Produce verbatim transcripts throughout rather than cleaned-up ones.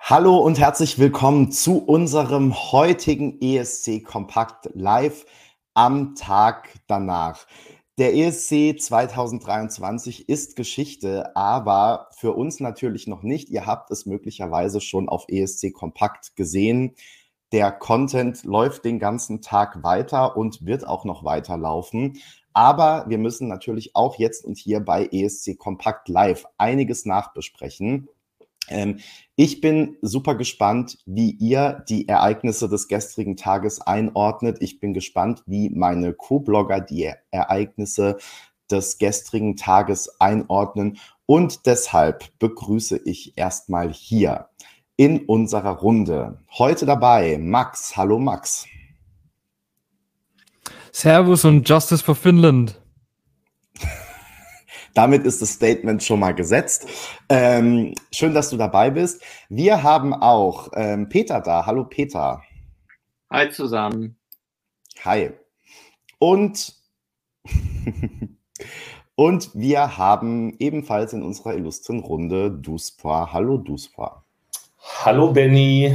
Hallo und herzlich willkommen zu unserem heutigen E S C Kompakt Live am Tag danach. Der E S C zwanzig dreiundzwanzig ist Geschichte, aber für uns natürlich noch nicht. Ihr habt es möglicherweise schon auf E S C Kompakt gesehen. Der Content läuft den ganzen Tag weiter und wird auch noch weiterlaufen. Aber wir müssen natürlich auch jetzt und hier bei E S C Kompakt Live einiges nachbesprechen. Ähm, ich bin super gespannt, wie ihr die Ereignisse des gestrigen Tages einordnet. Ich bin gespannt, wie meine Co-Blogger die Ereignisse des gestrigen Tages einordnen. Und deshalb begrüße ich erstmal hier in unserer Runde heute dabei Max. Hallo Max. Servus und Justice for Finland. Damit ist das Statement schon mal gesetzt. Ähm, schön, dass du dabei bist. Wir haben auch ähm, Peter da. Hallo Peter. Hi zusammen. Hi. Und, und wir haben ebenfalls in unserer illustren Runde Duspoir. Hallo Duspoir. Hallo Benny.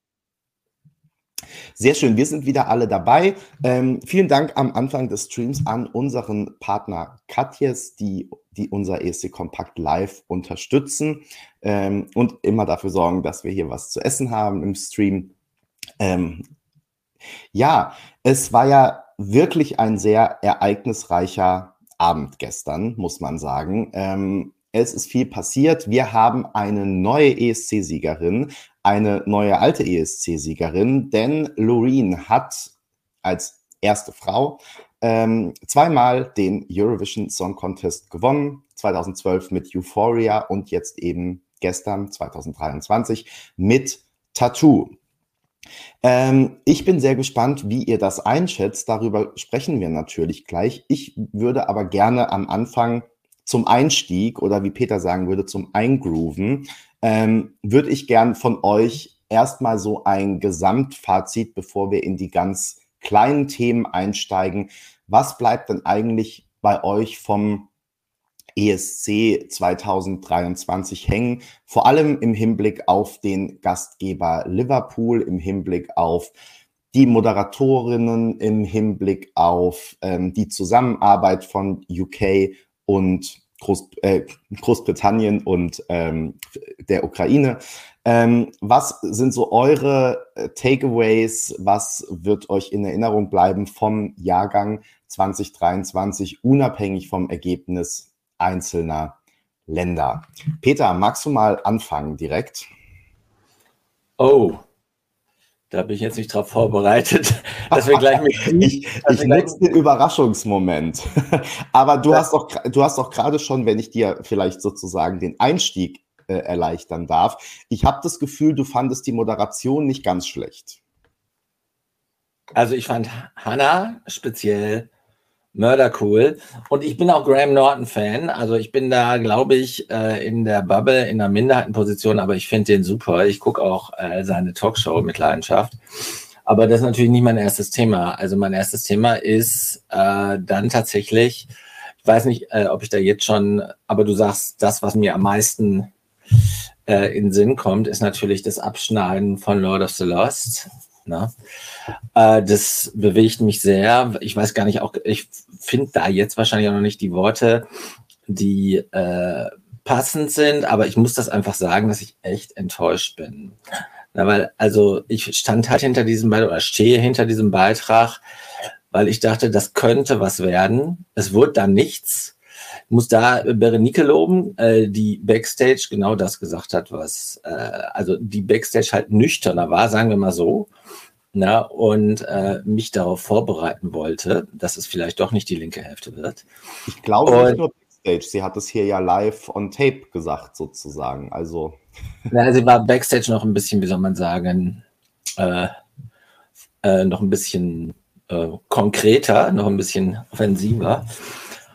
Sehr schön, wir sind wieder alle dabei. Ähm, vielen Dank am Anfang des Streams an unseren Partner Katjes, die, die unser E S C Kompakt Live unterstützen ähm, und immer dafür sorgen, dass wir hier was zu essen haben im Stream. Ähm, ja, es war ja wirklich ein sehr ereignisreicher Abend gestern, muss man sagen. Ähm, es ist viel passiert. Wir haben eine neue E S C-Siegerin, eine neue alte E S C-Siegerin, denn Loreen hat als erste Frau ähm, zweimal den Eurovision Song Contest gewonnen, zweitausendzwölf mit Euphoria und jetzt eben gestern, zwanzig dreiundzwanzig, mit Tattoo. Ähm, ich bin sehr gespannt, wie ihr das einschätzt. Darüber sprechen wir natürlich gleich. Ich würde aber gerne am Anfang zum Einstieg oder wie Peter sagen würde, zum Eingrooven, ähm, würde ich gern von euch erstmal so ein Gesamtfazit, bevor wir in die ganz kleinen Themen einsteigen. Was bleibt denn eigentlich bei euch vom E S C zwanzig dreiundzwanzig hängen? Vor allem im Hinblick auf den Gastgeber Liverpool, im Hinblick auf die Moderatorinnen, im Hinblick auf ähm, die Zusammenarbeit von U K und Groß, äh, Großbritannien und ähm, der Ukraine. Ähm, was sind so eure äh, Takeaways? Was wird euch in Erinnerung bleiben vom Jahrgang zwanzig dreiundzwanzig, unabhängig vom Ergebnis einzelner Länder? Peter, magst du mal anfangen direkt? Oh, da bin ich jetzt nicht drauf vorbereitet, dass wir gleich mit Ich, ich nutze den Überraschungsmoment. Aber du hast doch, du hast doch gerade schon, wenn ich dir vielleicht sozusagen den Einstieg äh, erleichtern darf, ich habe das Gefühl, du fandest die Moderation nicht ganz schlecht. Also ich fand Hannah speziell mördercool und ich bin auch Graham Norton-Fan. Also ich bin da, glaube ich, äh, in der Bubble, in der Minderheitenposition, aber ich finde den super. Ich gucke auch äh, seine Talkshow mit Leidenschaft. Aber das ist natürlich nicht mein erstes Thema. Also mein erstes Thema ist äh, dann tatsächlich, ich weiß nicht, äh, ob ich da jetzt schon, aber du sagst, das, was mir am meisten äh, in den Sinn kommt, ist natürlich das Abschneiden von Lord of the Lost. Ne? Äh, das bewegt mich sehr. Ich weiß gar nicht, auch ich finde da jetzt wahrscheinlich auch noch nicht die Worte, die äh, passend sind, aber ich muss das einfach sagen, dass ich echt enttäuscht bin. Na, weil, also ich stand halt hinter diesem Beitrag oder stehe hinter diesem Beitrag, weil ich dachte, das könnte was werden. Es wurde dann nichts. Ich muss da Berenike loben, äh, die Backstage genau das gesagt hat, was, äh, also die Backstage halt nüchterner war, sagen wir mal so, na, und äh, mich darauf vorbereiten wollte, dass es vielleicht doch nicht die linke Hälfte wird. Ich glaube und, nicht nur Backstage, sie hat es hier ja live on tape gesagt sozusagen, also. Na, sie war Backstage noch ein bisschen, wie soll man sagen, äh, äh, noch ein bisschen äh, konkreter, noch ein bisschen offensiver.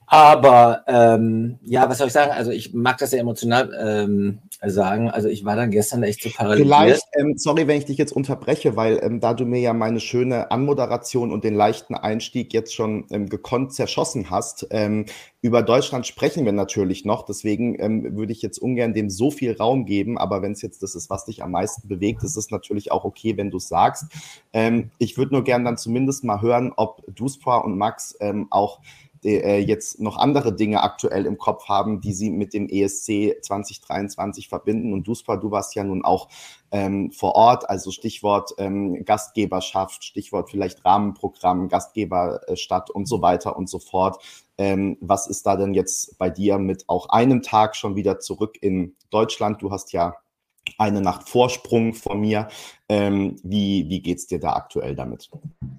Aber ähm, ja, was soll ich sagen? Also ich mag das ja emotional ähm, sagen. Also ich war dann gestern echt so paralysiert. Vielleicht, ähm, sorry, wenn ich dich jetzt unterbreche, weil ähm, da du mir ja meine schöne Anmoderation und den leichten Einstieg jetzt schon ähm, gekonnt zerschossen hast, ähm, über Deutschland sprechen wir natürlich noch, deswegen ähm, würde ich jetzt ungern dem so viel Raum geben, aber wenn es jetzt das ist, was dich am meisten bewegt, ist es natürlich auch okay, wenn du es sagst. Ähm, ich würde nur gern dann zumindest mal hören, ob Duspra und Max ähm, auch äh, jetzt noch andere Dinge aktuell im Kopf haben, die sie mit dem E S C zwanzig dreiundzwanzig verbinden. Und Duspra, du warst ja nun auch ähm, vor Ort, also Stichwort ähm, Gastgeberschaft, Stichwort vielleicht Rahmenprogramm, Gastgeberstadt und so weiter und so fort. Ähm, was ist da denn jetzt bei dir mit auch einem Tag schon wieder zurück in Deutschland? Du hast ja eine Nacht Vorsprung von mir. Ähm, wie wie geht's dir da aktuell damit?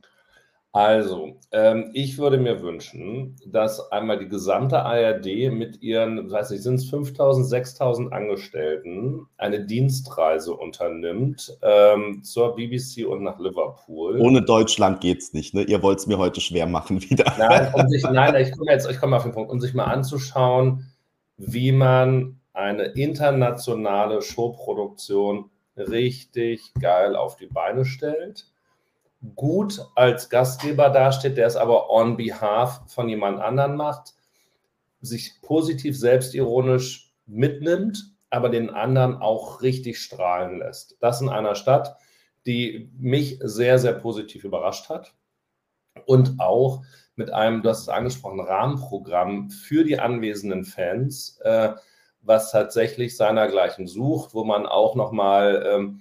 Also, ähm, ich würde mir wünschen, dass einmal die gesamte A R D mit ihren, weiß nicht, sind es fünftausend, sechstausend Angestellten eine Dienstreise unternimmt ähm, zur B B C und nach Liverpool. Ohne Deutschland geht's nicht, ne? Ihr wollt es mir heute schwer machen wieder. Nein, um sich, nein, ich komme jetzt, ich komme auf den Punkt, um sich mal anzuschauen, wie man eine internationale Showproduktion richtig geil auf die Beine stellt, gut als Gastgeber dasteht, der es aber on behalf von jemand anderen macht, sich positiv selbstironisch mitnimmt, aber den anderen auch richtig strahlen lässt. Das in einer Stadt, die mich sehr, sehr positiv überrascht hat und auch mit einem, du hast es angesprochen, Rahmenprogramm für die anwesenden Fans, äh, was tatsächlich seinergleichen sucht, wo man auch nochmal ähm,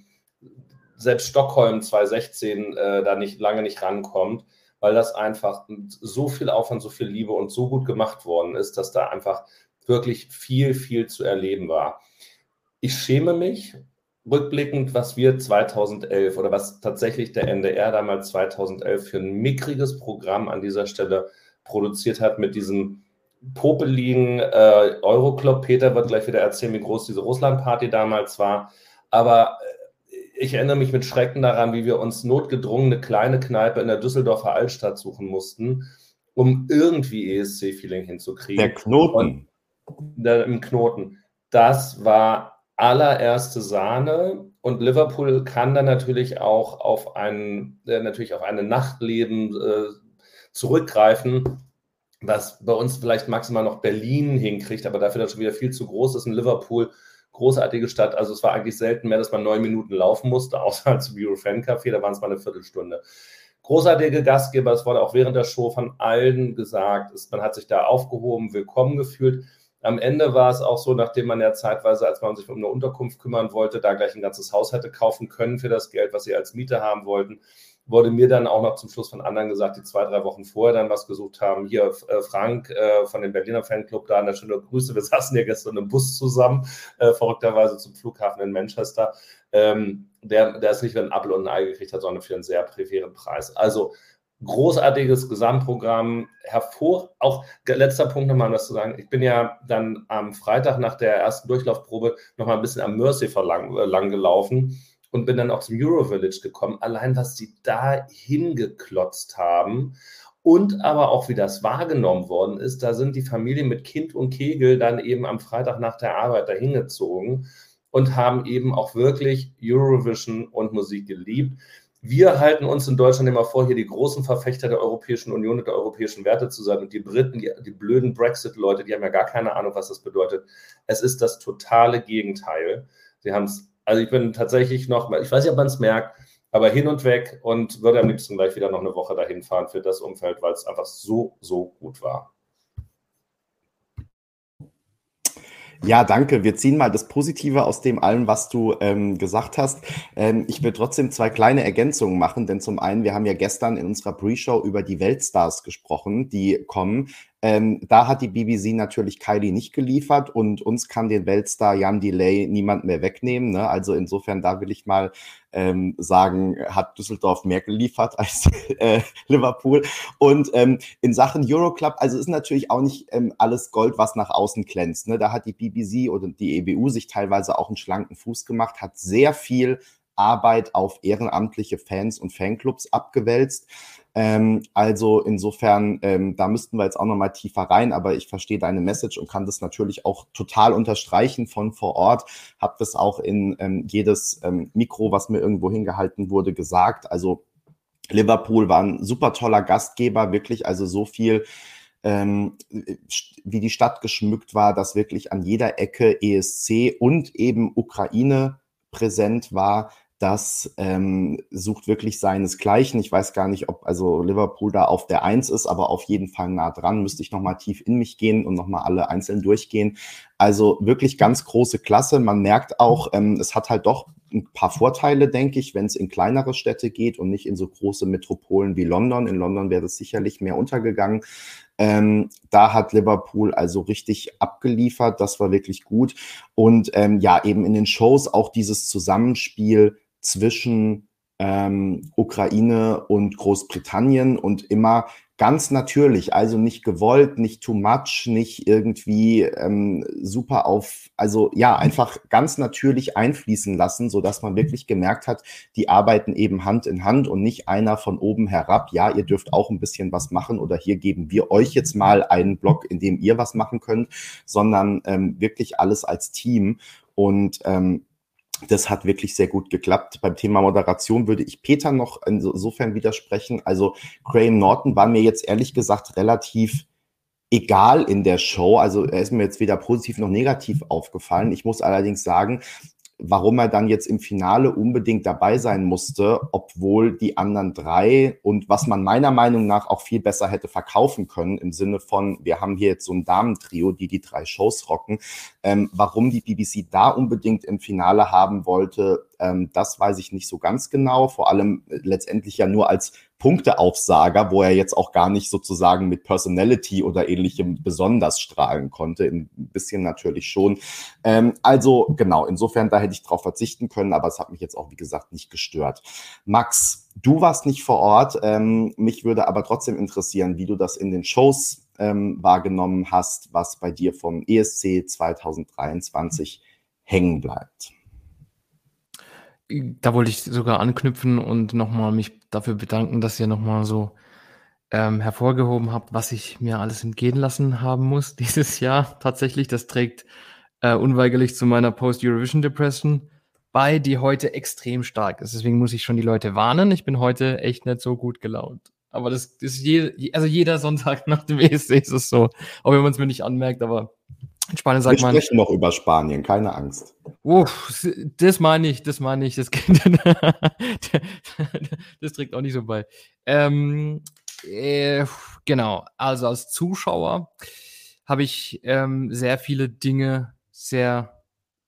selbst Stockholm zwanzig sechzehn äh, da nicht lange nicht rankommt, weil das einfach so viel Aufwand, so viel Liebe und so gut gemacht worden ist, dass da einfach wirklich viel, viel zu erleben war. Ich schäme mich rückblickend, was wir zweitausendelf oder was tatsächlich der N D R damals zweitausendelf für ein mickriges Programm an dieser Stelle produziert hat mit diesem popeligen äh, Euroclub. Peter wird gleich wieder erzählen, wie groß diese Russland-Party damals war, aber ich erinnere mich mit Schrecken daran, wie wir uns notgedrungen eine kleine Kneipe in der Düsseldorfer Altstadt suchen mussten, um irgendwie E S C-Feeling hinzukriegen. Der Knoten. Und der, im Knoten. Das war allererste Sahne und Liverpool kann dann natürlich auch auf ein, äh, natürlich auf eine Nachtleben äh, zurückgreifen, was bei uns vielleicht maximal noch Berlin hinkriegt, aber dafür dann schon wieder viel zu groß ist in Liverpool. Großartige Stadt, also es war eigentlich selten mehr, dass man neun Minuten laufen musste, außer zum Eurofan-Café, da waren es mal eine Viertelstunde. Großartige Gastgeber, es wurde auch während der Show von allen gesagt, ist, man hat sich da aufgehoben, willkommen gefühlt. Am Ende war es auch so, nachdem man ja zeitweise, als man sich um eine Unterkunft kümmern wollte, da gleich ein ganzes Haus hätte kaufen können für das Geld, was sie als Miete haben wollten, wurde mir dann auch noch zum Schluss von anderen gesagt, die zwei, drei Wochen vorher dann was gesucht haben. Hier äh, Frank äh, von dem Berliner Fanclub da, eine schöne Grüße. Wir saßen ja gestern im Bus zusammen, äh, verrückterweise zum Flughafen in Manchester. Ähm, der, der ist nicht für ein Apfel und ein Ei gekriegt hat, sondern für einen sehr präferen Preis. Also großartiges Gesamtprogramm, hervor. Auch letzter Punkt nochmal, um das zu sagen. Ich bin ja dann am Freitag nach der ersten Durchlaufprobe nochmal ein bisschen am Mercifer lang, äh, lang gelaufen. Und bin dann auch zum Eurovillage gekommen. Allein, was sie da hingeklotzt haben und aber auch, wie das wahrgenommen worden ist, da sind die Familien mit Kind und Kegel dann eben am Freitag nach der Arbeit dahin gezogen und haben eben auch wirklich Eurovision und Musik geliebt. Wir halten uns in Deutschland immer vor, hier die großen Verfechter der Europäischen Union und der europäischen Werte zu sein. Und die Briten, die, die blöden Brexit-Leute, die haben ja gar keine Ahnung, was das bedeutet. Es ist das totale Gegenteil. Sie haben es Also ich bin tatsächlich noch, ich weiß nicht, ob man es merkt, aber hin und weg und würde am liebsten gleich wieder noch eine Woche dahin fahren für das Umfeld, weil es einfach so, so gut war. Ja, danke. Wir ziehen mal das Positive aus dem allem, was du ähm, gesagt hast. Ähm, ich will trotzdem zwei kleine Ergänzungen machen, denn zum einen, wir haben ja gestern in unserer Pre-Show über die Weltstars gesprochen, die kommen. Ähm, da hat die B B C natürlich Kylie nicht geliefert und uns kann den Weltstar Jan Delay niemand mehr wegnehmen. Ne? Also insofern, da will ich mal ähm, sagen, hat Düsseldorf mehr geliefert als äh, Liverpool. Und ähm, in Sachen Euroclub, also ist natürlich auch nicht ähm, alles Gold, was nach außen glänzt. Ne? Da hat die B B C oder die E B U sich teilweise auch einen schlanken Fuß gemacht, hat sehr viel Arbeit auf ehrenamtliche Fans und Fanclubs abgewälzt. Ähm, also insofern, ähm, da müssten wir jetzt auch nochmal tiefer rein, aber ich verstehe deine Message und kann das natürlich auch total unterstreichen von vor Ort. Habe das auch in ähm, jedes ähm, Mikro, was mir irgendwo hingehalten wurde, gesagt. Also Liverpool war ein super toller Gastgeber, wirklich, also so viel, ähm, wie die Stadt geschmückt war, dass wirklich an jeder Ecke E S C und eben Ukraine präsent war. Das ähm, sucht wirklich seinesgleichen. Ich weiß gar nicht, ob also Liverpool da auf der Eins ist, aber auf jeden Fall nah dran. Müsste ich nochmal tief in mich gehen und nochmal alle einzeln durchgehen. Also wirklich ganz große Klasse. Man merkt auch, ähm, es hat halt doch ein paar Vorteile, denke ich, wenn es in kleinere Städte geht und nicht in so große Metropolen wie London. In London wäre das sicherlich mehr untergegangen. Ähm, da hat Liverpool also richtig abgeliefert. Das war wirklich gut. Und ähm, ja, eben in den Shows auch dieses Zusammenspiel zwischen ähm, Ukraine und Großbritannien und immer ganz natürlich, also nicht gewollt, nicht too much, nicht irgendwie ähm, super auf, also ja, einfach ganz natürlich einfließen lassen, sodass man wirklich gemerkt hat, die arbeiten eben Hand in Hand und nicht einer von oben herab, ja, ihr dürft auch ein bisschen was machen oder hier geben wir euch jetzt mal einen Block, in dem ihr was machen könnt, sondern ähm, wirklich alles als Team und ähm, das hat wirklich sehr gut geklappt. Beim Thema Moderation würde ich Peter noch insofern widersprechen. Also Graham Norton war mir jetzt ehrlich gesagt relativ egal in der Show. Also er ist mir jetzt weder positiv noch negativ aufgefallen. Ich muss allerdings sagen, warum er dann jetzt im Finale unbedingt dabei sein musste, obwohl die anderen drei und was man meiner Meinung nach auch viel besser hätte verkaufen können, im Sinne von, wir haben hier jetzt so ein Damentrio, die die drei Shows rocken, ähm, warum die B B C da unbedingt im Finale haben wollte, ähm, das weiß ich nicht so ganz genau, vor allem äh, letztendlich ja nur als Punkteaufsager, wo er jetzt auch gar nicht sozusagen mit Personality oder ähnlichem besonders strahlen konnte, ein bisschen natürlich schon. Ähm, also genau, insofern, da hätte ich drauf verzichten können, aber es hat mich jetzt auch, wie gesagt, nicht gestört. Max, du warst nicht vor Ort, ähm, mich würde aber trotzdem interessieren, wie du das in den Shows ähm, wahrgenommen hast, was bei dir vom E S C zwanzig dreiundzwanzig hängen bleibt. Da wollte ich sogar anknüpfen und nochmal mich dafür bedanken, dass ihr nochmal so ähm, hervorgehoben habt, was ich mir alles entgehen lassen haben muss dieses Jahr. Tatsächlich, das trägt äh, unweigerlich zu meiner Post-Eurovision-Depression bei, die heute extrem stark ist. Deswegen muss ich schon die Leute warnen. Ich bin heute echt nicht so gut gelaunt. Aber das ist je, also jeder Sonntag nach dem E S C ist es so. Auch wenn man es mir nicht anmerkt, aber in Spanien sagt Wir man. Wir sprechen noch über Spanien, keine Angst. Uff, das meine ich, das meine ich. Das, das trägt auch nicht so bei. Ähm, äh, genau, also als Zuschauer habe ich ähm, sehr viele Dinge sehr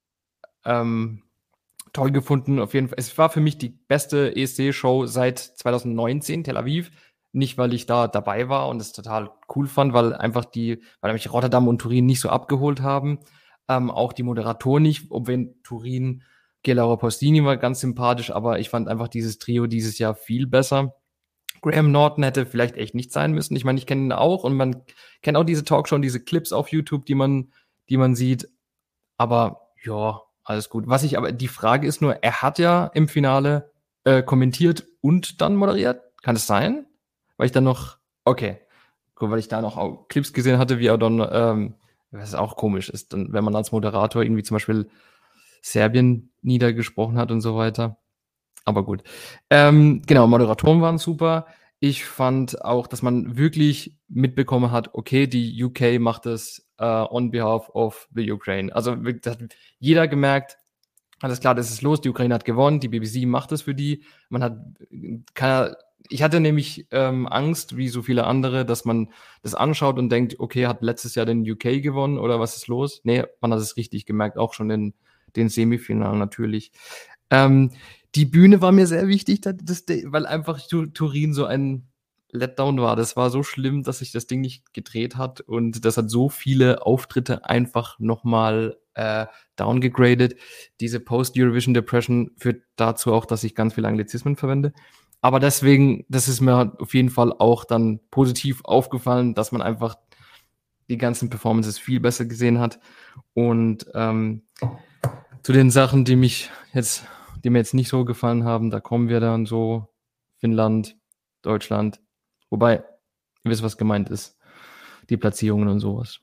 ähm, toll gefunden. Auf jeden Fall. Es war für mich die beste E S C-Show seit zwanzig neunzehn, Tel Aviv. Nicht, weil ich da dabei war und es total cool fand, weil einfach die, weil mich Rotterdam und Turin nicht so abgeholt haben. Ähm, auch die Moderatoren nicht, ob wir in Turin, Gelaura Postini war ganz sympathisch, aber ich fand einfach dieses Trio dieses Jahr viel besser. Graham Norton hätte vielleicht echt nicht sein müssen. Ich meine, ich kenne ihn auch und man kennt auch diese Talkshow und diese Clips auf YouTube, die man, die man sieht. Aber ja, alles gut. Was ich aber, die Frage ist nur, er hat ja im Finale äh, kommentiert und dann moderiert. Kann es sein? Weil ich dann noch, okay, cool, weil ich da noch auch Clips gesehen hatte, wie er dann, ähm, was auch komisch ist, dann, wenn man als Moderator irgendwie zum Beispiel Serbien niedergesprochen hat und so weiter. Aber gut. Ähm, genau, Moderatoren waren super. Ich fand auch, dass man wirklich mitbekommen hat, okay, die U K macht es uh, on behalf of the Ukraine. Also das hat jeder gemerkt, alles klar, das ist los, die Ukraine hat gewonnen, die B B C macht es für die. Man hat keiner, ich hatte nämlich ähm, Angst, wie so viele andere, dass man das anschaut und denkt, okay, hat letztes Jahr den U K gewonnen oder was ist los? Nee, man hat es richtig gemerkt, auch schon in den Semifinalen natürlich. Ähm, die Bühne war mir sehr wichtig, das, das, weil einfach Turin so ein Letdown war. Das war so schlimm, dass sich das Ding nicht gedreht hat und das hat so viele Auftritte einfach nochmal äh, downgegradet. Diese Post-Eurovision-Depression führt dazu auch, dass ich ganz viele Anglizismen verwende. Aber deswegen, das ist mir auf jeden Fall auch dann positiv aufgefallen, dass man einfach die ganzen Performances viel besser gesehen hat. Und ähm, zu den Sachen, die mich jetzt, die mir jetzt nicht so gefallen haben, da kommen wir dann so Finnland, Deutschland, Wobei, ihr wisst, was gemeint ist. Die Platzierungen und sowas.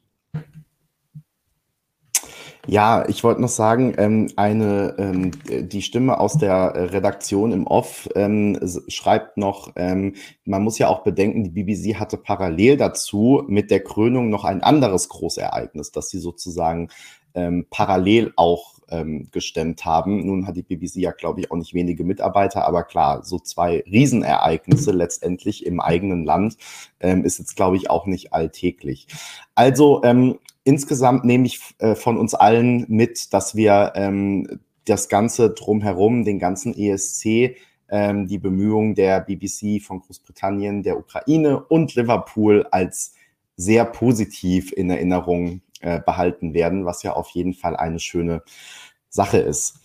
Ja, ich wollte noch sagen, ähm, eine, ähm, die Stimme aus der Redaktion im Off ähm, s- schreibt noch, ähm, man muss ja auch bedenken, die B B C hatte parallel dazu mit der Krönung noch ein anderes Großereignis, das sie sozusagen ähm, parallel auch ähm, gestemmt haben. Nun hat die B B C ja, glaube ich, auch nicht wenige Mitarbeiter, aber klar, so zwei Riesenereignisse letztendlich im eigenen Land ähm, ist jetzt, glaube ich, auch nicht alltäglich. Also, ähm, insgesamt nehme ich äh, von uns allen mit, dass wir ähm, das Ganze drumherum, den ganzen E S C, ähm, die Bemühungen der B B C von Großbritannien, der Ukraine und Liverpool als sehr positiv in Erinnerung äh, behalten werden, was ja auf jeden Fall eine schöne Sache ist.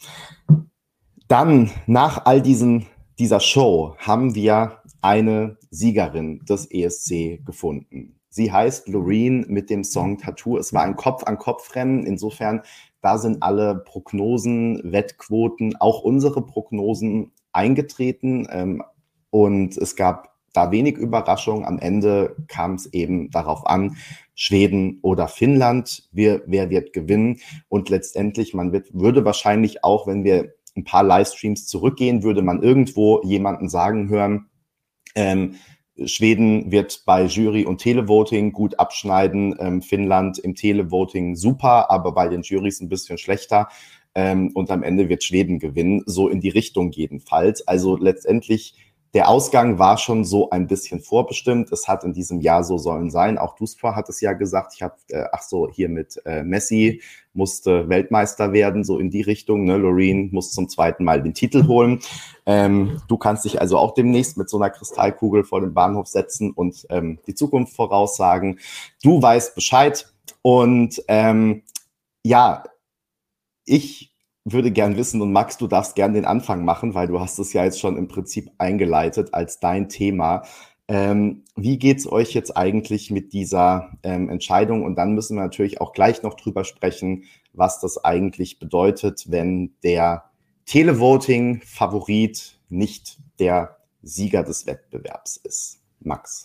Dann, nach all diesen, dieser Show, haben wir eine Siegerin des E S C gefunden. Sie heißt Loreen mit dem Song Tattoo. Es war ein Kopf-an-Kopf-Rennen. Insofern, da sind alle Prognosen, Wettquoten, auch unsere Prognosen eingetreten. Ähm, und es gab da wenig Überraschung. Am Ende kam es eben darauf an, Schweden oder Finnland, wer, wer wird gewinnen. Und letztendlich, man wird, würde wahrscheinlich auch, wenn wir ein paar Livestreams zurückgehen, würde man irgendwo jemanden sagen hören, ähm, Schweden wird bei Jury und Televoting gut abschneiden, ähm, Finnland im Televoting super, aber bei den Jurys ein bisschen schlechter. Ähm, und am Ende wird Schweden gewinnen, so in die Richtung jedenfalls. Also letztendlich, der Ausgang war schon so ein bisschen vorbestimmt. Es hat in diesem Jahr so sollen sein. Auch Duspor hat es ja gesagt. Ich habe, äh, ach so, hier mit äh, Messi musste Weltmeister werden, so in die Richtung. Ne? Loreen muss zum zweiten Mal den Titel holen. Ähm, du kannst dich also auch demnächst mit so einer Kristallkugel vor den Bahnhof setzen und ähm, die Zukunft voraussagen. Du weißt Bescheid. Und ähm, ja, ich würde gern wissen, und Max, du darfst gern den Anfang machen, weil du hast es ja jetzt schon im Prinzip eingeleitet als dein Thema. Ähm, wie geht's euch jetzt eigentlich mit dieser ähm, Entscheidung? Und dann müssen wir natürlich auch gleich noch drüber sprechen, was das eigentlich bedeutet, wenn der Televoting-Favorit nicht der Sieger des Wettbewerbs ist. Max.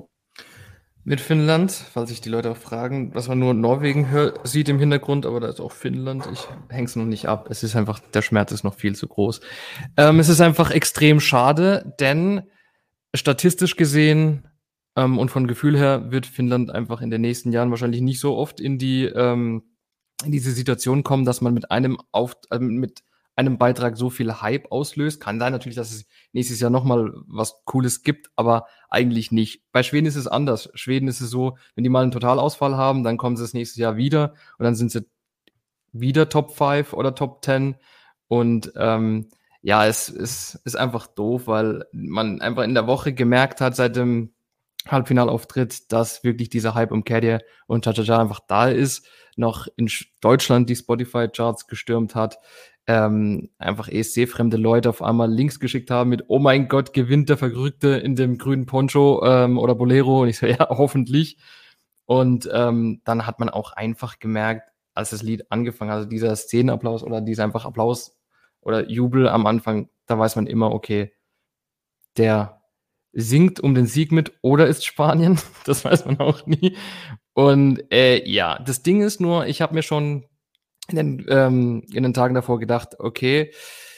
Mit Finnland, falls sich die Leute auch fragen, was man nur Norwegen hört, sieht im Hintergrund, aber da ist auch Finnland. Ich häng's noch nicht ab. Es ist einfach, der Schmerz ist noch viel zu groß. Ähm, es ist einfach extrem schade, denn statistisch gesehen ähm, und von Gefühl her wird Finnland einfach in den nächsten Jahren wahrscheinlich nicht so oft in die ähm, in diese Situation kommen, dass man mit einem auf äh, mit einem Beitrag so viel Hype auslöst. Kann sein natürlich, dass es nächstes Jahr nochmal was Cooles gibt, aber eigentlich nicht. Bei Schweden ist es anders. Schweden ist es so, wenn die mal einen Totalausfall haben, dann kommen sie das nächste Jahr wieder und dann sind sie wieder Top fünf oder Top zehn und ähm, ja, es, es ist einfach doof, weil man einfach in der Woche gemerkt hat, seit dem Halbfinalauftritt, dass wirklich dieser Hype um Kadia und Cha-Cha-Cha einfach da ist, noch in Deutschland die Spotify-Charts gestürmt hat, ähm, einfach E S C-fremde Leute auf einmal Links geschickt haben mit oh mein Gott, gewinnt der Verrückte in dem grünen Poncho ähm, oder Bolero und ich so, ja, hoffentlich. Und ähm, dann hat man auch einfach gemerkt, als das Lied angefangen hat, also dieser Szenenapplaus oder dieser einfach Applaus oder Jubel am Anfang, da weiß man immer, okay, der singt um den Sieg mit oder ist Spanien, das weiß man auch nie. Und äh, ja, das Ding ist nur, ich habe mir schon in den, ähm, in den Tagen davor gedacht, okay,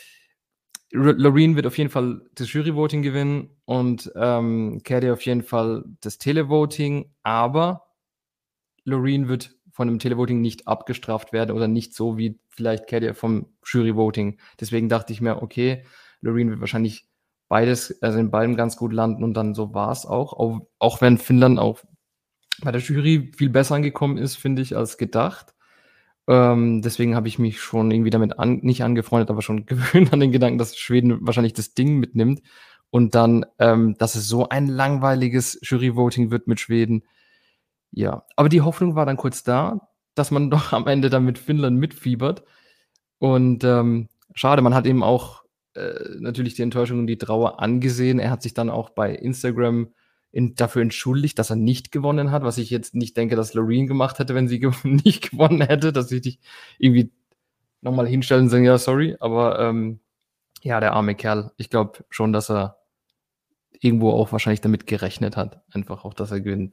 Loreen wird auf jeden Fall das Jury-Voting gewinnen und ähm, Kadia auf jeden Fall das Televoting, aber Loreen wird von dem Televoting nicht abgestraft werden oder nicht so wie vielleicht Kadia vom Jury-Voting. Deswegen dachte ich mir, okay, Loreen wird wahrscheinlich beides, also in beidem ganz gut landen und dann so war es auch. auch. Auch wenn Finnland auch bei der Jury viel besser angekommen ist, finde ich, als gedacht. Ähm, deswegen habe ich mich schon irgendwie damit an, nicht angefreundet, aber schon gewöhnt an den Gedanken, dass Schweden wahrscheinlich das Ding mitnimmt und dann, ähm, dass es so ein langweiliges Jury-Voting wird mit Schweden. Ja, aber die Hoffnung war dann kurz da, dass man doch am Ende dann mit Finnland mitfiebert. Und ähm, schade, man hat eben auch äh, natürlich die Enttäuschung und die Trauer angesehen. Er hat sich dann auch bei Instagram in, dafür entschuldigt, dass er nicht gewonnen hat, was ich jetzt nicht denke, dass Loreen gemacht hätte, wenn sie ge- nicht gewonnen hätte, dass sie dich irgendwie nochmal hinstellen und sagen, ja, sorry, aber ähm, ja, der arme Kerl, ich glaube schon, dass er irgendwo auch wahrscheinlich damit gerechnet hat, einfach auch, dass er gewinnt.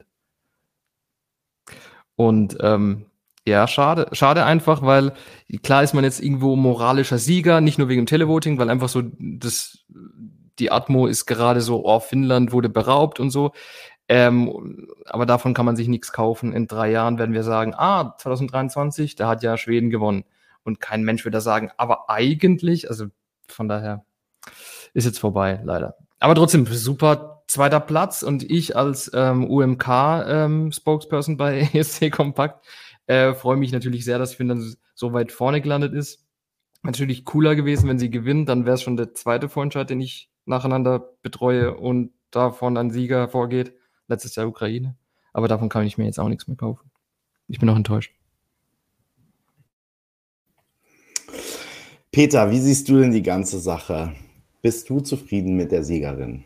Und ähm, ja, schade. Schade einfach, weil klar ist man jetzt irgendwo moralischer Sieger, nicht nur wegen dem Televoting, weil einfach so das, die Atmo ist gerade so, oh, Finnland wurde beraubt und so. Ähm, aber davon kann man sich nichts kaufen. In drei Jahren werden wir sagen, ah, zwanzig dreiundzwanzig, da hat ja Schweden gewonnen. Und kein Mensch wird da sagen, aber eigentlich, also von daher ist jetzt vorbei, leider. Aber trotzdem, super zweiter Platz und ich als ähm, U M K-Spokesperson ähm, bei E S C Kompakt äh, freue mich natürlich sehr, dass Finnland so weit vorne gelandet ist. Natürlich cooler gewesen, wenn sie gewinnen, dann wäre es schon der zweite Vorentscheid, den ich nacheinander betreue und davon ein Sieger hervorgeht. Letztes Jahr Ukraine. Aber davon kann ich mir jetzt auch nichts mehr kaufen. Ich bin noch enttäuscht. Peter, wie siehst du denn die ganze Sache? Bist du zufrieden mit der Siegerin?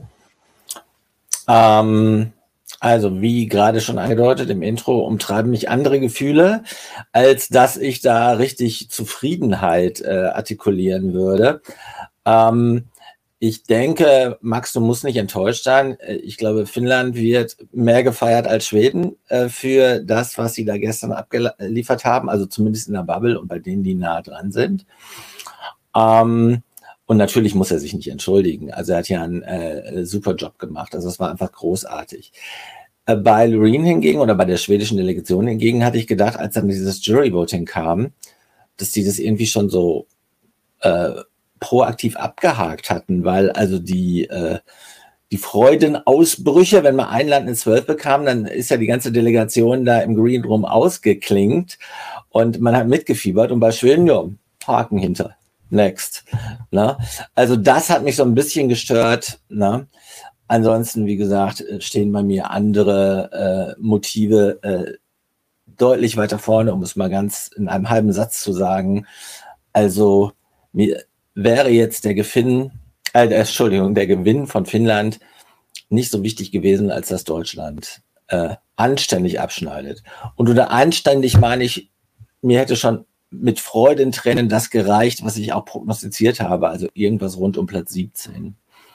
Ähm, also, wie gerade schon angedeutet im Intro, umtreiben mich andere Gefühle, als dass ich da richtig Zufriedenheit äh, artikulieren würde. Ähm, ich denke, Max, du musst nicht enttäuscht sein. Ich glaube, Finnland wird mehr gefeiert als Schweden äh, für das, was sie da gestern abgeliefert haben, also zumindest in der Bubble und bei denen, die nah dran sind. Ähm, Und natürlich muss er sich nicht entschuldigen. Also er hat ja einen äh, super Job gemacht. Also es war einfach großartig. Äh, bei Loreen hingegen oder bei der schwedischen Delegation hingegen hatte ich gedacht, als dann dieses Jury-Voting kam, dass die das irgendwie schon so äh, proaktiv abgehakt hatten, weil also die, äh, die Freudenausbrüche, wenn man ein Land in zwölf bekam, dann ist ja die ganze Delegation da im Green Room ausgeklingt und man hat mitgefiebert und bei Schweden, ja, Haken hinter. Next. Na? Also das hat mich so ein bisschen gestört. Na? Ansonsten, wie gesagt, stehen bei mir andere äh, Motive äh, deutlich weiter vorne, um es mal ganz in einem halben Satz zu sagen. Also mir wäre jetzt der Gewinn, äh, Entschuldigung, der Gewinn von Finnland nicht so wichtig gewesen, als dass Deutschland äh, anständig abschneidet. Und unter anständig meine ich, mir hätte schon mit Freudentränen das gereicht, was ich auch prognostiziert habe, also irgendwas rund um Platz siebzehn.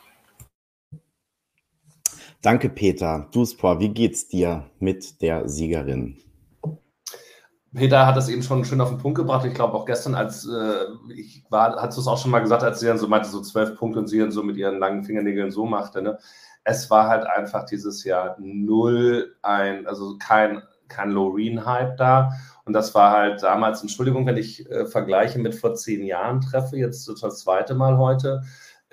Danke, Peter. Du, Spor, wie geht's dir mit der Siegerin? Peter hat das eben schon schön auf den Punkt gebracht. Ich glaube auch gestern, als äh, ich war, hast du es auch schon mal gesagt, als sie dann so meinte, so zwölf Punkte und sie dann so mit ihren langen Fingernägeln so machte. Ne? Es war halt einfach dieses Jahr null ein, also kein, kein Loreen-Hype da. Und das war halt damals, Entschuldigung, wenn ich äh, vergleiche mit vor zehn Jahren treffe, jetzt das zweite Mal heute.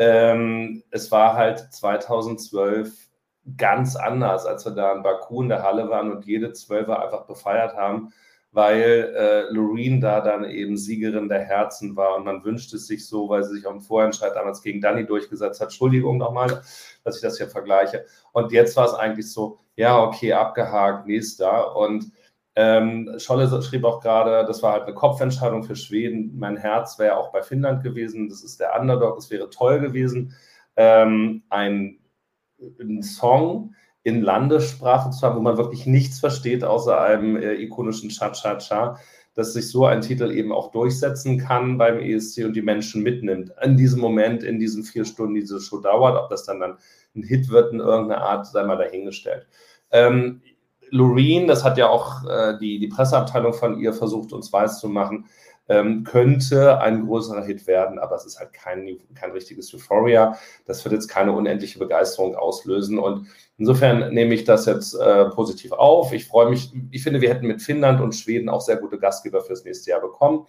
Ähm, es war halt zweitausendzwölf ganz anders, als wir da in Baku in der Halle waren und jede Zwölfer einfach befeiert haben, weil äh, Loreen da dann eben Siegerin der Herzen war und man wünscht es sich so, weil sie sich auch im Vorentscheid damals gegen Dani durchgesetzt hat. Entschuldigung nochmal, dass ich das hier vergleiche. Und jetzt war es eigentlich so, ja, okay, abgehakt, nächster. Und ähm, Scholle schrieb auch gerade, das war halt eine Kopfentscheidung für Schweden. Mein Herz wäre auch bei Finnland gewesen. Das ist der Underdog, es wäre toll gewesen, ähm, ein, ein Song in Landessprache zu haben, wo man wirklich nichts versteht, außer einem äh, ikonischen Cha-Cha-Cha, dass sich so ein Titel eben auch durchsetzen kann beim E S C und die Menschen mitnimmt. In diesem Moment, in diesen vier Stunden, die diese Show dauert, ob das dann, dann ein Hit wird in irgendeiner Art, sei mal dahingestellt. Ähm, Loreen, das hat ja auch äh, die, die Presseabteilung von ihr versucht, uns weiszumachen, ähm, könnte ein größerer Hit werden, aber es ist halt kein, kein richtiges Euphoria. Das wird jetzt keine unendliche Begeisterung auslösen und insofern nehme ich das jetzt äh, positiv auf. Ich freue mich, ich finde, wir hätten mit Finnland und Schweden auch sehr gute Gastgeber fürs nächste Jahr bekommen.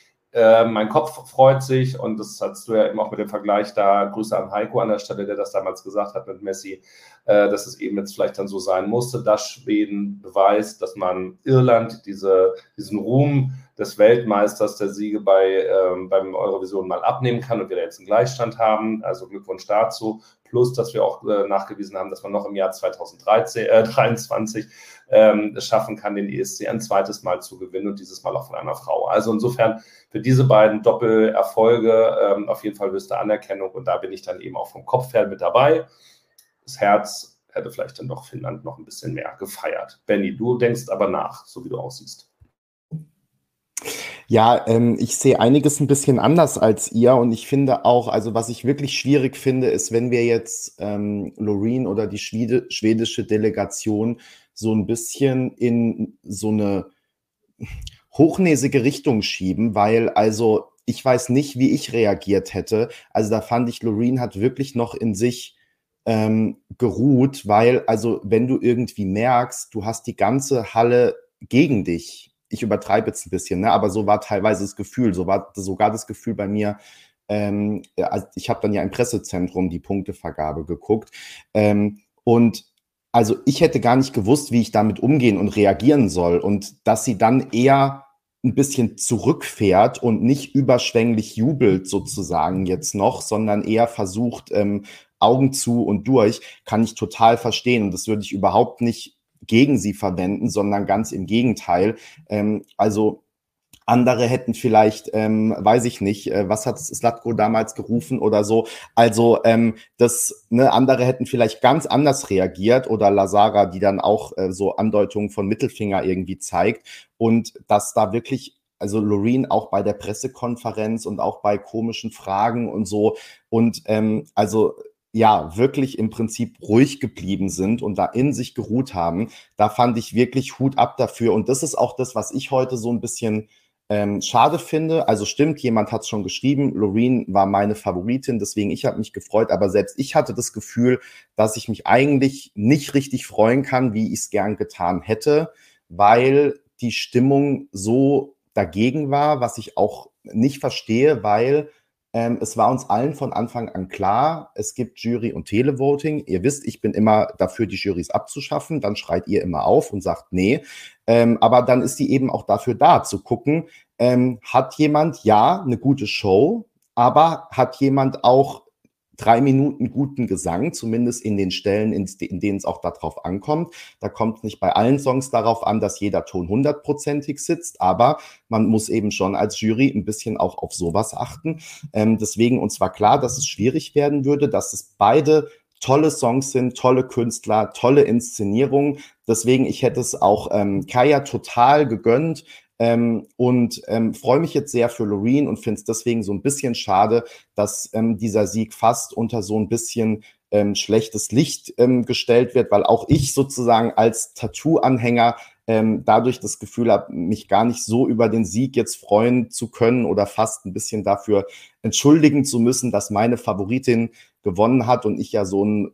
Äh, mein Kopf freut sich und das hast du ja eben auch mit dem Vergleich da, Grüße an Heiko an der Stelle, der das damals gesagt hat mit Messi, äh, dass es eben jetzt vielleicht dann so sein musste, dass Schweden beweist, dass man Irland diese, diesen Ruhm des Weltmeisters der Siege bei, ähm, beim Eurovision mal abnehmen kann und wir jetzt einen Gleichstand haben. Also Glückwunsch dazu. Plus, dass wir auch äh, nachgewiesen haben, dass man noch im Jahr zweitausenddreiundzwanzig ähm, es schaffen kann, den E S C ein zweites Mal zu gewinnen und dieses Mal auch von einer Frau. Also insofern für diese beiden Doppelerfolge ähm, auf jeden Fall höchste Anerkennung und da bin ich dann eben auch vom Kopf her mit dabei. Das Herz hätte vielleicht dann doch Finnland noch ein bisschen mehr gefeiert. Benni, du denkst aber nach, so wie du aussiehst. Ja, ähm, ich sehe einiges ein bisschen anders als ihr und ich finde auch, also was ich wirklich schwierig finde, ist, wenn wir jetzt ähm, Loreen oder die Schwede, schwedische Delegation so ein bisschen in so eine hochnäsige Richtung schieben, weil also ich weiß nicht, wie ich reagiert hätte. Also da fand ich, Loreen hat wirklich noch in sich ähm, geruht, weil also wenn du irgendwie merkst, du hast die ganze Halle gegen dich. Ich übertreibe jetzt ein bisschen, ne? Aber so war teilweise das Gefühl, so war sogar das Gefühl bei mir. Ähm, ja, also ich habe dann ja im Pressezentrum die Punktevergabe geguckt ähm, und also ich hätte gar nicht gewusst, wie ich damit umgehen und reagieren soll und dass sie dann eher ein bisschen zurückfährt und nicht überschwänglich jubelt sozusagen jetzt noch, sondern eher versucht, ähm, Augen zu und durch, kann ich total verstehen und das würde ich überhaupt nicht gegen sie verwenden, sondern ganz im Gegenteil. Ähm, also andere hätten vielleicht, ähm, weiß ich nicht, äh, was hat Zlatko damals gerufen oder so. Also ähm, das, ne, andere hätten vielleicht ganz anders reagiert oder Lazara, die dann auch äh, so Andeutungen von Mittelfinger irgendwie zeigt und dass da wirklich, also Loreen auch bei der Pressekonferenz und auch bei komischen Fragen und so und ähm, also ja, wirklich im Prinzip ruhig geblieben sind und da in sich geruht haben, da fand ich wirklich Hut ab dafür. Und das ist auch das, was ich heute so ein bisschen ähm, schade finde. Also stimmt, jemand hat es schon geschrieben, Loreen war meine Favoritin, deswegen ich habe mich gefreut, aber selbst ich hatte das Gefühl, dass ich mich eigentlich nicht richtig freuen kann, wie ich es gern getan hätte, weil die Stimmung so dagegen war, was ich auch nicht verstehe, weil ähm, es war uns allen von Anfang an klar, es gibt Jury- und Televoting. Ihr wisst, ich bin immer dafür, die Jurys abzuschaffen. Dann schreit ihr immer auf und sagt, nee. Ähm, aber dann ist die eben auch dafür da, zu gucken, ähm, hat jemand, ja, eine gute Show, aber hat jemand auch drei Minuten guten Gesang, zumindest in den Stellen, in, in denen es auch darauf ankommt. Da kommt nicht bei allen Songs darauf an, dass jeder Ton hundertprozentig sitzt, aber man muss eben schon als Jury ein bisschen auch auf sowas achten. Ähm, deswegen uns war klar, dass es schwierig werden würde, dass es beide tolle Songs sind, tolle Künstler, tolle Inszenierungen. Deswegen, ich hätte es auch ähm, Kaya total gegönnt. Ähm, und ähm, freue mich jetzt sehr für Loreen und finde es deswegen so ein bisschen schade, dass ähm, dieser Sieg fast unter so ein bisschen ähm, schlechtes Licht ähm, gestellt wird, weil auch ich sozusagen als Tattoo-Anhänger ähm, dadurch das Gefühl habe, mich gar nicht so über den Sieg jetzt freuen zu können oder fast ein bisschen dafür entschuldigen zu müssen, dass meine Favoritin gewonnen hat und ich ja so ein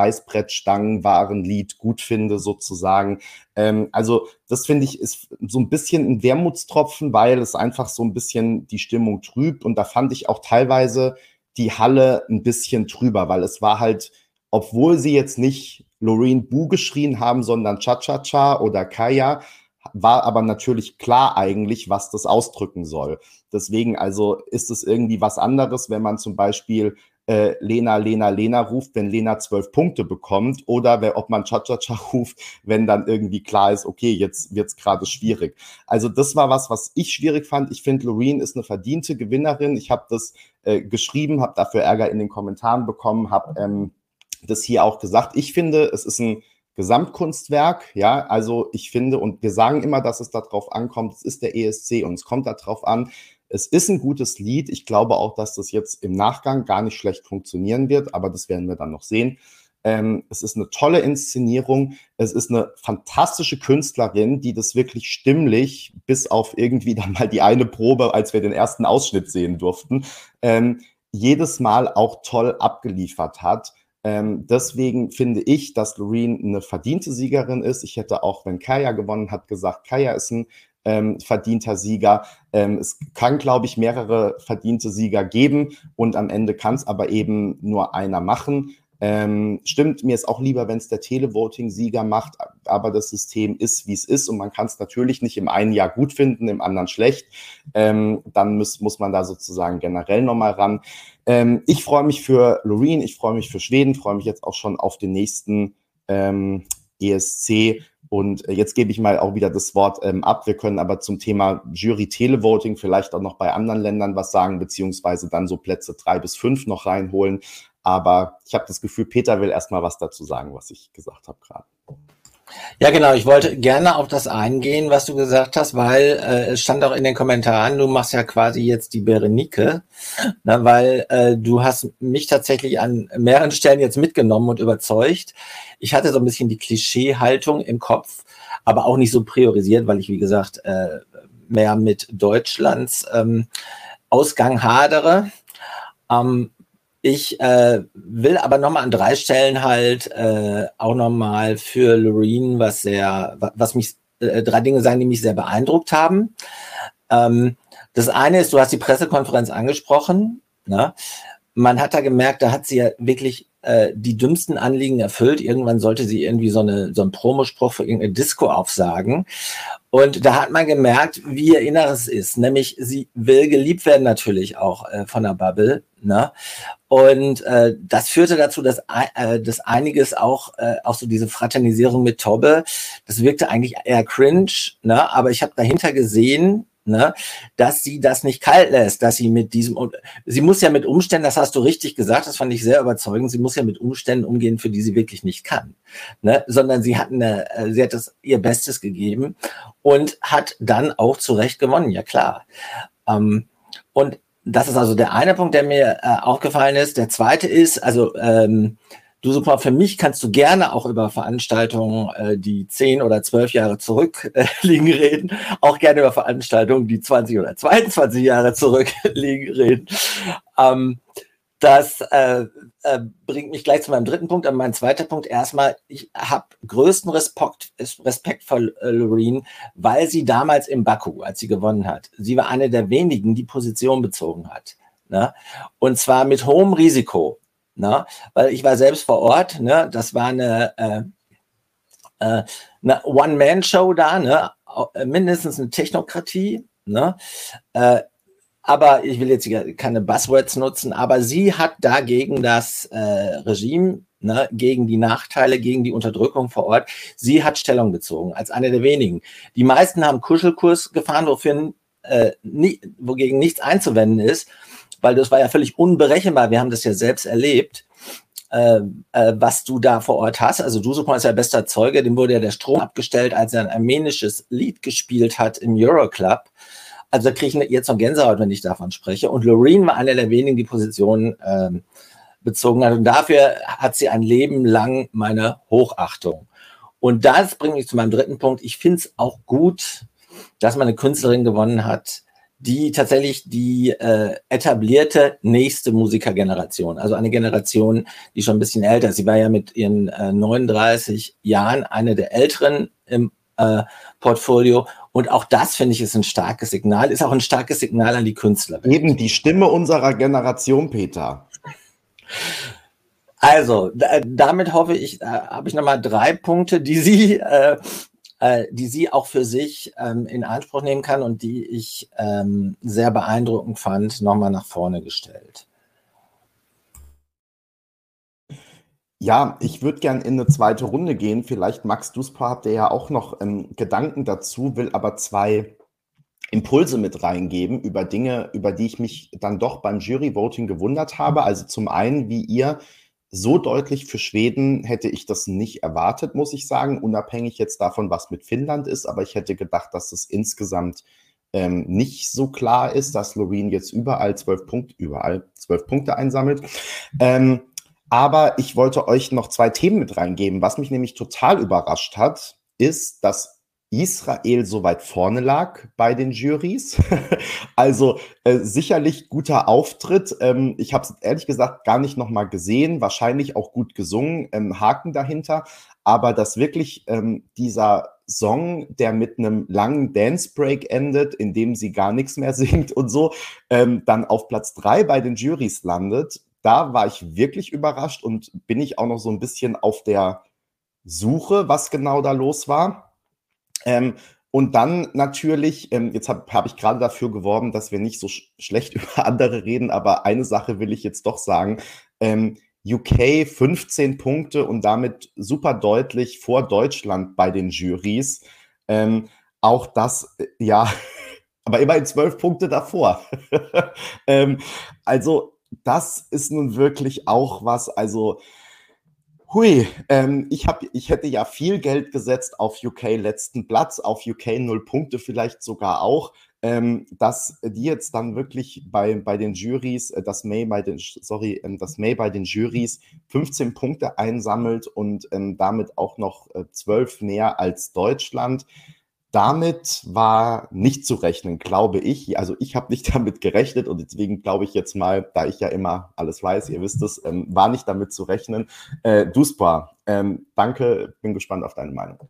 Reißbrettstangenwarenlied gut finde sozusagen. Ähm, also das finde ich ist so ein bisschen ein Wermutstropfen, weil es einfach so ein bisschen die Stimmung trübt und da fand ich auch teilweise die Halle ein bisschen trüber, weil es war halt, obwohl sie jetzt nicht Loreen Boo geschrien haben, sondern Cha-Cha-Cha oder Kaya, war aber natürlich klar eigentlich, was das ausdrücken soll. Deswegen also ist es irgendwie was anderes, wenn man zum Beispiel äh, Lena, Lena, Lena ruft, wenn Lena zwölf Punkte bekommt oder wer, ob man Cha-Cha-Cha ruft, wenn dann irgendwie klar ist, okay, jetzt wird's gerade schwierig. Also das war was, was ich schwierig fand. Ich finde, Loreen ist eine verdiente Gewinnerin. Ich habe das äh, geschrieben, habe dafür Ärger in den Kommentaren bekommen, habe ähm, das hier auch gesagt. Ich finde, es ist ein Gesamtkunstwerk, ja, also ich finde, und wir sagen immer, dass es darauf ankommt, es ist der E S C und es kommt darauf an, es ist ein gutes Lied. Ich glaube auch, dass das jetzt im Nachgang gar nicht schlecht funktionieren wird, aber das werden wir dann noch sehen. Ähm, es ist eine tolle Inszenierung. Es ist eine fantastische Künstlerin, die das wirklich stimmlich, bis auf irgendwie dann mal die eine Probe, als wir den ersten Ausschnitt sehen durften, ähm, jedes Mal auch toll abgeliefert hat. Ähm, deswegen finde ich, dass Loreen eine verdiente Siegerin ist. Ich hätte auch, wenn Kaya gewonnen hat, gesagt, Kaya ist ein ähm, verdienter Sieger. Ähm, es kann, glaube ich, mehrere verdiente Sieger geben und am Ende kann es aber eben nur einer machen. Ähm, stimmt, mir ist auch lieber, wenn es der Televoting-Sieger macht, aber das System ist, wie es ist und man kann es natürlich nicht im einen Jahr gut finden, im anderen schlecht. Ähm, dann muss, muss man da sozusagen generell nochmal ran. Ähm, ich freue mich für Loreen, ich freue mich für Schweden, freue mich jetzt auch schon auf den nächsten ähm, E S C. Und jetzt gebe ich mal auch wieder das Wort ähm, ab. Wir können aber zum Thema Jury-Televoting vielleicht auch noch bei anderen Ländern was sagen, beziehungsweise dann so Plätze drei bis fünf noch reinholen. Aber ich habe das Gefühl, Peter will erst mal was dazu sagen, was ich gesagt habe gerade. Ja, genau. Ich wollte gerne auf das eingehen, was du gesagt hast, weil äh, es stand auch in den Kommentaren, du machst ja quasi jetzt die Berenike, na, weil äh, du hast mich tatsächlich an mehreren Stellen jetzt mitgenommen und überzeugt. Ich hatte so ein bisschen die Klischee-Haltung im Kopf, aber auch nicht so priorisiert, weil ich, wie gesagt, äh, mehr mit Deutschlands ähm, Ausgang hadere. Ähm, Ich äh, will aber nochmal an drei Stellen halt äh, auch nochmal für Loreen, was sehr, was mich, äh, drei Dinge sagen, die mich sehr beeindruckt haben. Ähm, das eine ist, du hast die Pressekonferenz angesprochen, ne? Man hat da gemerkt, da hat sie ja wirklich äh, die dümmsten Anliegen erfüllt. Irgendwann sollte sie irgendwie so, eine, so einen Promospruch für irgendeine Disco aufsagen. Und da hat man gemerkt, wie ihr Inneres ist. Nämlich, sie will geliebt werden natürlich auch äh, von der Bubble, ne? Und äh, das führte dazu, dass, äh, dass einiges auch, äh, auch so diese Fraternisierung mit Tobbe, das wirkte eigentlich eher cringe, ne? Aber ich habe dahinter gesehen, ne, dass sie das nicht kalt lässt, dass sie mit diesem, und sie muss ja mit Umständen, das hast du richtig gesagt, das fand ich sehr überzeugend, sie muss ja mit Umständen umgehen, für die sie wirklich nicht kann, ne? Sondern sie hat eine, sie hat das ihr Bestes gegeben und hat dann auch zu Recht gewonnen, ja klar. Ähm, und das ist also der eine Punkt, der mir äh, aufgefallen ist. Der zweite ist, also ähm, du super, für mich kannst du gerne auch über Veranstaltungen, äh, die zehn oder zwölf Jahre zurückliegen, äh, reden. Auch gerne über Veranstaltungen, die zwanzig oder zweiundzwanzig Jahre zurückliegen, reden. Ähm, das äh, äh, bringt mich gleich zu meinem dritten Punkt. Aber mein zweiter Punkt erstmal, ich habe größten Respekt, Respekt vor äh, Loreen, weil sie damals im Baku, als sie gewonnen hat, sie war eine der wenigen, die Position bezogen hat. Ne? Und zwar mit hohem Risiko. Ne? Weil ich war selbst vor Ort. Ne? Das war eine, äh, äh, eine One-Man-Show da, ne? Mindestens eine Technokratie. Ne? Äh, Aber ich will jetzt keine Buzzwords nutzen, aber sie hat dagegen das äh, Regime, ne, gegen die Nachteile, gegen die Unterdrückung vor Ort, sie hat Stellung bezogen, als eine der wenigen. Die meisten haben Kuschelkurs gefahren, wofür, äh, nie, wogegen nichts einzuwenden ist, weil das war ja völlig unberechenbar. Wir haben das ja selbst erlebt, äh, äh, was du da vor Ort hast. Also Dusupan ist ja bester Zeuge, dem wurde ja der Strom abgestellt, als er ein armenisches Lied gespielt hat im Euroclub. Also da kriege ich jetzt noch Gänsehaut, wenn ich davon spreche. Und Loreen war eine der wenigen, die Position ähm, bezogen hat. Und dafür hat sie ein Leben lang meine Hochachtung. Und das bringt mich zu meinem dritten Punkt. Ich finde es auch gut, dass man eine Künstlerin gewonnen hat, die tatsächlich die äh, etablierte nächste Musikergeneration, also eine Generation, die schon ein bisschen älter ist. Sie war ja mit ihren äh, neununddreißig Jahren eine der Älteren im äh, Portfolio. Und auch das, finde ich, ist ein starkes Signal, ist auch ein starkes Signal an die Künstler. Eben die Stimme unserer Generation, Peter. Also, da, damit hoffe ich, äh, habe ich nochmal drei Punkte, die sie, äh, äh, die sie auch für sich ähm, in Anspruch nehmen kann und die ich ähm, sehr beeindruckend fand, nochmal nach vorne gestellt. Ja, ich würde gern in eine zweite Runde gehen. Vielleicht, Max Duspa, habt ihr ja auch noch ähm, Gedanken dazu, will aber zwei Impulse mit reingeben über Dinge, über die ich mich dann doch beim Jury-Voting gewundert habe. Also zum einen, wie ihr, so deutlich für Schweden hätte ich das nicht erwartet, muss ich sagen, unabhängig jetzt davon, was mit Finnland ist. Aber ich hätte gedacht, dass es insgesamt ähm, nicht so klar ist, dass Loreen jetzt überall zwölf Punkte, überall zwölf Punkte einsammelt. Ähm, Aber ich wollte euch noch zwei Themen mit reingeben. Was mich nämlich total überrascht hat, ist, dass Israel so weit vorne lag bei den Jurys. Also äh, sicherlich guter Auftritt. Ähm, ich habe es ehrlich gesagt gar nicht nochmal gesehen. Wahrscheinlich auch gut gesungen, ähm, Haken dahinter. Aber dass wirklich ähm, dieser Song, der mit einem langen Dance-Break endet, in dem sie gar nichts mehr singt und so, ähm, dann auf Platz drei bei den Jurys landet, da war ich wirklich überrascht und bin ich auch noch so ein bisschen auf der Suche, was genau da los war. Ähm, und dann natürlich, ähm, jetzt habe hab ich gerade dafür geworben, dass wir nicht so sch schlecht über andere reden, aber eine Sache will ich jetzt doch sagen. Ähm, U K fünfzehn Punkte und damit super deutlich vor Deutschland bei den Jurys. Ähm, auch das, äh, ja, aber immerhin zwölf Punkte davor. ähm, also das ist nun wirklich auch was, also Hui, ähm, ich, hab, ich hätte ja viel Geld gesetzt auf U K letzten Platz, auf U K null Punkte vielleicht sogar auch, ähm, dass die jetzt dann wirklich bei, bei den Jurys, äh, das May bei den, sorry, ähm, das May bei den Jurys fünfzehn Punkte einsammelt und ähm, damit auch noch äh, zwölf mehr als Deutschland. Damit war nicht zu rechnen, glaube ich. Also ich habe nicht damit gerechnet und deswegen glaube ich jetzt mal, da ich ja immer alles weiß, ihr wisst es, ähm, war nicht damit zu rechnen. Äh, Duspa, ähm, danke, bin gespannt auf deine Meinung.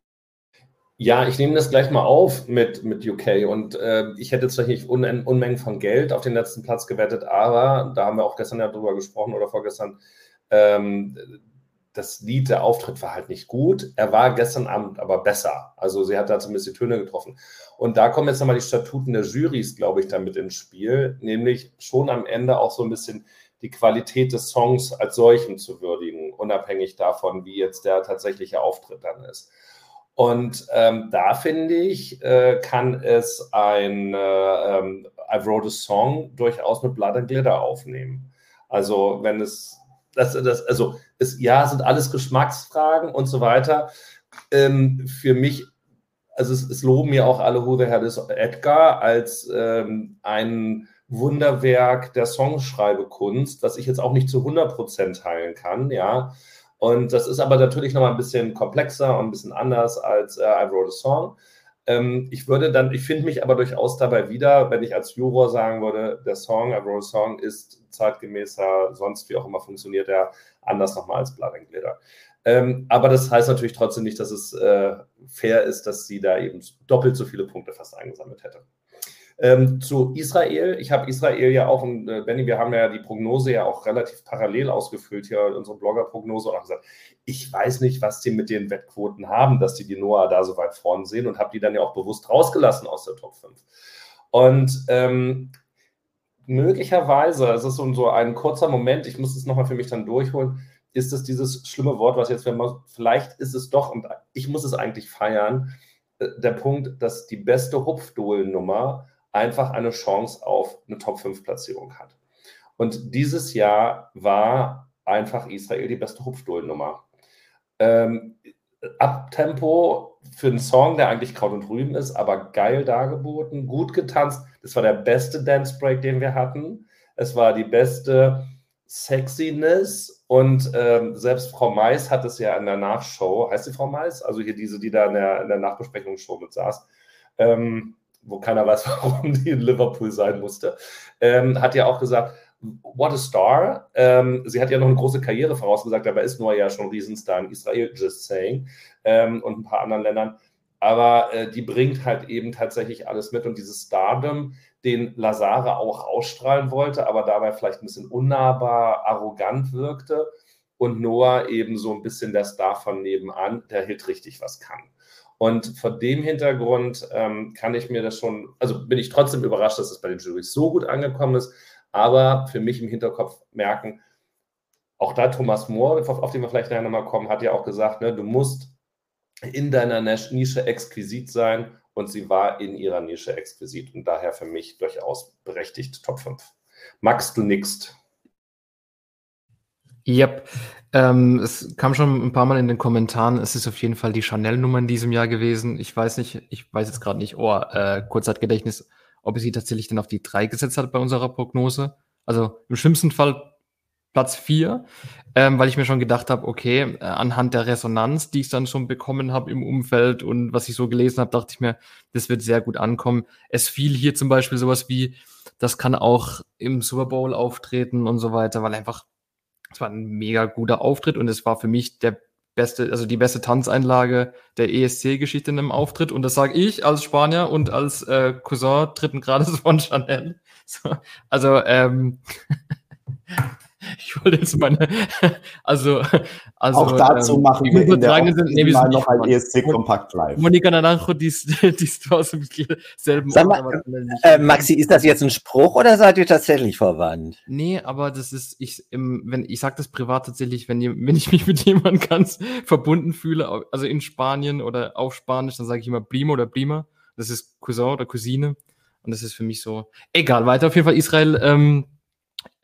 Ja, ich nehme das gleich mal auf mit, mit U K und äh, ich hätte zwar nicht Un- Unmengen von Geld auf den letzten Platz gewettet, aber da haben wir auch gestern ja drüber gesprochen oder vorgestern, ähm, das Lied, der Auftritt war halt nicht gut. Er war gestern Abend aber besser. Also sie hat da zumindest die Töne getroffen. Und da kommen jetzt nochmal die Statuten der Jurys, glaube ich, damit ins Spiel, nämlich schon am Ende auch so ein bisschen die Qualität des Songs als solchen zu würdigen, unabhängig davon, wie jetzt der tatsächliche Auftritt dann ist. Und ähm, da finde ich, äh, kann es ein äh, ähm, I Wrote a Song durchaus mit Blood and Glitter aufnehmen. Also wenn es Das, das, also, es, ja, sind alles Geschmacksfragen und so weiter. Ähm, für mich, also es, es loben ja auch alle Who the Hell is Edgar als ähm, ein Wunderwerk der Songschreibekunst, was ich jetzt auch nicht zu hundert Prozent teilen kann, ja. Und das ist aber natürlich nochmal ein bisschen komplexer und ein bisschen anders als äh, I Wrote a Song. Ähm, ich würde dann, ich finde mich aber durchaus dabei wieder, wenn ich als Juror sagen würde, der Song, I Wrote a Song, ist zeitgemäßer, sonst wie auch immer funktioniert er anders nochmal als Blood and Glitter. Ähm, aber das heißt natürlich trotzdem nicht, dass es äh, fair ist, dass sie da eben doppelt so viele Punkte fast eingesammelt hätte. Ähm, zu Israel. Ich habe Israel ja auch, und äh, Benni, wir haben ja die Prognose ja auch relativ parallel ausgefüllt hier, unsere Blogger-Prognose, und auch gesagt, ich weiß nicht, was die mit den Wettquoten haben, dass die die Noah da so weit vorn sehen, und habe die dann ja auch bewusst rausgelassen aus der Top fünf. Und ähm, möglicherweise, es ist so, so ein kurzer Moment, ich muss es nochmal für mich dann durchholen, ist es dieses schlimme Wort, was jetzt, wenn man, vielleicht ist es doch, und ich muss es eigentlich feiern, äh, der Punkt, dass die beste Hupfdohlen-Nummer einfach eine Chance auf eine Top fünf Platzierung hat. Und dieses Jahr war einfach Israel die beste Hupfdohlen-Nummer. Ähm, Abtempo für einen Song, der eigentlich Kraut und Rüben ist, aber geil dargeboten, gut getanzt. Das war der beste Dance Break, den wir hatten. Es war die beste Sexiness, und ähm, selbst Frau Mais hat es ja in der Nachshow, heißt sie Frau Mais? Also hier diese, die da in der, in der Nachbesprechungsshow mit saß, ähm, wo keiner weiß, warum die in Liverpool sein musste, ähm, hat ja auch gesagt, what a star. Ähm, sie hat ja noch eine große Karriere vorausgesagt, aber ist nur ja schon Riesenstar in Israel, just saying, ähm, und ein paar anderen Ländern. Aber äh, die bringt halt eben tatsächlich alles mit, und dieses Stardom, den Lazare auch ausstrahlen wollte, aber dabei vielleicht ein bisschen unnahbar, arrogant wirkte, und Noah eben so ein bisschen der Star von nebenan, der halt richtig was kann. Und vor dem Hintergrund ähm, kann ich mir das schon, also bin ich trotzdem überrascht, dass es bei den Jurys so gut angekommen ist, aber für mich im Hinterkopf merken, auch da Thomas Moore, auf, auf den wir vielleicht nachher nochmal kommen, hat ja auch gesagt, ne, du musst in deiner Nische exquisit sein, und sie war in ihrer Nische exquisit und daher für mich durchaus berechtigt Top fünf. Max, du nickst. Yep. Ähm, es kam schon ein paar Mal in den Kommentaren, es ist auf jeden Fall die Chanel-Nummer in diesem Jahr gewesen. Ich weiß nicht, ich weiß jetzt gerade nicht, oh, äh, Kurzzeitgedächtnis, ob sie tatsächlich dann auf die drei gesetzt hat bei unserer Prognose. Also im schlimmsten Fall Platz vier, ähm, weil ich mir schon gedacht habe, okay, äh, anhand der Resonanz, die ich dann schon bekommen habe im Umfeld und was ich so gelesen habe, dachte ich mir, das wird sehr gut ankommen. Es fiel hier zum Beispiel sowas wie, das kann auch im Super Bowl auftreten und so weiter, weil einfach, es war ein mega guter Auftritt, und es war für mich der beste, also die beste Tanzeinlage der E S C-Geschichte in einem Auftritt, und das sage ich als Spanier und als äh, Cousin dritten Grades von Chanel. So, also, ähm, ich wollte jetzt meine, also, also auch dazu ähm, machen wir in der sind, nee, mal noch ein E S C-Kompakt live. Monika Naranjo, die ist, die ist aus dem selben Sag mal, Ort, äh, Maxi, ist das jetzt ein Spruch oder seid ihr tatsächlich verwandt? Nee, aber das ist, ich, im, wenn, ich sag das privat tatsächlich, wenn, wenn ich mich mit jemandem ganz verbunden fühle, also in Spanien oder auf Spanisch, dann sage ich immer Primo oder Prima. Das ist Cousin oder Cousine. Und das ist für mich so, egal, weiter auf jeden Fall Israel, ähm,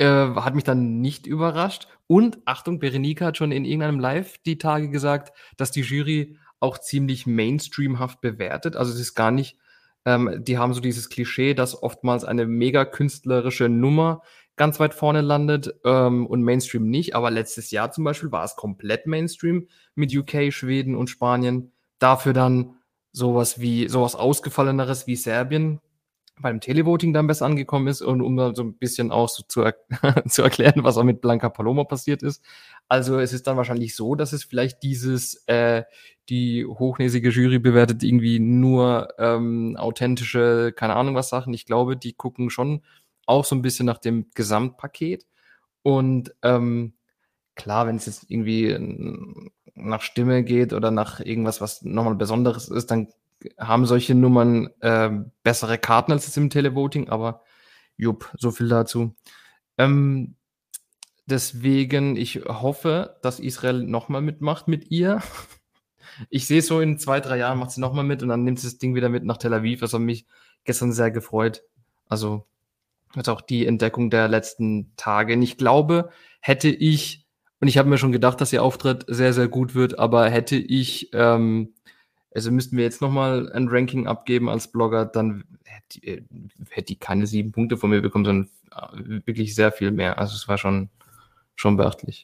Äh, hat mich dann nicht überrascht. Und Achtung, Berenika hat schon in irgendeinem Live die Tage gesagt, dass die Jury auch ziemlich mainstreamhaft bewertet. Also es ist gar nicht, ähm, die haben so dieses Klischee, dass oftmals eine mega künstlerische Nummer ganz weit vorne landet ähm, und Mainstream nicht. Aber letztes Jahr zum Beispiel war es komplett Mainstream mit U K, Schweden und Spanien. Dafür dann sowas wie sowas Ausgefalleneres wie Serbien beim Televoting dann besser angekommen ist und um dann so ein bisschen auch so zu, er zu erklären, was auch mit Blanca Paloma passiert ist. Also es ist dann wahrscheinlich so, dass es vielleicht dieses, äh, die hochnäsige Jury bewertet irgendwie nur ähm, authentische, keine Ahnung was Sachen. Ich glaube, die gucken schon auch so ein bisschen nach dem Gesamtpaket. Und ähm, klar, wenn es jetzt irgendwie ähm, nach Stimme geht oder nach irgendwas, was nochmal Besonderes ist, dann haben solche Nummern äh, bessere Karten als jetzt im Televoting, aber jupp, so viel dazu. Ähm, deswegen, ich hoffe, dass Israel nochmal mitmacht mit ihr. Ich sehe so, in zwei, drei Jahren macht sie nochmal mit und dann nimmt sie das Ding wieder mit nach Tel Aviv. Das hat mich gestern sehr gefreut. Also, das ist auch die Entdeckung der letzten Tage. Und ich glaube, hätte ich, und ich habe mir schon gedacht, dass ihr Auftritt sehr, sehr gut wird, aber hätte ich ähm, also müssten wir jetzt nochmal ein Ranking abgeben als Blogger, dann hätte die, hätte die keine sieben Punkte von mir bekommen, sondern wirklich sehr viel mehr. Also es war schon, schon beachtlich.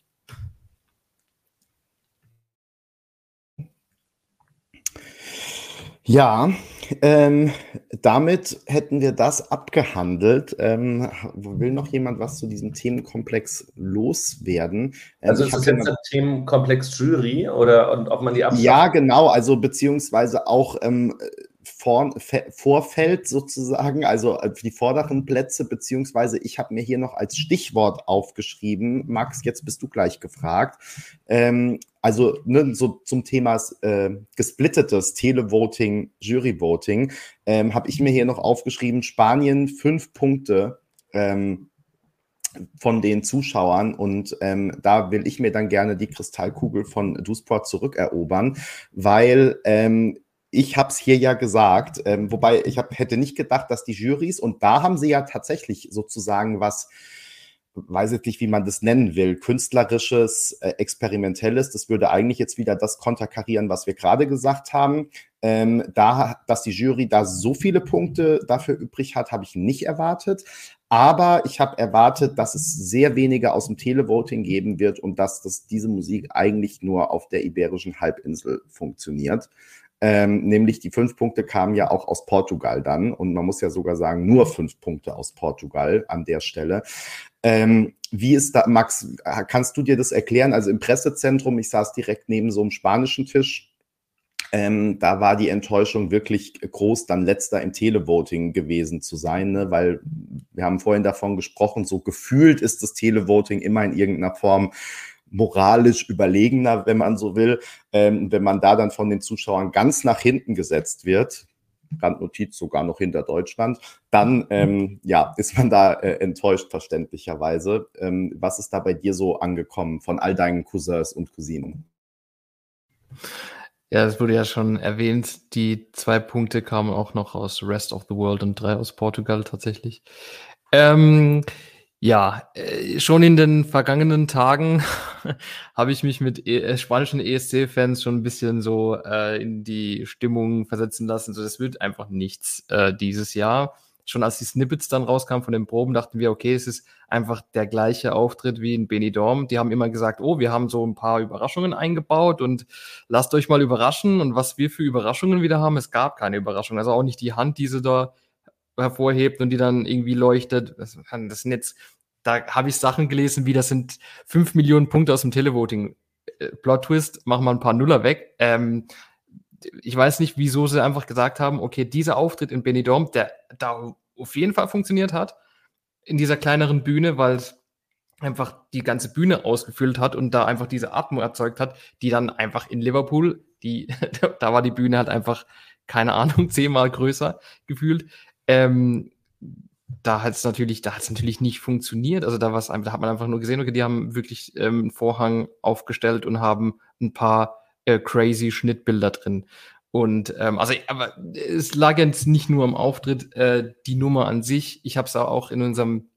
Ja, ähm, damit hätten wir das abgehandelt. Ähm, will noch jemand was zu diesem Themenkomplex loswerden? Ähm, Also ich ist hab das ja jetzt noch- ein Themenkomplex Jury oder und ob man die abschafft? Ja, genau, also beziehungsweise auch ähm, vor, fe- Vorfeld sozusagen, also äh, für die vorderen Plätze, beziehungsweise ich habe mir hier noch als Stichwort aufgeschrieben, Max, jetzt bist du gleich gefragt, ähm, also ne, so zum Thema äh, gesplittetes Televoting, Juryvoting, ähm, habe ich mir hier noch aufgeschrieben, Spanien fünf Punkte, ähm, von den Zuschauern und ähm, da will ich mir dann gerne die Kristallkugel von DoSport zurückerobern, weil ähm, ich habe es hier ja gesagt, ähm, wobei ich hab, hätte nicht gedacht, dass die Jurys, und da haben sie ja tatsächlich sozusagen was, weiß ich nicht, wie man das nennen will, künstlerisches, äh, experimentelles, das würde eigentlich jetzt wieder das konterkarieren, was wir gerade gesagt haben. Ähm, da, dass die Jury da so viele Punkte dafür übrig hat, habe ich nicht erwartet. Aber ich habe erwartet, dass es sehr wenige aus dem Televoting geben wird und dass das, diese Musik eigentlich nur auf der Iberischen Halbinsel funktioniert. Ähm, nämlich die fünf Punkte kamen ja auch aus Portugal dann und man muss ja sogar sagen, nur fünf Punkte aus Portugal an der Stelle. Ähm, wie ist da, Max, kannst du dir das erklären? Also im Pressezentrum, ich saß direkt neben so einem spanischen Tisch, ähm, da war die Enttäuschung wirklich groß, dann letzter im Televoting gewesen zu sein, ne? Weil wir haben vorhin davon gesprochen, so gefühlt ist das Televoting immer in irgendeiner Form moralisch überlegener, wenn man so will. Ähm, wenn man da dann von den Zuschauern ganz nach hinten gesetzt wird, Randnotiz sogar noch hinter Deutschland, dann ähm, ja, ist man da äh, enttäuscht, verständlicherweise. Ähm, was ist da bei dir so angekommen von all deinen Cousins und Cousinen? Ja, es wurde ja schon erwähnt, die zwei Punkte kamen auch noch aus Rest of the World und drei aus Portugal tatsächlich. Ähm, ja, äh, schon in den vergangenen Tagen habe ich mich mit e spanischen E S C-Fans schon ein bisschen so äh, in die Stimmung versetzen lassen. So, das wird einfach nichts äh, dieses Jahr. Schon als die Snippets dann rauskamen von den Proben, dachten wir, okay, es ist einfach der gleiche Auftritt wie in Benidorm. Die haben immer gesagt, oh, wir haben so ein paar Überraschungen eingebaut und lasst euch mal überraschen. Und was wir für Überraschungen wieder haben, es gab keine Überraschung. Also auch nicht die Hand, die sie da hervorhebt und die dann irgendwie leuchtet. Das, das sind jetzt, da habe ich Sachen gelesen, wie das sind fünf Millionen Punkte aus dem Televoting. Äh, Plot Twist, machen wir ein paar Nuller weg. Ähm, ich weiß nicht, wieso sie einfach gesagt haben, okay, dieser Auftritt in Benidorm, der da auf jeden Fall funktioniert hat, in dieser kleineren Bühne, weil es einfach die ganze Bühne ausgefüllt hat und da einfach diese Atmung erzeugt hat, die dann einfach in Liverpool, die, da war die Bühne halt einfach, keine Ahnung, zehnmal größer gefühlt. Ähm, da hat es natürlich, da hat es natürlich nicht funktioniert. Also da war's, da hat man einfach nur gesehen, okay, die haben wirklich ähm, einen Vorhang aufgestellt und haben ein paar äh, crazy Schnittbilder drin. Und ähm, also, aber es lag jetzt nicht nur am Auftritt, äh, die Nummer an sich. Ich habe es auch in unserem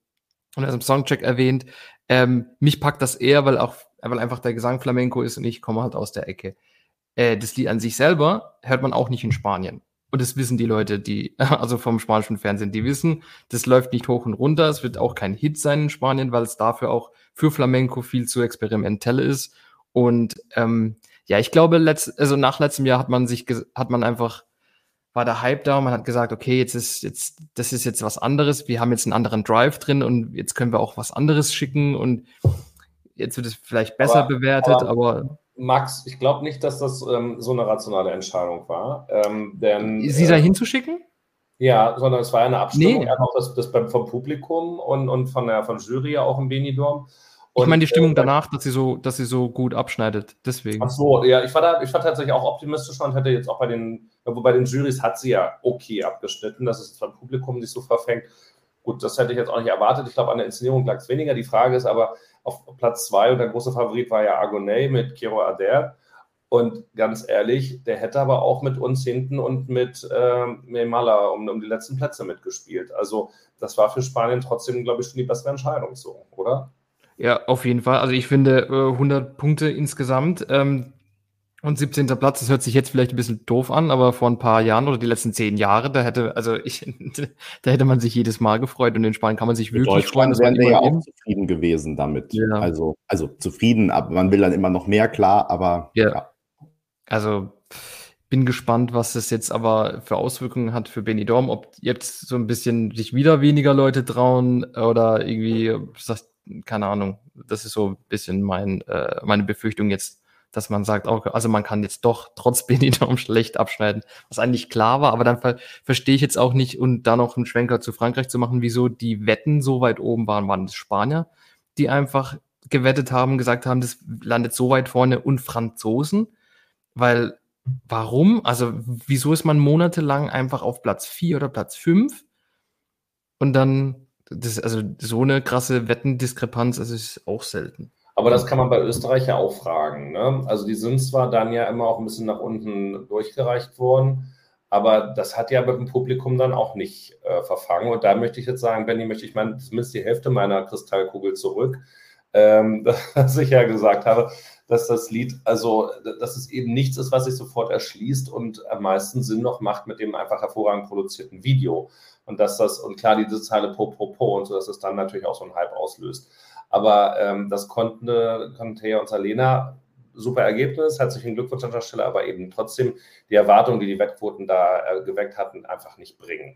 und das im Songcheck erwähnt. Ähm, mich packt das eher, weil auch, weil einfach der Gesang Flamenco ist und ich komme halt aus der Ecke. Äh, das Lied an sich selber hört man auch nicht in Spanien. Und das wissen die Leute, die, also vom spanischen Fernsehen, die wissen, das läuft nicht hoch und runter. Es wird auch kein Hit sein in Spanien, weil es dafür auch für Flamenco viel zu experimentell ist. Und ähm, ja, ich glaube, letzt, also nach letztem Jahr hat man sich, hat man einfach, war der Hype da und man hat gesagt, okay, jetzt ist jetzt, das ist jetzt was anderes. Wir haben jetzt einen anderen Drive drin und jetzt können wir auch was anderes schicken und jetzt wird es vielleicht besser Aber- bewertet, aber- aber Max, ich glaube nicht, dass das ähm, so eine rationale Entscheidung war. Ähm, denn, sie da äh, hinzuschicken? Ja, sondern es war ja eine Abstimmung, Nee. einfach das, das beim, vom Publikum und, und von der von Jury ja auch im Benidorm. Ich Und, meine die Stimmung äh, danach, dass sie so, dass sie so gut abschneidet. Deswegen. Ach so, ja, ich war da, ich war tatsächlich auch optimistisch und hätte jetzt auch bei den, wobei den Jurys hat sie ja okay abgeschnitten, dass es beim Publikum nicht so verfängt. Gut, das hätte ich jetzt auch nicht erwartet. Ich glaube, an der Inszenierung lag es weniger. Die Frage ist aber, auf Platz zwei und der große Favorit war ja Agoné mit Quiero Arder. Und ganz ehrlich, der hätte aber auch mit uns hinten und mit äh, Meimala um, um die letzten Plätze mitgespielt. Also das war für Spanien trotzdem, glaube ich, schon die bessere Entscheidung so, oder? Ja, auf jeden Fall. Also ich finde äh, hundert Punkte insgesamt ähm, und siebzehnter Platz, das hört sich jetzt vielleicht ein bisschen doof an, aber vor ein paar Jahren oder die letzten zehn Jahre, da hätte, also ich, da hätte man sich jedes Mal gefreut und in Spanien kann man sich Mit wirklich freuen, Deutschland dass man wären wir ja immer auch nimmt. zufrieden gewesen damit. Ja. Also, also zufrieden, aber man will dann immer noch mehr, klar, aber Ja. ja. Also bin gespannt, was es jetzt aber für Auswirkungen hat für Benidorm, ob jetzt so ein bisschen sich wieder weniger Leute trauen oder irgendwie, sagt, keine Ahnung, das ist so ein bisschen mein, äh, meine Befürchtung jetzt, dass man sagt, auch, also man kann jetzt doch trotz Benidorm schlecht abschneiden, was eigentlich klar war, aber dann ver verstehe ich jetzt auch nicht, und da noch einen Schwenker zu Frankreich zu machen, wieso die Wetten so weit oben waren, waren das Spanier, die einfach gewettet haben, gesagt haben, das landet so weit vorne, und Franzosen, weil warum? Also, wieso ist man monatelang einfach auf Platz vier oder Platz fünf? Und dann, das, also so eine krasse Wettendiskrepanz, das ist auch selten. Aber das kann man bei Österreich ja auch fragen. Ne? Also die sind zwar dann ja immer auch ein bisschen nach unten durchgereicht worden, aber das hat ja mit dem Publikum dann auch nicht äh, verfangen. Und da möchte ich jetzt sagen, Benni, möchte ich meine, zumindest die Hälfte meiner Kristallkugel zurück, ähm, dass ich ja gesagt habe, dass das Lied, also dass es eben nichts ist, was sich sofort erschließt und am meisten Sinn noch macht mit dem einfach hervorragend produzierten Video. Und dass das, und klar, diese Zeile po, po, po und so, dass es dann natürlich auch so einen Hype auslöst. Aber ähm, das konnten, konnten Thea und Salena, super Ergebnis, herzlichen Glückwunsch an der Stelle, aber eben trotzdem die Erwartungen, die die Wettquoten da äh, geweckt hatten, einfach nicht bringen.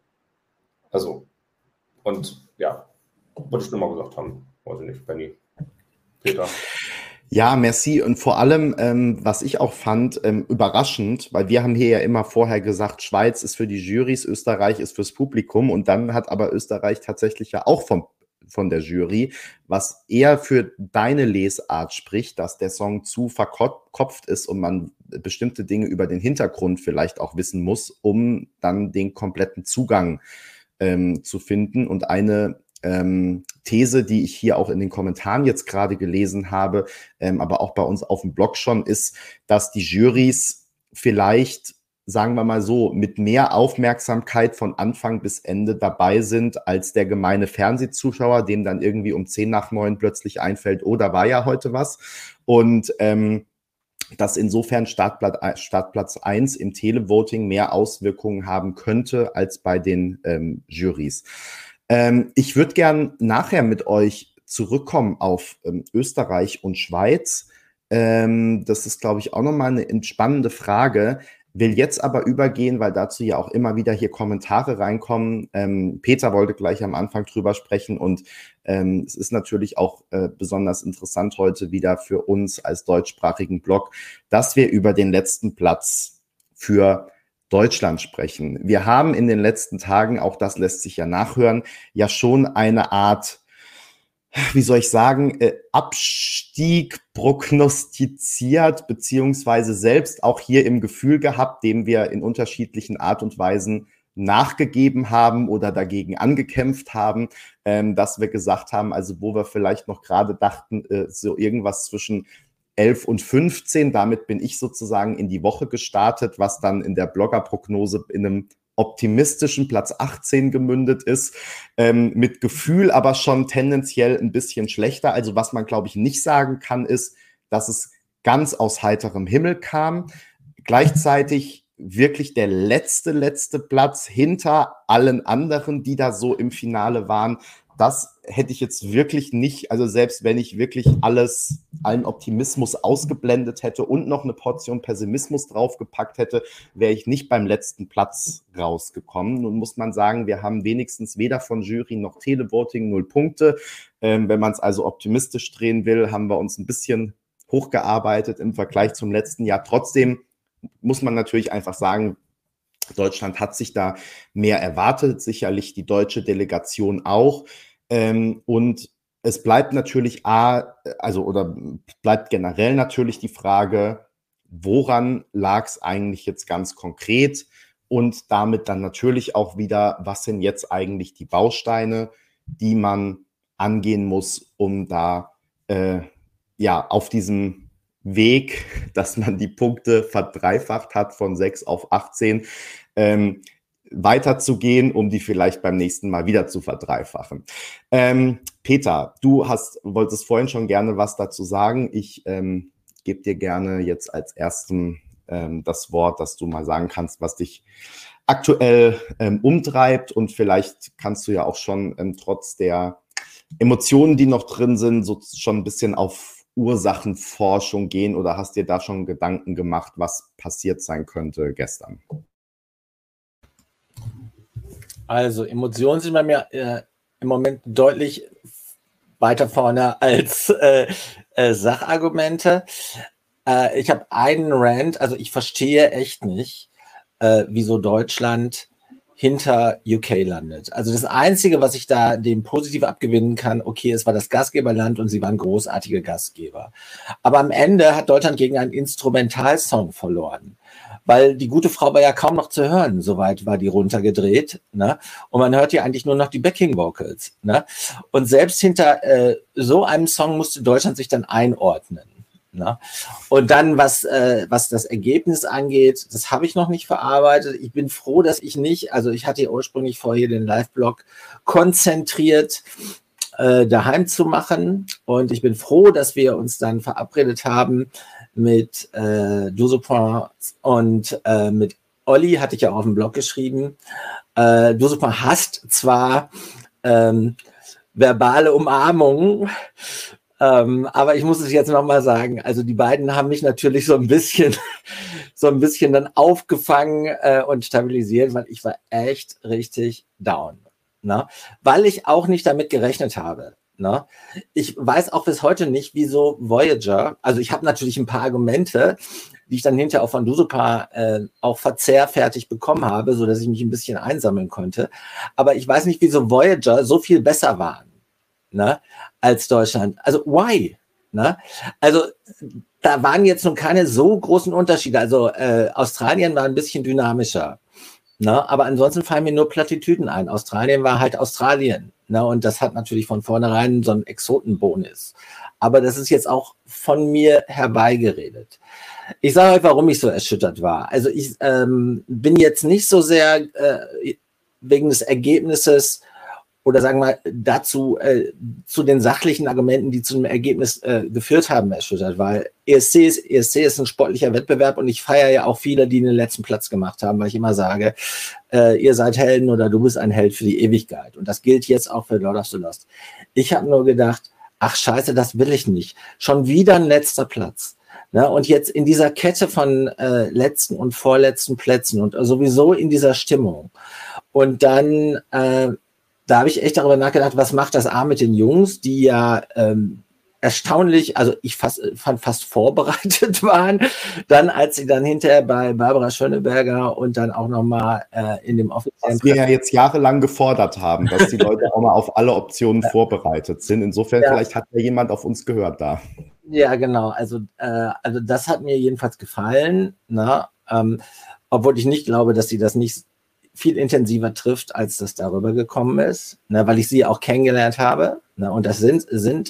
Also, und ja, wollte ich nur mal gesagt haben. Weiß ich nicht, Benni, Peter. Ja, merci. Und vor allem, ähm, was ich auch fand, ähm, überraschend, weil wir haben hier ja immer vorher gesagt, Schweiz ist für die Jurys, Österreich ist fürs Publikum, und dann hat aber Österreich tatsächlich ja auch vom, von der Jury, was eher für deine Lesart spricht, dass der Song zu verkopft ist und man bestimmte Dinge über den Hintergrund vielleicht auch wissen muss, um dann den kompletten Zugang ähm, zu finden. Und eine Ähm, These, die ich hier auch in den Kommentaren jetzt gerade gelesen habe, ähm, aber auch bei uns auf dem Blog schon, ist, dass die Jurys vielleicht, sagen wir mal so, mit mehr Aufmerksamkeit von Anfang bis Ende dabei sind, als der gemeine Fernsehzuschauer, dem dann irgendwie um zehn nach neun plötzlich einfällt, oh, da war ja heute was. Und ähm, dass insofern Startplatz, Startplatz eins im Televoting mehr Auswirkungen haben könnte als bei den ähm, Jurys. Ähm, ich würde gern nachher mit euch zurückkommen auf ähm, Österreich und Schweiz. Ähm, das ist, glaube ich, auch nochmal eine entspannende Frage. Will jetzt aber übergehen, weil dazu ja auch immer wieder hier Kommentare reinkommen. Ähm, Peter wollte gleich am Anfang drüber sprechen, und ähm, es ist natürlich auch äh, besonders interessant heute wieder für uns als deutschsprachigen Blog, dass wir über den letzten Platz für Deutschland sprechen. Wir haben in den letzten Tagen, auch das lässt sich ja nachhören, ja schon eine Art, wie soll ich sagen, äh, Abstieg prognostiziert, beziehungsweise selbst auch hier im Gefühl gehabt, dem wir in unterschiedlichen Art und Weisen nachgegeben haben oder dagegen angekämpft haben, ähm, dass wir gesagt haben, also wo wir vielleicht noch gerade dachten, äh, so irgendwas zwischen elf und fünfzehn, damit bin ich sozusagen in die Woche gestartet, was dann in der Bloggerprognose in einem optimistischen Platz achtzehn gemündet ist, ähm, mit Gefühl aber schon tendenziell ein bisschen schlechter. Also was man, glaube ich, nicht sagen kann, ist, dass es ganz aus heiterem Himmel kam. Gleichzeitig wirklich der letzte, letzte Platz hinter allen anderen, die da so im Finale waren. Das hätte ich jetzt wirklich nicht, also selbst wenn ich wirklich alles, allen Optimismus ausgeblendet hätte und noch eine Portion Pessimismus draufgepackt hätte, wäre ich nicht beim letzten Platz rausgekommen. Nun muss man sagen, wir haben wenigstens weder von Jury noch Televoting null Punkte. Ähm, wenn man es also optimistisch drehen will, haben wir uns ein bisschen hochgearbeitet im Vergleich zum letzten Jahr. Trotzdem muss man natürlich einfach sagen, Deutschland hat sich da mehr erwartet, sicherlich die deutsche Delegation auch. Ähm, und es bleibt natürlich A, also oder bleibt generell natürlich die Frage, woran lag es eigentlich jetzt ganz konkret? Und damit dann natürlich auch wieder, was sind jetzt eigentlich die Bausteine, die man angehen muss, um da äh, ja auf diesem Weg, dass man die Punkte verdreifacht hat von sechs auf achtzehn, ähm, weiterzugehen, um die vielleicht beim nächsten Mal wieder zu verdreifachen. Ähm, Peter, du hast, wolltest vorhin schon gerne was dazu sagen. Ich ähm, gebe dir gerne jetzt als ersten ähm, das Wort, dass du mal sagen kannst, was dich aktuell ähm, umtreibt, und vielleicht kannst du ja auch schon ähm, trotz der Emotionen, die noch drin sind, so schon ein bisschen auf Ursachenforschung gehen, oder hast dir da schon Gedanken gemacht, was passiert sein könnte gestern? Also Emotionen sind bei mir äh, im Moment deutlich weiter vorne als äh, äh, Sachargumente. Äh, ich habe einen Rant, also ich verstehe echt nicht, äh, wieso Deutschland hinter U K landet. Also das Einzige, was ich da dem positiv abgewinnen kann, okay, es war das Gastgeberland und sie waren großartige Gastgeber. Aber am Ende hat Deutschland gegen einen Instrumentalsong verloren, weil die gute Frau war ja kaum noch zu hören, soweit war die runtergedreht, ne? Und man hört ja eigentlich nur noch die Backing-Vocals, ne? Und selbst hinter äh, so einem Song musste Deutschland sich dann einordnen. Ne? Und dann, was, äh, was das Ergebnis angeht, das habe ich noch nicht verarbeitet. Ich bin froh, dass ich nicht, also ich hatte ja ursprünglich vor, hier den Live-Blog konzentriert äh, daheim zu machen. Und ich bin froh, dass wir uns dann verabredet haben mit äh, Dusopin und äh, mit Olli, hatte ich ja auch auf dem Blog geschrieben. Äh, Dusopin hasst zwar ähm, verbale Umarmungen, Ähm, aber ich muss es jetzt nochmal sagen, also die beiden haben mich natürlich so ein bisschen, so ein bisschen dann aufgefangen äh, und stabilisiert, weil ich war echt richtig down, ne? Weil ich auch nicht damit gerechnet habe, ne? Ich weiß auch bis heute nicht, wieso Voyager, also ich habe natürlich ein paar Argumente, die ich dann hinterher auch von Dusopa äh, auch verzehrfertig bekommen habe, so dass ich mich ein bisschen einsammeln konnte, aber ich weiß nicht, wieso Voyager so viel besser waren, ne, als Deutschland. Also why? Ne? Also da waren jetzt nun keine so großen Unterschiede. Also äh, Australien war ein bisschen dynamischer, ne? Aber ansonsten fallen mir nur Plattitüden ein. Australien war halt Australien, ne? Und das hat natürlich von vornherein so einen Exotenbonus. Aber das ist jetzt auch von mir herbeigeredet. Ich sage euch, warum ich so erschüttert war. Also ich ähm, bin jetzt nicht so sehr äh, wegen des Ergebnisses oder sagen wir dazu, äh, zu den sachlichen Argumenten, die zu dem Ergebnis äh, geführt haben, erschüttert, weil E S C ist, E S C ist ein sportlicher Wettbewerb und ich feiere ja auch viele, die den letzten Platz gemacht haben, weil ich immer sage, äh, ihr seid Helden oder du bist ein Held für die Ewigkeit. Und das gilt jetzt auch für Lord of the Lost. Ich habe nur gedacht, ach scheiße, das will ich nicht. Schon wieder ein letzter Platz. Ne? Und jetzt in dieser Kette von äh, letzten und vorletzten Plätzen und sowieso in dieser Stimmung. Und dann äh, da habe ich echt darüber nachgedacht, was macht das A mit den Jungs, die ja ähm, erstaunlich, also ich fast, fand fast vorbereitet waren, dann als sie dann hinterher bei Barbara Schöneberger und dann auch nochmal äh, in dem offiziellen... Was wir ja jetzt jahrelang gefordert haben, dass die Leute auch mal auf alle Optionen ja. vorbereitet sind. Insofern ja. Vielleicht hat ja jemand auf uns gehört da. Ja, genau. Also, äh, also das hat mir jedenfalls gefallen, ne? ähm, obwohl ich nicht glaube, dass sie das nicht viel intensiver trifft, als das darüber gekommen ist, ne, weil ich sie auch kennengelernt habe, ne, und das sind, sind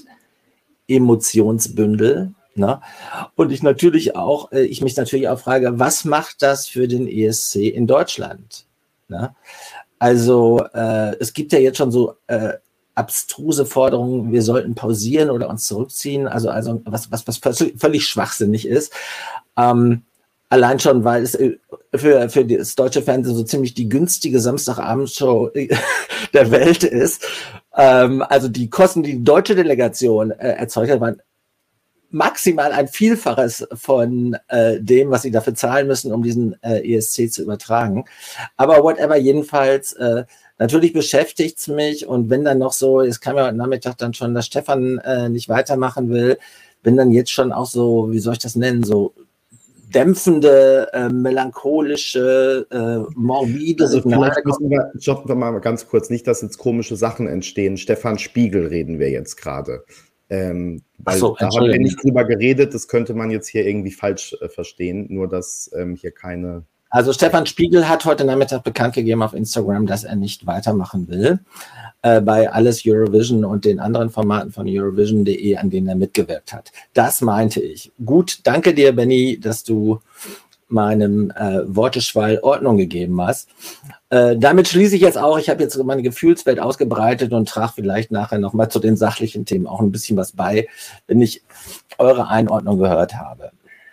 Emotionsbündel, ne, und ich natürlich auch, äh, ich mich natürlich auch frage, was macht das für den E S C in Deutschland, Ne? Also äh, es gibt ja jetzt schon so äh, abstruse Forderungen, wir sollten pausieren oder uns zurückziehen, also, also was, was, was völlig schwachsinnig ist. Ähm, allein schon, weil es für, für das deutsche Fernsehen so ziemlich die günstige Samstagabendshow der Welt ist. Ähm, also die Kosten, die die deutsche Delegation äh, erzeugt hat, waren maximal ein Vielfaches von äh, dem, was sie dafür zahlen müssen, um diesen äh, E S C zu übertragen. Aber whatever, jedenfalls, äh, natürlich beschäftigt's mich, und wenn dann noch so, es kam ja heute Nachmittag dann schon, dass Stefan äh, nicht weitermachen will, wenn dann jetzt schon auch so, wie soll ich das nennen, so dämpfende, äh, melancholische, äh, morbide Also Signale. vielleicht müssen wir, stoppen wir mal ganz kurz, nicht, dass jetzt komische Sachen entstehen. Stefan Spiegel reden wir jetzt gerade. Ähm, weil so, da haben wir nicht drüber geredet, das könnte man jetzt hier irgendwie falsch äh, verstehen, nur dass ähm, hier keine... Also Stefan Spiegel hat heute Nachmittag bekannt gegeben auf Instagram, dass er nicht weitermachen will äh, bei Alles Eurovision und den anderen Formaten von Eurovision punkt de, an denen er mitgewirkt hat. Das meinte ich. Gut, danke dir, Benny, dass du meinem äh, Worteschwall Ordnung gegeben hast. Äh, damit schließe ich jetzt auch, ich habe jetzt meine Gefühlswelt ausgebreitet und trage vielleicht nachher nochmal zu den sachlichen Themen auch ein bisschen was bei, wenn ich eure Einordnung gehört habe.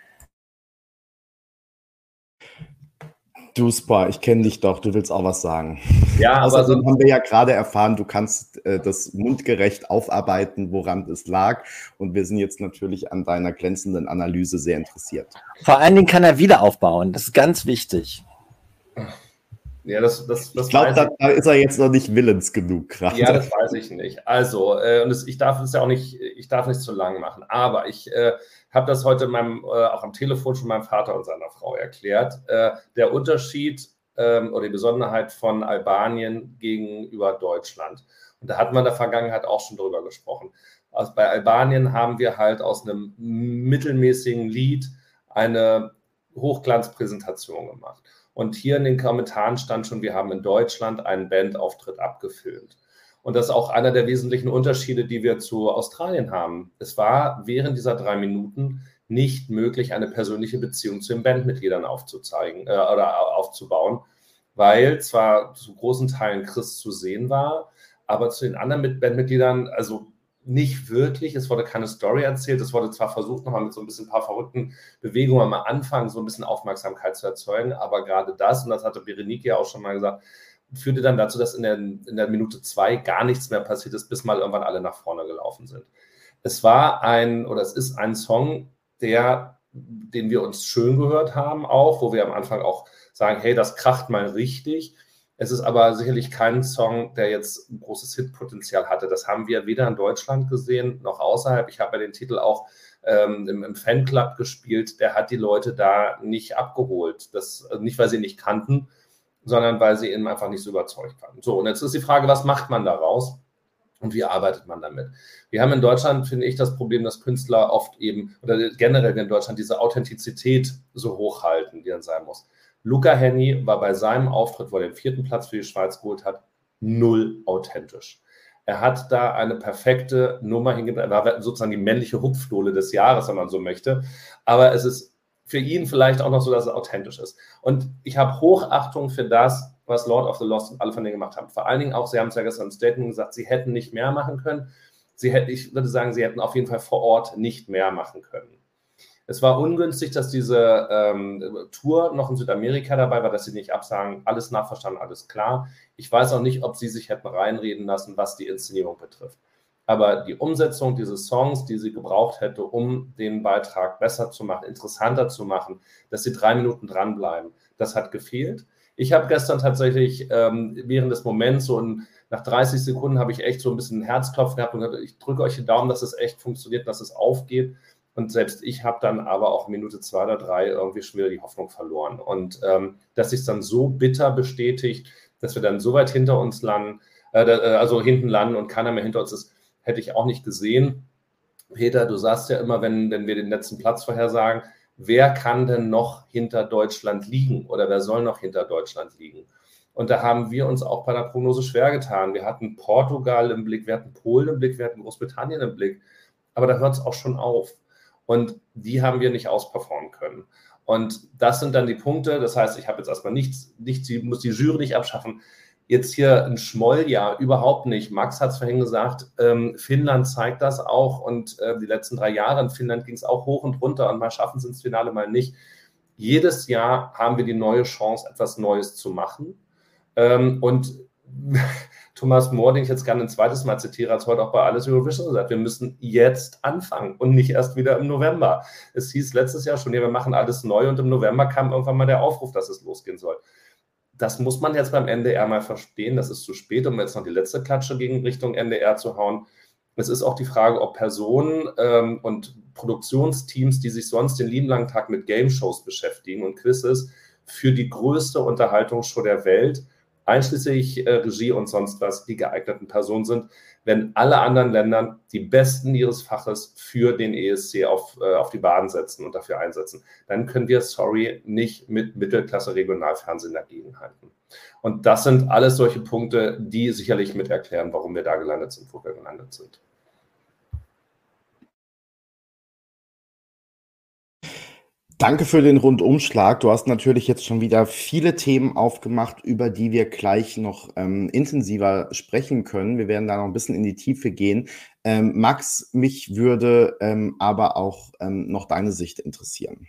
Du, Spa, ich kenne dich doch, du willst auch was sagen. Ja, aber Außerdem so, haben wir ja gerade erfahren, du kannst äh, das mundgerecht aufarbeiten, woran es lag. Und wir sind jetzt natürlich an deiner glänzenden Analyse sehr interessiert. Vor allen Dingen kann er wieder aufbauen, das ist ganz wichtig. ja, das, das, das Ich glaube, weiß da, da ist er jetzt noch nicht willens genug gerade. Ja, das weiß ich nicht. Also, äh, und das, ich darf es ja auch nicht, ich darf nicht zu lang machen, aber ich äh, habe das heute meinem, äh, auch am Telefon schon meinem Vater und seiner Frau erklärt. Äh, der Unterschied ähm, oder die Besonderheit von Albanien gegenüber Deutschland. Und da hat man in der Vergangenheit auch schon drüber gesprochen. Also bei Albanien haben wir halt aus einem mittelmäßigen Lied eine Hochglanzpräsentation gemacht. Und hier in den Kommentaren stand schon, wir haben in Deutschland einen Bandauftritt abgefilmt. Und das ist auch einer der wesentlichen Unterschiede, die wir zu Australien haben. Es war während dieser drei Minuten nicht möglich, eine persönliche Beziehung zu den Bandmitgliedern aufzuzeigen äh, oder aufzubauen, weil zwar zu großen Teilen Chris zu sehen war, aber zu den anderen Bandmitgliedern, also nicht wirklich, es wurde keine Story erzählt, es wurde zwar versucht, nochmal mit so ein bisschen ein paar verrückten Bewegungen am Anfang so ein bisschen Aufmerksamkeit zu erzeugen, aber gerade das, und das hatte Berenike ja auch schon mal gesagt, führte dann dazu, dass in der, in der Minute zwei gar nichts mehr passiert ist, bis mal irgendwann alle nach vorne gelaufen sind. Es war ein, oder es ist ein Song, der, den wir uns schön gehört haben auch, wo wir am Anfang auch sagen, hey, das kracht mal richtig. Es ist aber sicherlich kein Song, der jetzt ein großes Hitpotenzial hatte. Das haben wir weder in Deutschland gesehen, noch außerhalb. Ich habe ja den Titel auch ähm, im, im Fanclub gespielt. Der hat die Leute da nicht abgeholt. Das, also nicht, weil sie ihn nicht kannten, sondern weil sie ihn einfach nicht so überzeugt waren. So, und jetzt ist die Frage, was macht man daraus und wie arbeitet man damit? Wir haben in Deutschland, finde ich, das Problem, dass Künstler oft eben, oder generell in Deutschland, diese Authentizität so hochhalten, die dann sein muss. Luca Hänni war bei seinem Auftritt, wo er den vierten Platz für die Schweiz geholt hat, null authentisch. Er hat da eine perfekte Nummer hingebracht. Er war sozusagen die männliche Hupfdohle des Jahres, wenn man so möchte. Aber es ist für ihn vielleicht auch noch so, dass es authentisch ist. Und ich habe Hochachtung für das, was Lord of the Lost und alle von denen gemacht haben. Vor allen Dingen auch, sie haben es ja gestern im Statement gesagt, sie hätten nicht mehr machen können. Sie hätten, ich würde sagen, sie hätten auf jeden Fall vor Ort nicht mehr machen können. Es war ungünstig, dass diese ähm, Tour noch in Südamerika dabei war, dass sie nicht absagen, alles nachverstanden, alles klar. Ich weiß auch nicht, ob sie sich hätten reinreden lassen, was die Inszenierung betrifft. Aber die Umsetzung dieses Songs, die sie gebraucht hätte, um den Beitrag besser zu machen, interessanter zu machen, dass sie drei Minuten dranbleiben, das hat gefehlt. Ich habe gestern tatsächlich ähm, während des Moments, so in, nach dreißig Sekunden, habe ich echt so ein bisschen Herzklopfen gehabt und gesagt, ich drücke euch die Daumen, dass es echt funktioniert, dass es aufgeht. Und selbst ich habe dann aber auch Minute zwei oder drei irgendwie schon wieder die Hoffnung verloren. Und ähm, dass sich dann so bitter bestätigt, dass wir dann so weit hinter uns landen, äh, also hinten landen und keiner mehr hinter uns ist, hätte ich auch nicht gesehen. Peter, du sagst ja immer, wenn, wenn wir den letzten Platz vorhersagen, wer kann denn noch hinter Deutschland liegen oder wer soll noch hinter Deutschland liegen? Und da haben wir uns auch bei der Prognose schwer getan. Wir hatten Portugal im Blick, wir hatten Polen im Blick, wir hatten Großbritannien im Blick. Aber da hört es auch schon auf. Und die haben wir nicht ausperformen können. Und das sind dann die Punkte. Das heißt, ich habe jetzt erstmal nichts, nichts, die muss die Jury nicht abschaffen. Jetzt hier ein Schmolljahr, überhaupt nicht. Max hat es vorhin gesagt, ähm, Finnland zeigt das auch und äh, die letzten drei Jahre in Finnland ging es auch hoch und runter und mal schaffen es ins Finale, mal nicht. Jedes Jahr haben wir die neue Chance, etwas Neues zu machen. Ähm, und Thomas More, den ich jetzt gerne ein zweites Mal zitiere, hat es heute auch bei Alles Eurovision gesagt, wir müssen jetzt anfangen und nicht erst wieder im November. Es hieß letztes Jahr schon, ja, wir machen alles neu und im November kam irgendwann mal der Aufruf, dass es losgehen soll. Das muss man jetzt beim N D R mal verstehen. Das ist zu spät, um jetzt noch die letzte Klatsche gegen Richtung N D R zu hauen. Es ist auch die Frage, ob Personen ähm, und Produktionsteams, die sich sonst den lieben langen Tag mit Game-Shows beschäftigen und Quizzes, für die größte Unterhaltungsshow der Welt, einschließlich äh, Regie und sonst was, die geeigneten Personen sind, wenn alle anderen Länder die Besten ihres Faches für den E S C auf, äh, auf die Bahn setzen und dafür einsetzen. Dann können wir, sorry, nicht mit Mittelklasse-Regionalfernsehen dagegenhalten. Und das sind alles solche Punkte, die sicherlich mit erklären, warum wir da gelandet sind, wo wir gelandet sind. Danke für den Rundumschlag. Du hast natürlich jetzt schon wieder viele Themen aufgemacht, über die wir gleich noch ähm, intensiver sprechen können. Wir werden da noch ein bisschen in die Tiefe gehen. Ähm, Max, mich würde ähm, aber auch ähm, noch deine Sicht interessieren.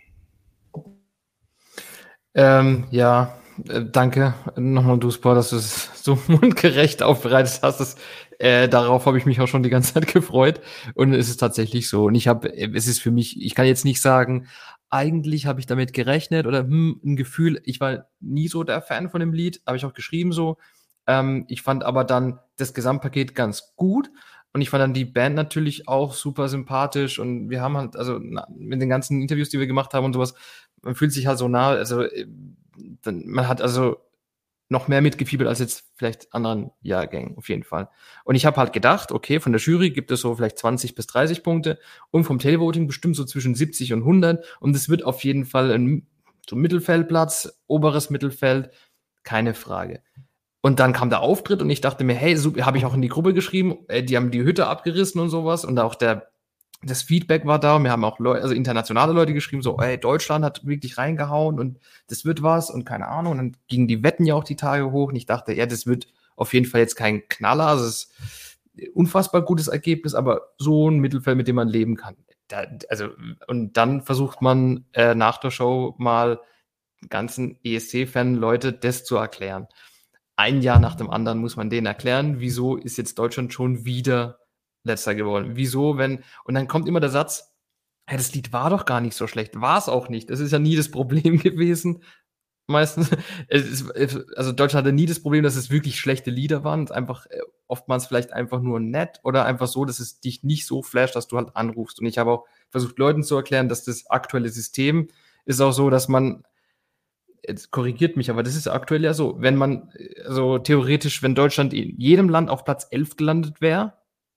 Ähm, ja, äh, danke nochmal, Duspor, dass du es so mundgerecht aufbereitet hast. Das, äh, darauf habe ich mich auch schon die ganze Zeit gefreut. Und es ist tatsächlich so. Und ich habe, es ist für mich, ich kann jetzt nicht sagen, eigentlich habe ich damit gerechnet oder hm, ein Gefühl, ich war nie so der Fan von dem Lied, habe ich auch geschrieben so. Ähm, ich fand aber dann das Gesamtpaket ganz gut und ich fand dann die Band natürlich auch super sympathisch und wir haben halt, also na, mit den ganzen Interviews, die wir gemacht haben und sowas, man fühlt sich halt so nah, also äh, dann, man hat also noch mehr mitgefiebert als jetzt vielleicht anderen Jahrgängen, auf jeden Fall. Und ich habe halt gedacht, okay, von der Jury gibt es so vielleicht zwanzig bis dreißig Punkte und vom Televoting bestimmt so zwischen siebzig und hundert und es wird auf jeden Fall ein so Mittelfeldplatz, oberes Mittelfeld, keine Frage. Und dann kam der Auftritt und ich dachte mir, hey, super, habe ich auch in die Gruppe geschrieben, äh, die haben die Hütte abgerissen und sowas und auch der das Feedback war da und wir haben auch Leute, also internationale Leute geschrieben, so, ey, Deutschland hat wirklich reingehauen und das wird was und keine Ahnung. Und dann gingen die Wetten ja auch die Tage hoch und ich dachte, ja, das wird auf jeden Fall jetzt kein Knaller, also es ist ein unfassbar gutes Ergebnis, aber so ein Mittelfeld, mit dem man leben kann. Da, also, und dann versucht man äh, nach der Show mal ganzen E S C-Fan Leute das zu erklären. Ein Jahr nach dem anderen muss man denen erklären, wieso ist jetzt Deutschland schon wieder Letzter geworden. Wieso, wenn, und dann kommt immer der Satz, hey, das Lied war doch gar nicht so schlecht. War es auch nicht. Das ist ja nie das Problem gewesen. Meistens, es ist, also Deutschland hatte nie das Problem, dass es wirklich schlechte Lieder waren. Es ist einfach, oftmals vielleicht einfach nur nett oder einfach so, dass es dich nicht so flasht, dass du halt anrufst. Und ich habe auch versucht, Leuten zu erklären, dass das aktuelle System ist auch so, dass man, jetzt korrigiert mich, aber das ist aktuell ja so, wenn man, also theoretisch, wenn Deutschland in jedem Land auf Platz elf gelandet wäre,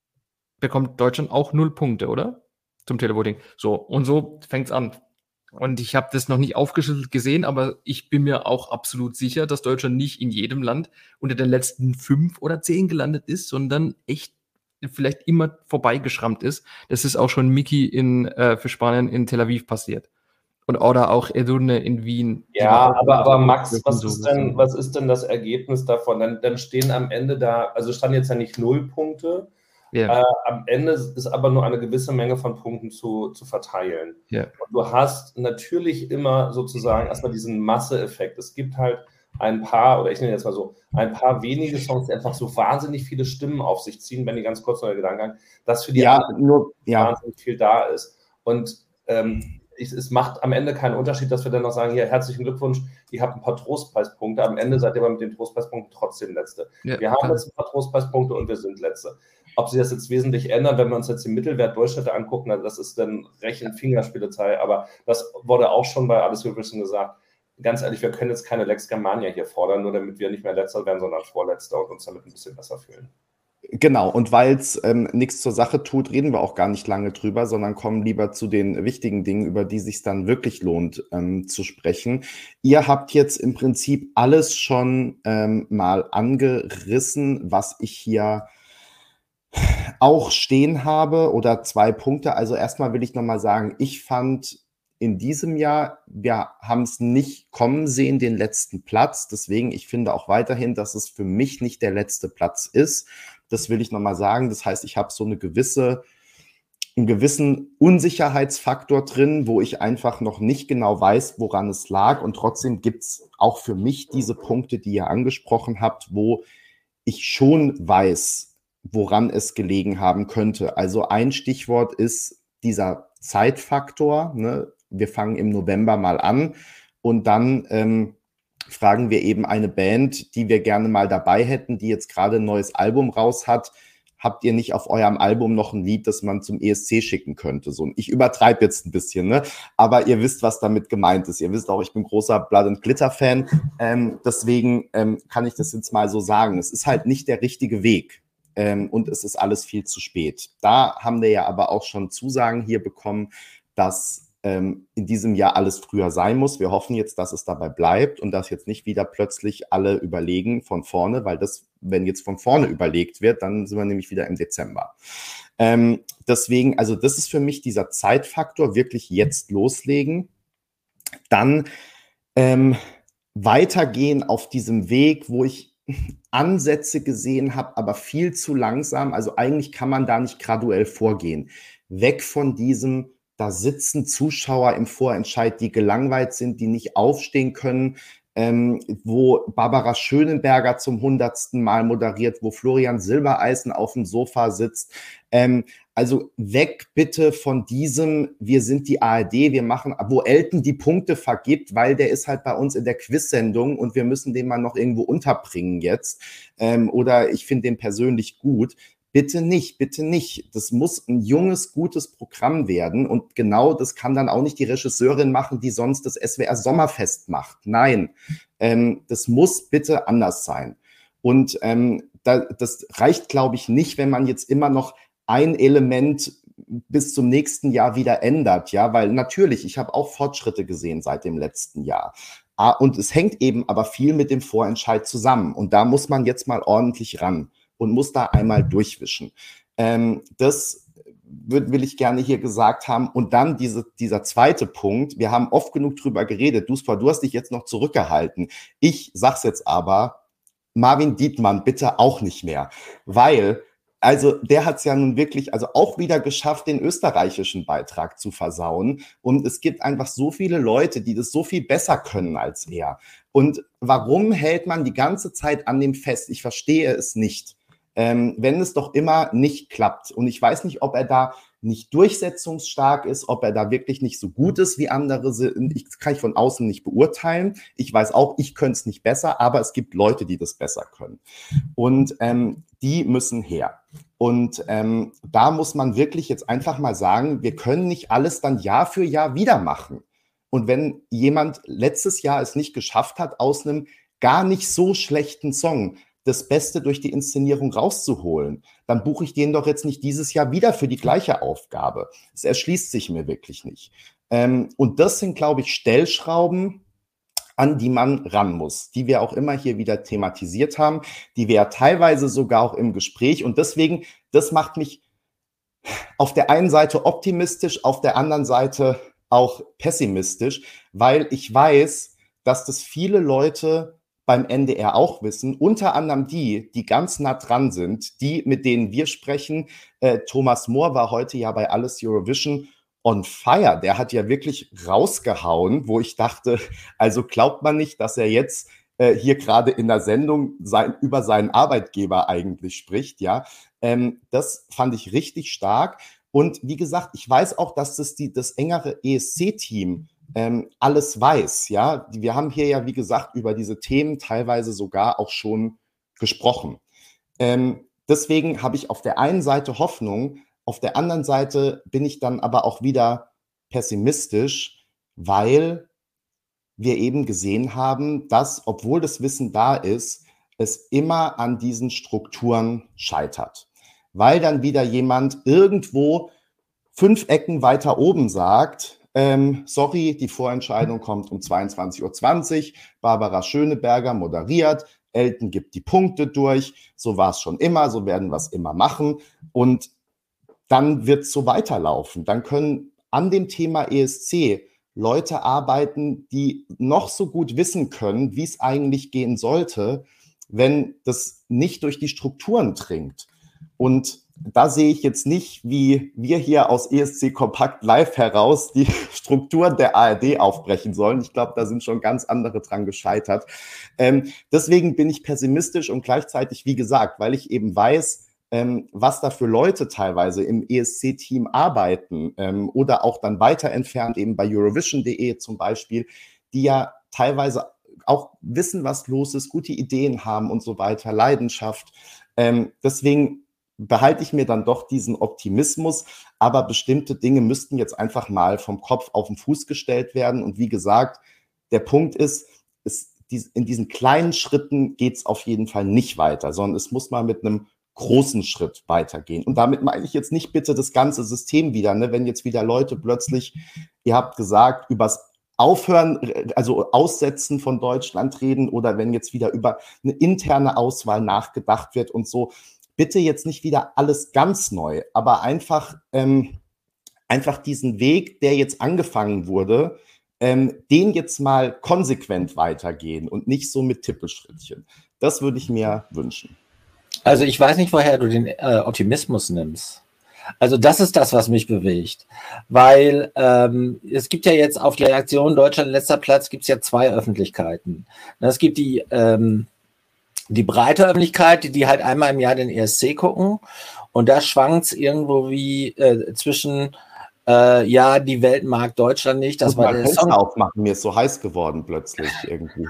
bekommt Deutschland auch null Punkte, oder? Zum Televoting. So, und so fängt's an. Und ich habe das noch nicht aufgeschlüsselt gesehen, aber ich bin mir auch absolut sicher, dass Deutschland nicht in jedem Land unter den letzten fünf oder zehn gelandet ist, sondern echt vielleicht immer vorbeigeschrammt ist. Das ist auch schon Miki in, äh, für Spanien in Tel Aviv passiert. Und oder auch Edurne in Wien. Ja, aber, aber Max, was ist denn, was ist denn das Ergebnis davon? Dann, dann stehen am Ende da, also standen jetzt ja nicht null Punkte, Yeah. Äh, am Ende ist aber nur eine gewisse Menge von Punkten zu, zu verteilen. Yeah. Und du hast natürlich immer sozusagen erstmal diesen Masseeffekt. Es gibt halt ein paar, oder ich nenne jetzt mal so, ein paar wenige Songs, die einfach so wahnsinnig viele Stimmen auf sich ziehen, wenn die ganz kurz noch der Gedankengang, dass für die ja, anderen nur, ja. wahnsinnig viel da ist. Und ähm, ich, es macht am Ende keinen Unterschied, dass wir dann noch sagen, hier, herzlichen Glückwunsch, ihr habt ein paar Trostpreispunkte. Am Ende seid ihr aber mit den Trostpreispunkten trotzdem Letzte. Yeah, wir haben klar. jetzt ein paar Trostpreispunkte und wir sind Letzte. Ob sie das jetzt wesentlich ändern, wenn wir uns jetzt den Mittelwert Durchschnitte angucken, also das ist dann recht in Fingerspielezei, aber das wurde auch schon bei Alles Eurovision gesagt. Ganz ehrlich, wir können jetzt keine Lex Germania hier fordern, nur damit wir nicht mehr Letzter werden, sondern Vorletzter und uns damit ein bisschen besser fühlen. Genau, und weil es ähm, nichts zur Sache tut, reden wir auch gar nicht lange drüber, sondern kommen lieber zu den wichtigen Dingen, über die es sich dann wirklich lohnt ähm, zu sprechen. Ihr habt jetzt im Prinzip alles schon ähm, mal angerissen, was ich hier auch stehen habe oder zwei Punkte. Also erstmal will ich nochmal sagen, ich fand in diesem Jahr, wir haben es nicht kommen sehen, den letzten Platz. Deswegen, ich finde auch weiterhin, dass es für mich nicht der letzte Platz ist. Das will ich nochmal sagen. Das heißt, ich habe so eine gewisse, einen gewissen Unsicherheitsfaktor drin, wo ich einfach noch nicht genau weiß, woran es lag. Und trotzdem gibt es auch für mich diese Punkte, die ihr angesprochen habt, wo ich schon weiß, woran es gelegen haben könnte. Also ein Stichwort ist dieser Zeitfaktor, ne? Wir fangen im November mal an und dann ähm, fragen wir eben eine Band, die wir gerne mal dabei hätten, die jetzt gerade ein neues Album raus hat. Habt ihr nicht auf eurem Album noch ein Lied, das man zum E S C schicken könnte? So, ich übertreibe jetzt ein bisschen, ne? Aber ihr wisst, was damit gemeint ist. Ihr wisst auch, ich bin großer Blood and Glitter Fan. Ähm, deswegen ähm, kann ich das jetzt mal so sagen. Es ist halt nicht der richtige Weg. Ähm, und es ist alles viel zu spät. Da haben wir ja aber auch schon Zusagen hier bekommen, dass ähm, in diesem Jahr alles früher sein muss. Wir hoffen jetzt, dass es dabei bleibt und dass jetzt nicht wieder plötzlich alle überlegen von vorne, weil das, wenn jetzt von vorne überlegt wird, dann sind wir nämlich wieder im Dezember. Ähm, deswegen, also das ist für mich dieser Zeitfaktor, wirklich jetzt loslegen. Dann ähm, weitergehen auf diesem Weg, wo ich Ansätze gesehen habe, aber viel zu langsam. Also eigentlich kann man da nicht graduell vorgehen. Weg von diesem, da sitzen Zuschauer im Vorentscheid, die gelangweilt sind, die nicht aufstehen können, ähm, wo Barbara Schönenberger zum hundertsten Mal moderiert, wo Florian Silbereisen auf dem Sofa sitzt. Ähm, also weg bitte von diesem, wir sind die A R D, wir machen, wo Elton die Punkte vergibt, weil der ist halt bei uns in der Quiz-Sendung und wir müssen den mal noch irgendwo unterbringen jetzt. Ähm, oder ich finde den persönlich gut. Bitte nicht, bitte nicht. Das muss ein junges, gutes Programm werden und genau das kann dann auch nicht die Regisseurin machen, die sonst das S W R Sommerfest macht. Nein, ähm, das muss bitte anders sein. Und ähm, da, das reicht, glaube ich, nicht, wenn man jetzt immer noch ein Element bis zum nächsten Jahr wieder ändert, ja, weil natürlich, ich habe auch Fortschritte gesehen seit dem letzten Jahr. Und es hängt eben aber viel mit dem Vorentscheid zusammen und da muss man jetzt mal ordentlich ran und muss da einmal durchwischen. Ähm, das will, will ich gerne hier gesagt haben. Und dann diese, dieser zweite Punkt, wir haben oft genug drüber geredet, Duspa, du hast dich jetzt noch zurückgehalten. Ich sag's jetzt aber, Marvin Dietmann bitte auch nicht mehr, weil also der hat es ja nun wirklich also auch wieder geschafft, den österreichischen Beitrag zu versauen. Und es gibt einfach so viele Leute, die das so viel besser können als er. Und warum hält man die ganze Zeit an dem fest? Ich verstehe es nicht. Ähm, wenn es doch immer nicht klappt. Und ich weiß nicht, ob er da nicht durchsetzungsstark ist, ob er da wirklich nicht so gut ist wie andere sind. Ich, das kann ich von außen nicht beurteilen. Ich weiß auch, ich könnte es nicht besser, aber es gibt Leute, die das besser können. Und ähm, die müssen her. Und ähm, da muss man wirklich jetzt einfach mal sagen, wir können nicht alles dann Jahr für Jahr wieder machen. Und wenn jemand letztes Jahr es nicht geschafft hat, aus einem gar nicht so schlechten Song das Beste durch die Inszenierung rauszuholen, dann buche ich den doch jetzt nicht dieses Jahr wieder für die gleiche Aufgabe. Es erschließt sich mir wirklich nicht. Ähm, und das sind, glaube ich, Stellschrauben, an die man ran muss, die wir auch immer hier wieder thematisiert haben, die wir ja teilweise sogar auch im Gespräch und deswegen, das macht mich auf der einen Seite optimistisch, auf der anderen Seite auch pessimistisch, weil ich weiß, dass das viele Leute beim N D R auch wissen, unter anderem die, die ganz nah dran sind, die, mit denen wir sprechen. Äh, Thomas Mohr war heute ja bei Alles Eurovision on fire. Der hat ja wirklich rausgehauen, wo ich dachte, also glaubt man nicht, dass er jetzt äh, hier gerade in der Sendung sein, über seinen Arbeitgeber eigentlich spricht, ja. Ähm, das fand ich richtig stark. Und wie gesagt, ich weiß auch, dass das die, das engere E S C-Team Ähm, alles weiß, ja. Wir haben hier ja, wie gesagt, über diese Themen teilweise sogar auch schon gesprochen. Ähm, deswegen habe ich auf der einen Seite Hoffnung, auf der anderen Seite bin ich dann aber auch wieder pessimistisch, weil wir eben gesehen haben, dass, obwohl das Wissen da ist, es immer an diesen Strukturen scheitert. Weil dann wieder jemand irgendwo fünf Ecken weiter oben sagt, Ähm, sorry, die Vorentscheidung kommt um zweiundzwanzig Uhr zwanzig. Barbara Schöneberger moderiert. Elton gibt die Punkte durch. So war es schon immer. So werden wir es immer machen. Und dann wird es so weiterlaufen. Dann können an dem Thema E S C Leute arbeiten, die noch so gut wissen können, wie es eigentlich gehen sollte, wenn das nicht durch die Strukturen dringt. Und da sehe ich jetzt nicht, wie wir hier aus E S C Kompakt Live heraus die Strukturen der A R D aufbrechen sollen. Ich glaube, da sind schon ganz andere dran gescheitert. Ähm, deswegen bin ich pessimistisch und gleichzeitig, wie gesagt, weil ich eben weiß, ähm, was da für Leute teilweise im E S C-Team arbeiten ähm, oder auch dann weiter entfernt, eben bei Eurovision punkt de zum Beispiel, die ja teilweise auch wissen, was los ist, gute Ideen haben und so weiter, Leidenschaft. Ähm, deswegen behalte ich mir dann doch diesen Optimismus, aber bestimmte Dinge müssten jetzt einfach mal vom Kopf auf den Fuß gestellt werden. Und wie gesagt, der Punkt ist, ist in diesen kleinen Schritten geht es auf jeden Fall nicht weiter, sondern es muss mal mit einem großen Schritt weitergehen. Und damit meine ich jetzt nicht bitte das ganze System wieder, ne? Wenn jetzt wieder Leute plötzlich, ihr habt gesagt, übers Aufhören, also Aussetzen von Deutschland reden oder wenn jetzt wieder über eine interne Auswahl nachgedacht wird und so, bitte jetzt nicht wieder alles ganz neu, aber einfach, ähm, einfach diesen Weg, der jetzt angefangen wurde, ähm, den jetzt mal konsequent weitergehen und nicht so mit Tippelschrittchen. Das würde ich mir wünschen. Also ich weiß nicht, woher du den äh, Optimismus nimmst. Also das ist das, was mich bewegt. Weil ähm, es gibt ja jetzt auf der Aktion Deutschland letzter Platz gibt es ja zwei Öffentlichkeiten. Es gibt die ähm, die breite Öffentlichkeit, die, die halt einmal im Jahr den E S C gucken und da schwankt es irgendwo wie äh, zwischen äh, ja, die Welt mag Deutschland nicht. Das war der Fenster Song. Aufmachen, mir ist so heiß geworden plötzlich irgendwie.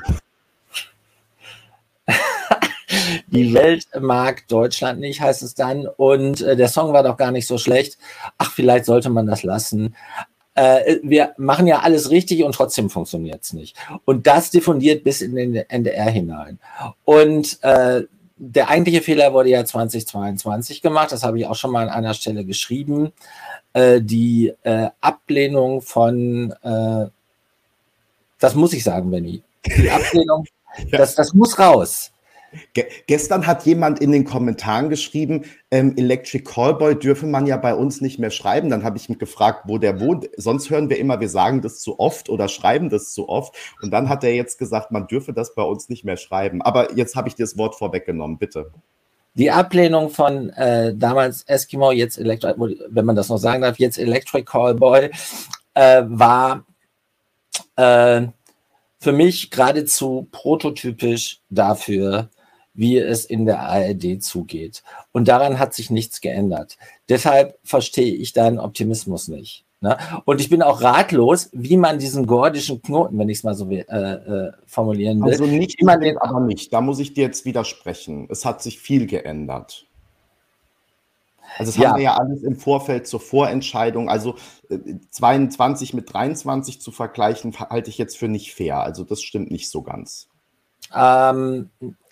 Die Welt mag Deutschland nicht, heißt es dann. Und äh, der Song war doch gar nicht so schlecht. Ach, vielleicht sollte man das lassen. Äh, wir machen ja alles richtig und trotzdem funktioniert es nicht. Und das diffundiert bis in den N D R hinein. Und äh, der eigentliche Fehler wurde ja zweitausendzweiundzwanzig gemacht. Das habe ich auch schon mal an einer Stelle geschrieben. Äh, die äh, Ablehnung von, äh, das muss ich sagen, Benni, die Ablehnung, ja. das, das muss raus. Ge- gestern hat jemand in den Kommentaren geschrieben, ähm, Electric Callboy dürfe man ja bei uns nicht mehr schreiben. Dann habe ich mich gefragt, wo der wohnt. Sonst hören wir immer, wir sagen das zu oft oder schreiben das zu oft. Und dann hat er jetzt gesagt, man dürfe das bei uns nicht mehr schreiben. Aber jetzt habe ich dir das Wort vorweggenommen, bitte. Die Ablehnung von äh, damals Eskimo, jetzt Electric, wenn man das noch sagen darf, jetzt Electric Callboy, äh, war äh, für mich geradezu prototypisch dafür, wie es in der A R D zugeht. Und daran hat sich nichts geändert. Deshalb verstehe ich deinen Optimismus nicht. Ne? Und ich bin auch ratlos, wie man diesen gordischen Knoten, wenn ich es mal so äh, äh, formulieren will. Also nicht, wie man den, aber nicht. Da muss ich dir jetzt widersprechen. Es hat sich viel geändert. Also das ja. haben wir ja alles im Vorfeld zur Vorentscheidung. Also äh, zweiundzwanzig mit dreiundzwanzig zu vergleichen, halte ich jetzt für nicht fair. Also das stimmt nicht so ganz. Ähm,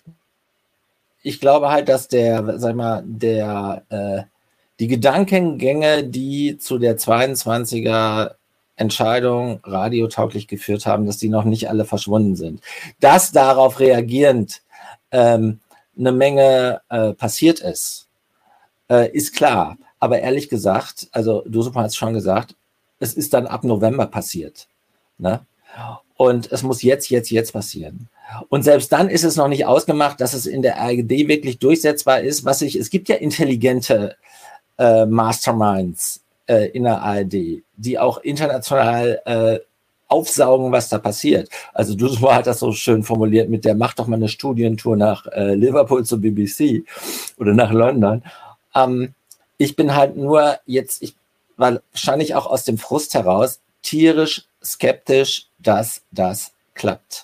ich glaube halt, dass der, sag mal, der, äh, die Gedankengänge, die zu der zweiundzwanziger Entscheidung radiotauglich geführt haben, dass die noch nicht alle verschwunden sind. Dass darauf reagierend ähm, eine Menge äh, passiert ist, äh, ist klar. Aber ehrlich gesagt, also du hast es schon gesagt, es ist dann ab November passiert. Ne? Und es muss jetzt, jetzt, jetzt passieren. Und selbst dann ist es noch nicht ausgemacht, dass es in der A R D wirklich durchsetzbar ist, was ich, es gibt ja intelligente äh, Masterminds äh, in der A R D, die auch international äh, aufsaugen, was da passiert. Also Dusma hat das so schön formuliert mit der, mach doch mal eine Studientour nach äh, Liverpool zur B B C oder nach London. Ähm, ich bin halt nur jetzt, ich war wahrscheinlich auch aus dem Frust heraus tierisch skeptisch, dass das klappt.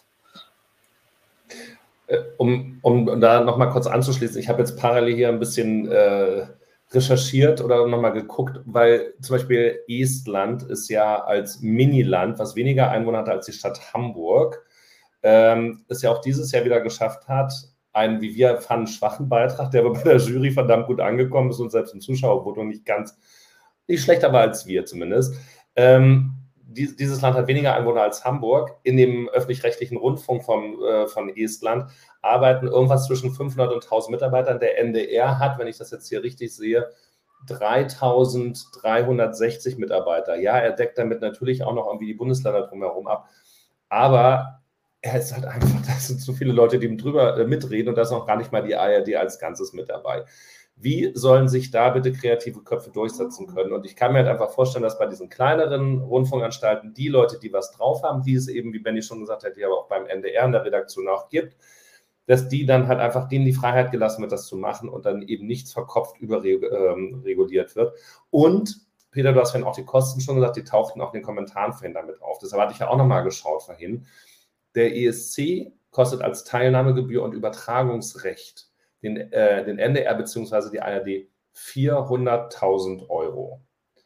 Um, um da nochmal kurz anzuschließen, ich habe jetzt parallel hier ein bisschen äh, recherchiert oder nochmal geguckt, weil zum Beispiel Estland ist ja als Miniland, was weniger Einwohner hat als die Stadt Hamburg, ähm, es ja auch dieses Jahr wieder geschafft hat, einen, wie wir fanden, schwachen Beitrag, der aber bei der Jury verdammt gut angekommen ist und selbst im Zuschauervotum nicht ganz, nicht schlechter war als wir zumindest. Ähm, Dieses Land hat weniger Einwohner als Hamburg. In dem öffentlich-rechtlichen Rundfunk von, äh, von Estland arbeiten irgendwas zwischen fünfhundert und tausend Mitarbeitern. Der N D R hat, wenn ich das jetzt hier richtig sehe, dreitausenddreihundertsechzig Mitarbeiter. Ja, er deckt damit natürlich auch noch irgendwie die Bundesländer drumherum ab, aber er ist halt einfach, da sind so viele Leute, die drüber äh, mitreden und da ist noch gar nicht mal die A R D als Ganzes mit dabei. Wie sollen sich da bitte kreative Köpfe durchsetzen können? Und ich kann mir halt einfach vorstellen, dass bei diesen kleineren Rundfunkanstalten die Leute, die was drauf haben, die es eben, wie Benni schon gesagt hat, die aber auch beim N D R in der Redaktion auch gibt, dass die dann halt einfach denen die Freiheit gelassen wird, das zu machen und dann eben nichts verkopft überreguliert wird. Und, Peter, du hast vorhin auch die Kosten schon gesagt, die tauchten auch in den Kommentaren vorhin damit auf. Deshalb hatte ich ja auch nochmal geschaut vorhin. Der E S C kostet als Teilnahmegebühr und Übertragungsrecht den, äh, den N D R bzw. die A R D vierhunderttausend Euro.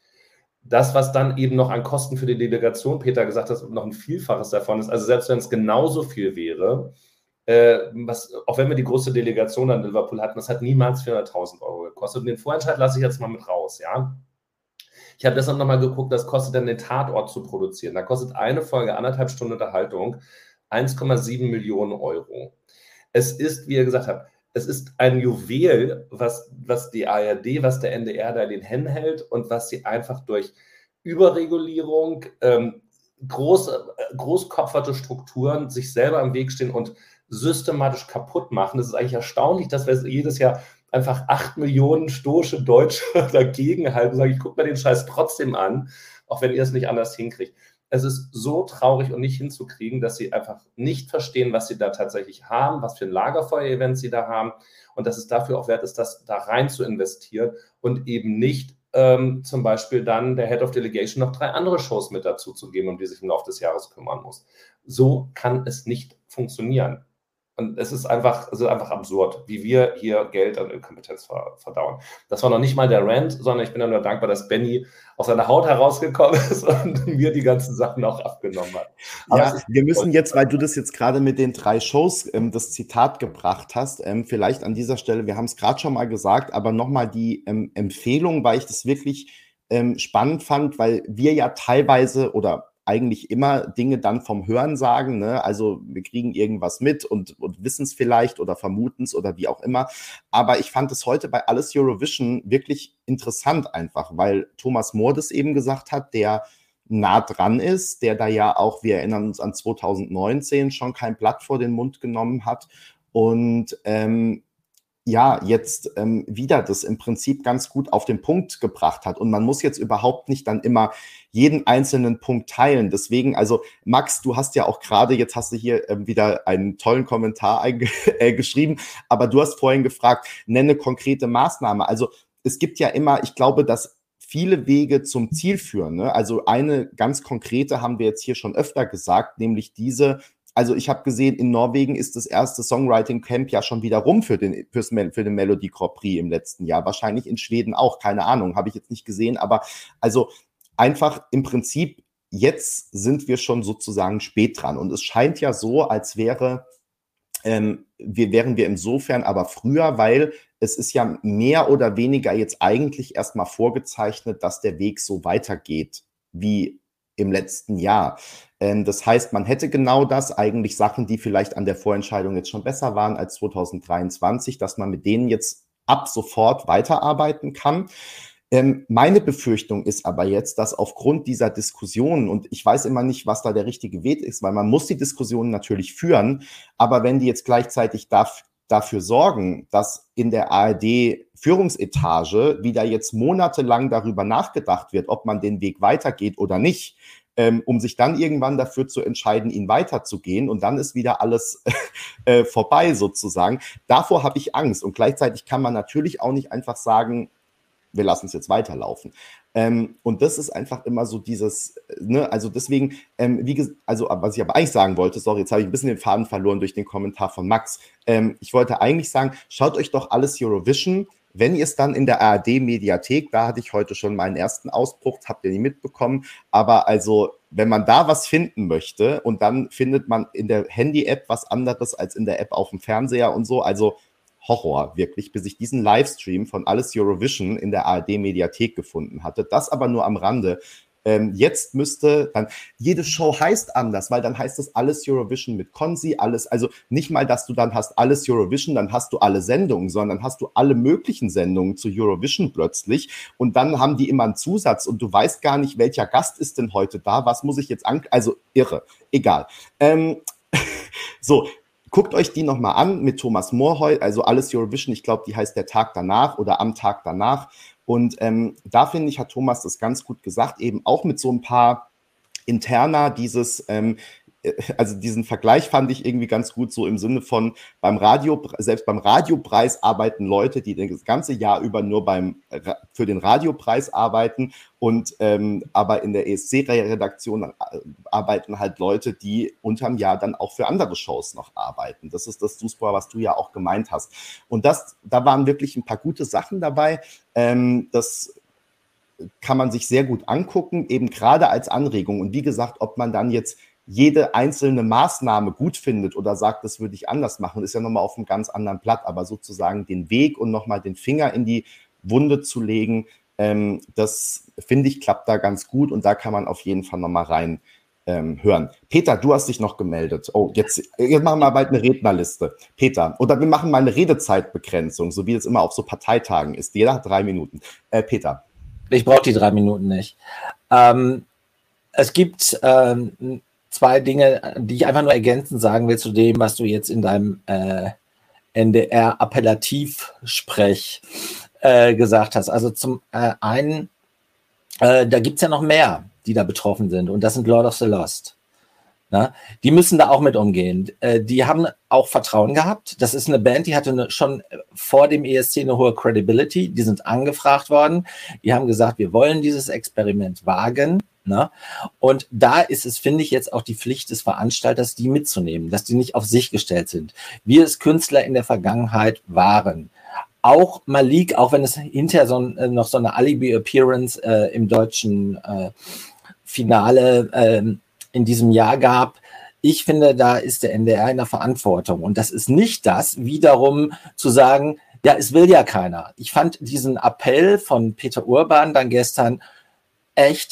Das, was dann eben noch an Kosten für die Delegation, Peter gesagt hat, noch ein Vielfaches davon ist, also selbst wenn es genauso viel wäre, äh, was, auch wenn wir die große Delegation an Liverpool hatten, das hat niemals vierhunderttausend Euro gekostet. Und den Vorentscheid lasse ich jetzt mal mit raus, ja. Ich habe deshalb nochmal geguckt, das kostet dann den Tatort zu produzieren. Da kostet eine Folge anderthalb Stunden Unterhaltung eins Komma sieben Millionen Euro. Es ist, wie ihr gesagt habt, es ist ein Juwel, was, was die A R D, was der N D R da in den Händen hält und was sie einfach durch Überregulierung, ähm, groß, großkopferte Strukturen sich selber im Weg stehen und systematisch kaputt machen. Es ist eigentlich erstaunlich, dass wir jedes Jahr einfach acht Millionen stoische Deutsche dagegen halten und sagen, ich gucke mir den Scheiß trotzdem an, auch wenn ihr es nicht anders hinkriegt. Es ist so traurig und nicht hinzukriegen, dass sie einfach nicht verstehen, was sie da tatsächlich haben, was für ein Lagerfeuer-Event sie da haben und dass es dafür auch wert ist, das da rein zu investieren und eben nicht ähm, zum Beispiel dann der Head of Delegation noch drei andere Shows mit dazu zu geben, um die sich im Laufe des Jahres kümmern muss. So kann es nicht funktionieren. Und es ist einfach, es ist einfach absurd, wie wir hier Geld an Inkompetenz verdauen. Das war noch nicht mal der Rant, sondern ich bin dann nur dankbar, dass Benni aus seiner Haut herausgekommen ist und mir die ganzen Sachen auch abgenommen hat. Aber ja, wir müssen jetzt, weil du das jetzt gerade mit den drei Shows ähm, das Zitat gebracht hast, ähm, vielleicht an dieser Stelle, wir haben es gerade schon mal gesagt, aber nochmal die ähm, Empfehlung, weil ich das wirklich ähm, spannend fand, weil wir ja teilweise oder eigentlich immer Dinge dann vom Hören sagen, ne? Also wir kriegen irgendwas mit und, und wissen es vielleicht oder vermuten es oder wie auch immer. Aber ich fand es heute bei Alles Eurovision wirklich interessant einfach, weil Thomas Mohr das eben gesagt hat, der nah dran ist, der da ja auch, wir erinnern uns an zwanzig neunzehn, schon kein Blatt vor den Mund genommen hat und ähm, ja, jetzt ähm, wieder das im Prinzip ganz gut auf den Punkt gebracht hat. Und man muss jetzt überhaupt nicht dann immer jeden einzelnen Punkt teilen. Deswegen, also Max, du hast ja auch gerade, jetzt hast du hier ähm, wieder einen tollen Kommentar einge- äh, geschrieben, aber du hast vorhin gefragt, nenne konkrete Maßnahme. Also es gibt ja immer, ich glaube, dass viele Wege zum Ziel führen, ne? Also eine ganz konkrete haben wir jetzt hier schon öfter gesagt, nämlich diese. Also ich habe gesehen, in Norwegen ist das erste Songwriting-Camp ja schon wieder rum für den, fürs, für den Melody Grand Prix im letzten Jahr. Wahrscheinlich in Schweden auch, keine Ahnung, habe ich jetzt nicht gesehen. Aber also einfach im Prinzip, jetzt sind wir schon sozusagen spät dran. Und es scheint ja so, als wäre, ähm, wir, wären wir insofern aber früher, weil es ist ja mehr oder weniger jetzt eigentlich erstmal vorgezeichnet, dass der Weg so weitergeht wie im letzten Jahr. Das heißt, man hätte genau das, eigentlich Sachen, die vielleicht an der Vorentscheidung jetzt schon besser waren als zwanzig dreiundzwanzig, dass man mit denen jetzt ab sofort weiterarbeiten kann. Ähm, meine Befürchtung ist aber jetzt, dass aufgrund dieser Diskussionen, und ich weiß immer nicht, was da der richtige Weg ist, weil man muss die Diskussionen natürlich führen, aber wenn die jetzt gleichzeitig darf, dafür sorgen, dass in der A R D-Führungsetage wieder jetzt monatelang darüber nachgedacht wird, ob man den Weg weitergeht oder nicht, ähm, um sich dann irgendwann dafür zu entscheiden, ihn weiterzugehen und dann ist wieder alles äh, vorbei sozusagen. Davor habe ich Angst und gleichzeitig kann man natürlich auch nicht einfach sagen, wir lassen es jetzt weiterlaufen. Ähm, und das ist einfach immer so dieses, ne, also deswegen, ähm, wie gesagt, also was ich aber eigentlich sagen wollte, sorry, jetzt habe ich ein bisschen den Faden verloren durch den Kommentar von Max. Ähm, ich wollte eigentlich sagen, schaut euch doch Alles Eurovision, wenn ihr es dann in der A R D-Mediathek, da hatte ich heute schon meinen ersten Ausbruch, habt ihr nicht mitbekommen, aber also, wenn man da was finden möchte und dann findet man in der Handy-App was anderes als in der App auf dem Fernseher und so, also Horror, wirklich, bis ich diesen Livestream von Alles Eurovision in der A R D-Mediathek gefunden hatte. Das aber nur am Rande. Ähm, jetzt müsste dann, jede Show heißt anders, weil dann heißt das alles Eurovision mit Konzi, alles, also nicht mal, dass du dann hast alles Eurovision, dann hast du alle Sendungen, sondern dann hast du alle möglichen Sendungen zu Eurovision plötzlich und dann haben die immer einen Zusatz und du weißt gar nicht, welcher Gast ist denn heute da, was muss ich jetzt an, also irre, egal. Ähm, so, guckt euch die nochmal an mit Thomas Morheu, also alles Eurovision, ich glaube, die heißt der Tag danach oder am Tag danach. Und ähm, da finde ich, hat Thomas das ganz gut gesagt, eben auch mit so ein paar Interna, dieses, ähm, also diesen Vergleich fand ich irgendwie ganz gut, so im Sinne von beim Radio, selbst beim Radiopreis arbeiten Leute, die das ganze Jahr über nur beim für den Radiopreis arbeiten und ähm, aber in der E S C-Redaktion arbeiten halt Leute, die unterm Jahr dann auch für andere Shows noch arbeiten. Das ist das Duisburger, was du ja auch gemeint hast. Und das, da waren wirklich ein paar gute Sachen dabei. Ähm, das kann man sich sehr gut angucken, eben gerade als Anregung. Und wie gesagt, ob man dann jetzt jede einzelne Maßnahme gut findet oder sagt, das würde ich anders machen, ist ja nochmal auf einem ganz anderen Blatt, aber sozusagen den Weg und nochmal den Finger in die Wunde zu legen, ähm, das finde ich, klappt da ganz gut und da kann man auf jeden Fall nochmal rein ähm, hören. Peter, du hast dich noch gemeldet. Oh, jetzt, jetzt machen wir bald eine Rednerliste. Peter, oder wir machen mal eine Redezeitbegrenzung, so wie es immer auf so Parteitagen ist. Jeder hat drei Minuten. Äh, Peter. Ich brauche die drei Minuten nicht. Ähm, es gibt ähm, zwei Dinge, die ich einfach nur ergänzend sagen will zu dem, was du jetzt in deinem äh, N D R-Appellativsprech äh, gesagt hast. Also zum äh, einen, äh, da gibt es ja noch mehr, die da betroffen sind. Und das sind Lord of the Lost. Na? Die müssen da auch mit umgehen. Äh, die haben auch Vertrauen gehabt. Das ist eine Band, die hatte eine, schon vor dem E S C eine hohe Credibility. Die sind angefragt worden. Die haben gesagt, wir wollen dieses Experiment wagen. Ne? Und da ist es, finde ich, jetzt auch die Pflicht des Veranstalters, die mitzunehmen, dass die nicht auf sich gestellt sind. Wir es Künstler in der Vergangenheit waren. Auch Malik, auch wenn es hinterher so ein, noch so eine Alibi-Appearance äh, im deutschen äh, Finale äh, in diesem Jahr gab, ich finde, da ist der N D R in der Verantwortung. Und das ist nicht das, wiederum zu sagen, ja, es will ja keiner. Ich fand diesen Appell von Peter Urban dann gestern echt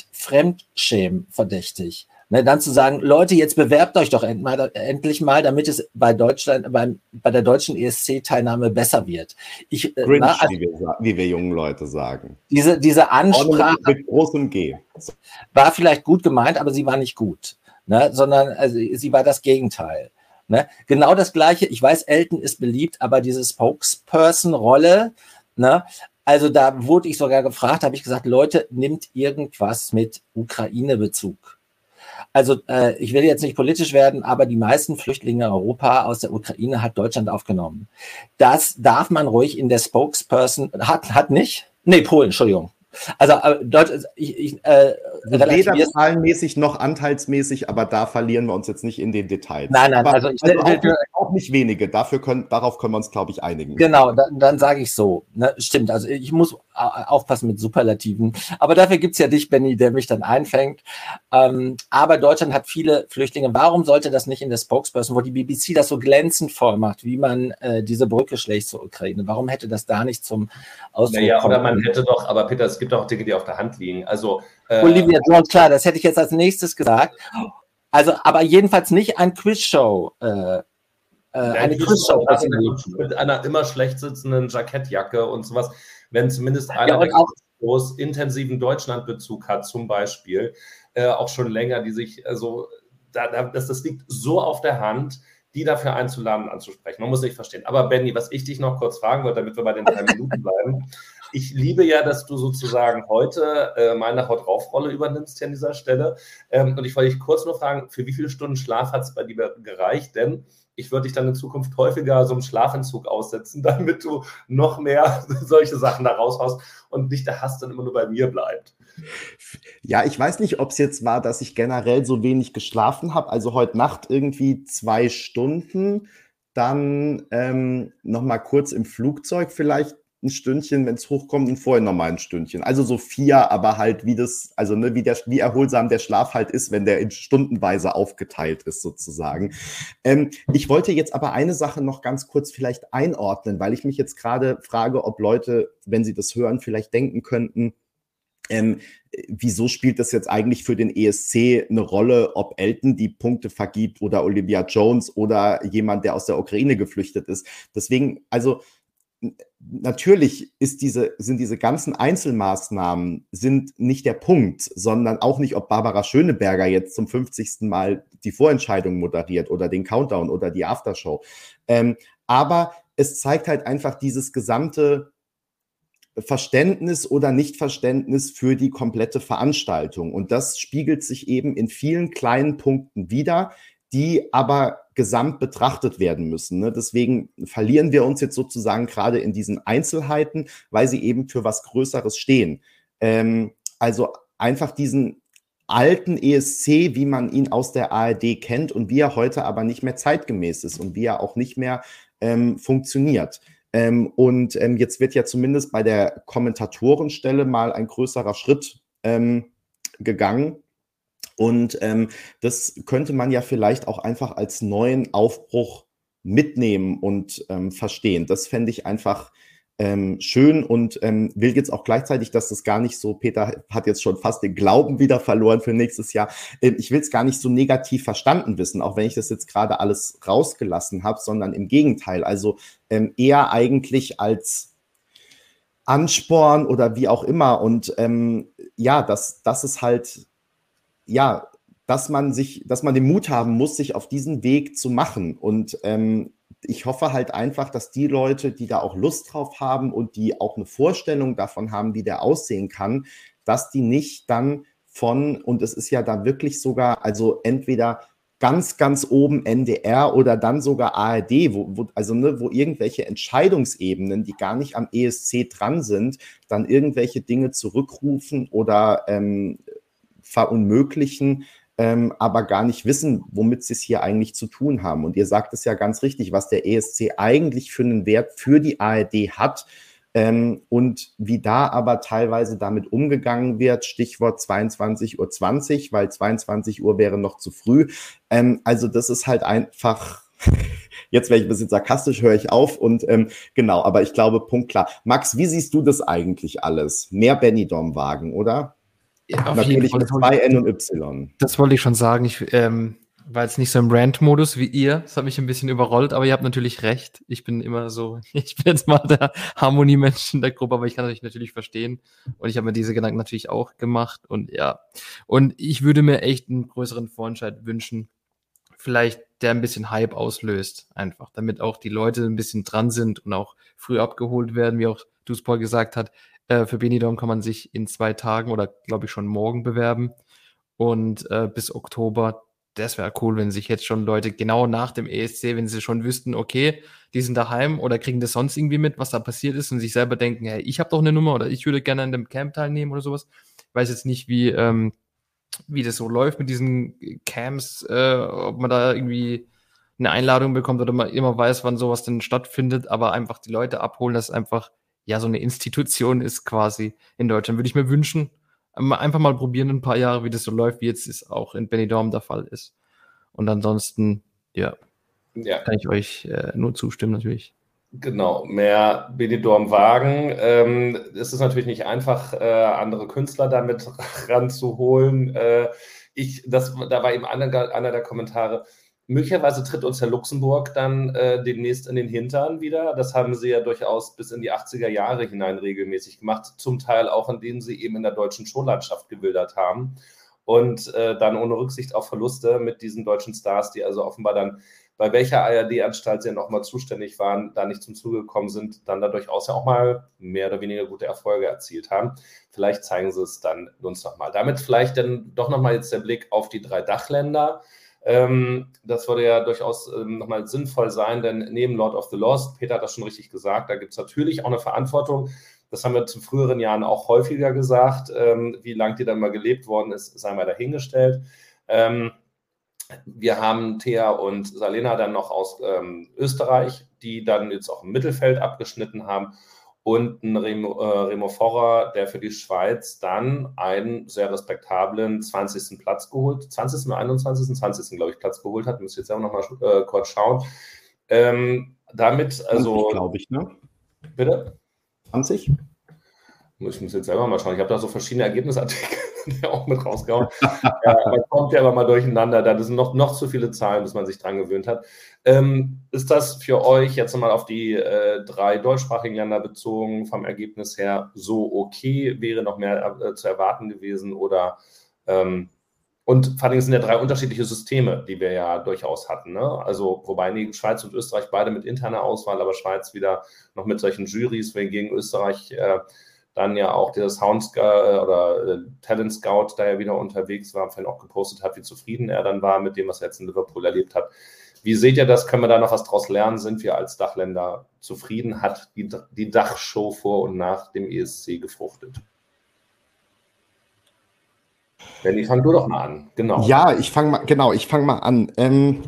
fremdschämverdächtig. Ne, dann zu sagen, Leute, jetzt bewerbt euch doch end mal, endlich mal, damit es bei Deutschland, beim, bei der deutschen E S C-Teilnahme besser wird. Ich, Grinch, na, also, wie, wir, wie wir jungen Leute sagen. Diese, diese Ansprache mit großem G. war vielleicht gut gemeint, aber sie war nicht gut, ne, sondern also, sie war das Gegenteil. Ne? Genau das Gleiche, ich weiß, Elton ist beliebt, aber diese Spokesperson-Rolle, ne, also da wurde ich sogar gefragt, habe ich gesagt, Leute, nimmt irgendwas mit Ukraine-Bezug. Also äh, ich will jetzt nicht politisch werden, aber die meisten Flüchtlinge in Europa aus der Ukraine hat Deutschland aufgenommen. Das darf man ruhig in der Spokesperson, hat, hat nicht? Nee, Polen, Entschuldigung. Also äh, dort, ich, ich, äh, weder zahlenmäßig noch anteilsmäßig, aber da verlieren wir uns jetzt nicht in den Details. Nein, nein, aber, also, ich, also will, auch, auch nicht wenige. Dafür können, darauf können wir uns, glaube ich, einigen. Genau, dann, dann sage ich so. Ne, stimmt, also ich muss aufpassen mit Superlativen. Aber dafür gibt's ja dich, Benny, der mich dann einfängt. Ähm, aber Deutschland hat viele Flüchtlinge. Warum sollte das nicht in der Spokesperson, wo die B B C das so glänzend vormacht, wie man äh, diese Brücke schlägt zur Ukraine? Warum hätte das da nicht zum Ausdruck naja, kommen? Oder man hätte doch, aber Peter, es gibt auch Dinge, die auf der Hand liegen. Also äh, Olivia Jones, klar, das hätte ich jetzt als nächstes gesagt. Also, aber jedenfalls nicht ein Quizshow. Äh, äh, eine Quizshow mit einer immer schlecht sitzenden Jackettjacke und sowas. Wenn zumindest einer ja, der auch Quizshows intensiven Deutschlandbezug hat, zum Beispiel, äh, auch schon länger, die sich, also, da, da, das, das liegt so auf der Hand, die dafür einzuladen und anzusprechen. Man muss nicht verstehen. Aber Benny, was ich dich noch kurz fragen wollte, damit wir bei den drei Minuten bleiben. Ich liebe ja, dass du sozusagen heute äh, meine Haut-Drauf-Rolle übernimmst hier an dieser Stelle. Ähm, und ich wollte dich kurz nur fragen, für wie viele Stunden Schlaf hat es bei dir gereicht? Denn ich würde dich dann in Zukunft häufiger so einem Schlafentzug aussetzen, damit du noch mehr solche Sachen da raushaust und nicht der Hass dann immer nur bei mir bleibt. Ja, ich weiß nicht, ob es jetzt war, dass ich generell so wenig geschlafen habe. Also heute Nacht irgendwie zwei Stunden, dann ähm, noch mal kurz im Flugzeug vielleicht ein Stündchen, wenn es hochkommt, und vorher nochmal ein Stündchen. Also so vier, aber halt wie das, also ne, wie, der, wie erholsam der Schlaf halt ist, wenn der in stundenweise aufgeteilt ist sozusagen. Ähm, ich wollte jetzt aber eine Sache noch ganz kurz vielleicht einordnen, weil ich mich jetzt gerade frage, ob Leute, wenn sie das hören, vielleicht denken könnten, ähm, wieso spielt das jetzt eigentlich für den E S C eine Rolle, ob Elton die Punkte vergibt oder Olivia Jones oder jemand, der aus der Ukraine geflüchtet ist. Deswegen, also natürlich ist diese, sind diese ganzen Einzelmaßnahmen sind nicht der Punkt, sondern auch nicht, ob Barbara Schöneberger jetzt zum fünfzigsten Mal die Vorentscheidung moderiert oder den Countdown oder die Aftershow. Ähm, aber es zeigt halt einfach dieses gesamte Verständnis oder Nichtverständnis für die komplette Veranstaltung. Und das spiegelt sich eben in vielen kleinen Punkten wider, die aber gesamt betrachtet werden müssen. Ne? Deswegen verlieren wir uns jetzt sozusagen gerade in diesen Einzelheiten, weil sie eben für was Größeres stehen. Ähm, also einfach diesen alten E S C, wie man ihn aus der A R D kennt und wie er heute aber nicht mehr zeitgemäß ist und wie er auch nicht mehr ähm, funktioniert. Ähm, und ähm, jetzt wird ja zumindest bei der Kommentatorenstelle mal ein größerer Schritt ähm, gegangen. Und ähm, das könnte man ja vielleicht auch einfach als neuen Aufbruch mitnehmen und ähm, verstehen. Das fände ich einfach ähm, schön und ähm, will jetzt auch gleichzeitig, dass das gar nicht so, Peter hat jetzt schon fast den Glauben wieder verloren für nächstes Jahr. Ähm, ich will es gar nicht so negativ verstanden wissen, auch wenn ich das jetzt gerade alles rausgelassen habe, sondern im Gegenteil. Also ähm, eher eigentlich als Ansporn oder wie auch immer. Und ähm, ja, das, das ist halt ja, dass man sich, dass man den Mut haben muss, sich auf diesen Weg zu machen. Und ähm, ich hoffe halt einfach, dass die Leute, die da auch Lust drauf haben und die auch eine Vorstellung davon haben, wie der aussehen kann, dass die nicht dann von, und es ist ja da wirklich sogar, also entweder ganz, ganz oben N D R oder dann sogar A R D, wo, wo, also ne, wo irgendwelche Entscheidungsebenen, die gar nicht am E S C dran sind, dann irgendwelche Dinge zurückrufen oder ähm, verunmöglichen, ähm, aber gar nicht wissen, womit sie es hier eigentlich zu tun haben. Und ihr sagt es ja ganz richtig, was der E S C eigentlich für einen Wert für die A R D hat ähm, und wie da aber teilweise damit umgegangen wird, Stichwort zweiundzwanzig Uhr zwanzig, weil zweiundzwanzig Uhr wäre noch zu früh. Ähm, also das ist halt einfach... Jetzt wäre ich ein bisschen sarkastisch, höre ich auf und ähm, genau, aber ich glaube, Punkt klar. Max, wie siehst du das eigentlich alles? Mehr Benidorm-Wagen, oder? Ja, auf Natürlich jeden Fall. mit zwei N und Y. Das wollte ich schon sagen. Ich ähm, war jetzt nicht so im Rant-Modus wie ihr. Das hat mich ein bisschen überrollt, aber ihr habt natürlich recht. Ich bin immer so, ich bin jetzt mal der Harmoniemensch in der Gruppe, aber ich kann euch natürlich verstehen. Und ich habe mir diese Gedanken natürlich auch gemacht. Und ja, und ich würde mir echt einen größeren Vorentscheid wünschen. Vielleicht der ein bisschen Hype auslöst, einfach, damit auch die Leute ein bisschen dran sind und auch früh abgeholt werden, wie auch Duspol gesagt hat. Äh, für Benidorm kann man sich in zwei Tagen oder glaube ich schon morgen bewerben. Und äh, bis Oktober, das wäre cool, wenn sich jetzt schon Leute genau nach dem E S C, wenn sie schon wüssten, okay, die sind daheim oder kriegen das sonst irgendwie mit, was da passiert ist und sich selber denken, hey, ich habe doch eine Nummer oder ich würde gerne an dem Camp teilnehmen oder sowas. Ich weiß jetzt nicht, wie, ähm, wie das so läuft mit diesen Camps, äh, ob man da irgendwie eine Einladung bekommt oder man immer weiß, wann sowas denn stattfindet, aber einfach die Leute abholen, dass einfach ja so eine Institution ist quasi in Deutschland. Würde ich mir wünschen, einfach mal probieren ein paar Jahre, wie das so läuft, wie jetzt es auch in Benidorm der Fall ist. Und ansonsten, ja, Ja. kann ich euch äh, nur zustimmen natürlich. Genau, mehr Benidorm-Wagen. Ähm, es ist natürlich nicht einfach, äh, andere Künstler damit ranzuholen. Äh, ich, das, da war eben einer, einer der Kommentare, möglicherweise tritt uns Herr Luxemburg dann äh, demnächst in den Hintern wieder. Das haben sie ja durchaus bis in die achtziger Jahre hinein regelmäßig gemacht, zum Teil auch, indem sie eben in der deutschen Showlandschaft gewildert haben und äh, dann ohne Rücksicht auf Verluste mit diesen deutschen Stars, die also offenbar dann bei welcher A R D-Anstalt sie noch mal zuständig waren, da nicht zum Zuge gekommen sind, dann da durchaus ja auch mal mehr oder weniger gute Erfolge erzielt haben. Vielleicht zeigen sie es dann uns noch mal. Damit vielleicht dann doch noch mal jetzt der Blick auf die drei Dachländer. Ähm, das würde ja durchaus ähm, noch mal sinnvoll sein, denn neben Lord of the Lost, Peter hat das schon richtig gesagt, da gibt es natürlich auch eine Verantwortung. Das haben wir zu früheren Jahren auch häufiger gesagt. Ähm, wie lange die dann mal gelebt worden ist, sei mal dahingestellt. Ähm, Wir haben Thea und Salena dann noch aus ähm, Österreich, die dann jetzt auch im Mittelfeld abgeschnitten haben. Und ein Remo, äh, Remo Forrer, der für die Schweiz dann einen sehr respektablen zwanzigsten Platz geholt, zwanzigsten oder einundzwanzigsten zwanzigsten glaube ich, Platz geholt hat. Müsst ihr jetzt auch noch mal äh, kurz schauen. Ähm, damit, also... glaube ich, ne? Bitte? zwanzig? Ich muss jetzt selber mal schauen. Ich habe da so verschiedene Ergebnisartikel auch mit rausgehauen. Ja, man kommt ja aber mal durcheinander. Da sind noch, noch zu viele Zahlen, bis man sich dran gewöhnt hat. Ähm, ist das für euch jetzt mal auf die äh, drei deutschsprachigen Länder bezogen, vom Ergebnis her so okay? Wäre noch mehr äh, zu erwarten gewesen? Oder ähm, und vor allem sind ja drei unterschiedliche Systeme, die wir ja durchaus hatten. Ne? Also, wobei nee, Schweiz und Österreich beide mit interner Auswahl, aber Schweiz wieder noch mit solchen Jurys, gegen Österreich äh, dann ja auch der Sound Scout oder äh, Talent Scout da ja wieder unterwegs war, vorhin auch gepostet hat, wie zufrieden er dann war mit dem, was er jetzt in Liverpool erlebt hat. Wie seht ihr das? Können wir da noch was draus lernen? Sind wir als Dachländer zufrieden? Hat die, die Dachshow vor und nach dem E S C gefruchtet? Benni, fang du doch mal an. Genau. Ja, ich fange mal, genau, ich fange mal an. Ähm,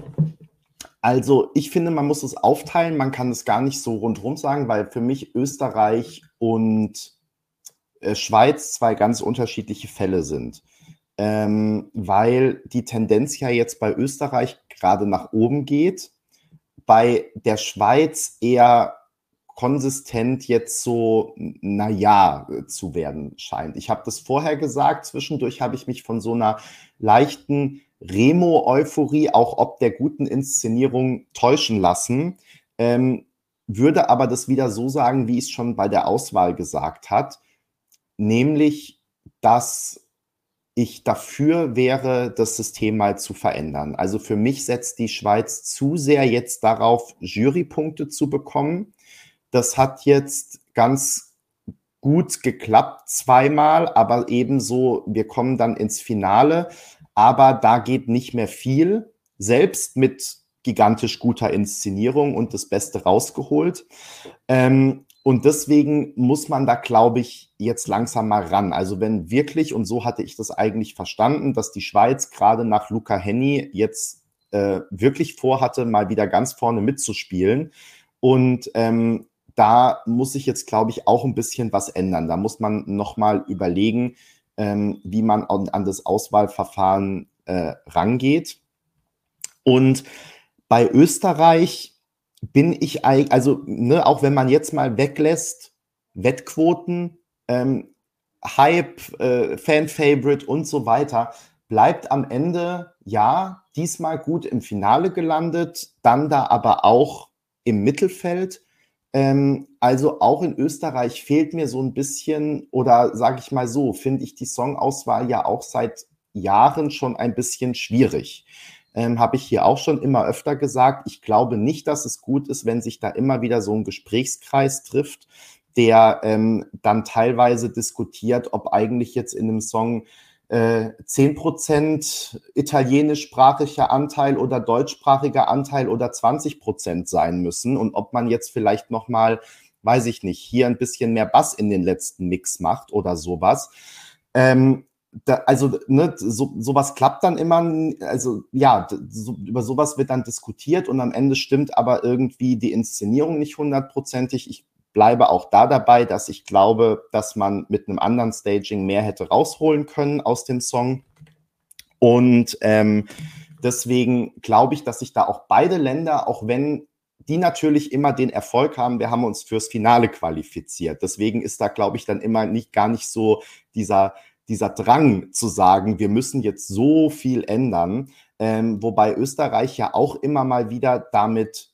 also ich finde, man muss es aufteilen. Man kann es gar nicht so rundherum sagen, weil für mich Österreich und äh, Schweiz zwei ganz unterschiedliche Fälle sind. Ähm, weil die Tendenz ja jetzt bei Österreich gerade nach oben geht, bei der Schweiz eher konsistent jetzt so, naja, zu werden scheint. Ich habe das vorher gesagt, zwischendurch habe ich mich von so einer leichten Remo-Euphorie, auch ob der guten Inszenierung, täuschen lassen, ähm, würde aber das wieder so sagen, wie ich es schon bei der Auswahl gesagt hat, nämlich, dass ich dafür wäre, das System mal zu verändern. Also für mich setzt die Schweiz zu sehr jetzt darauf, Jurypunkte zu bekommen. Das hat jetzt ganz gut geklappt zweimal, aber ebenso, wir kommen dann ins Finale, aber da geht nicht mehr viel, selbst mit gigantisch guter Inszenierung und das Beste rausgeholt. Ähm, und deswegen muss man da, glaube ich, jetzt langsam mal ran. Also wenn wirklich, und so hatte ich das eigentlich verstanden, dass die Schweiz gerade nach Luca Hänni jetzt äh, wirklich vorhatte, mal wieder ganz vorne mitzuspielen. Und ähm, da muss sich jetzt, glaube ich, auch ein bisschen was ändern. Da muss man nochmal überlegen, ähm, wie man an, an das Auswahlverfahren äh, rangeht. Und bei Österreich bin ich eigentlich, also ne, auch wenn man jetzt mal weglässt, Wettquoten, ähm, Hype, äh, Fan-Favorite und so weiter, bleibt am Ende, ja, diesmal gut im Finale gelandet, dann da aber auch im Mittelfeld. Ähm, also auch in Österreich fehlt mir so ein bisschen, oder sage ich mal so, finde ich die Songauswahl ja auch seit Jahren schon ein bisschen schwierig. Ähm, habe ich hier auch schon immer öfter gesagt. Ich glaube nicht, dass es gut ist, wenn sich da immer wieder so ein Gesprächskreis trifft, der ähm, dann teilweise diskutiert, ob eigentlich jetzt in einem Song äh, zehn Prozent italienischsprachiger Anteil oder deutschsprachiger Anteil oder zwanzig Prozent sein müssen und ob man jetzt vielleicht nochmal, weiß ich nicht, hier ein bisschen mehr Bass in den letzten Mix macht oder sowas. Ähm, Da, also, ne, so, sowas klappt dann immer, also ja, so, über sowas wird dann diskutiert und am Ende stimmt aber irgendwie die Inszenierung nicht hundertprozentig. Ich bleibe auch da dabei, dass ich glaube, dass man mit einem anderen Staging mehr hätte rausholen können aus dem Song. Und ähm, deswegen glaube ich, dass sich da auch beide Länder, auch wenn die natürlich immer den Erfolg haben, wir haben uns fürs Finale qualifiziert. Deswegen ist da, glaube ich, dann immer nicht gar nicht so dieser dieser Drang zu sagen, wir müssen jetzt so viel ändern, ähm, wobei Österreich ja auch immer mal wieder damit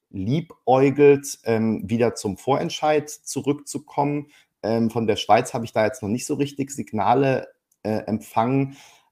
liebäugelt, ähm, wieder zum Vorentscheid zurückzukommen. Ähm, von der Schweiz habe ich da jetzt noch nicht so richtig Signale äh, empfangen,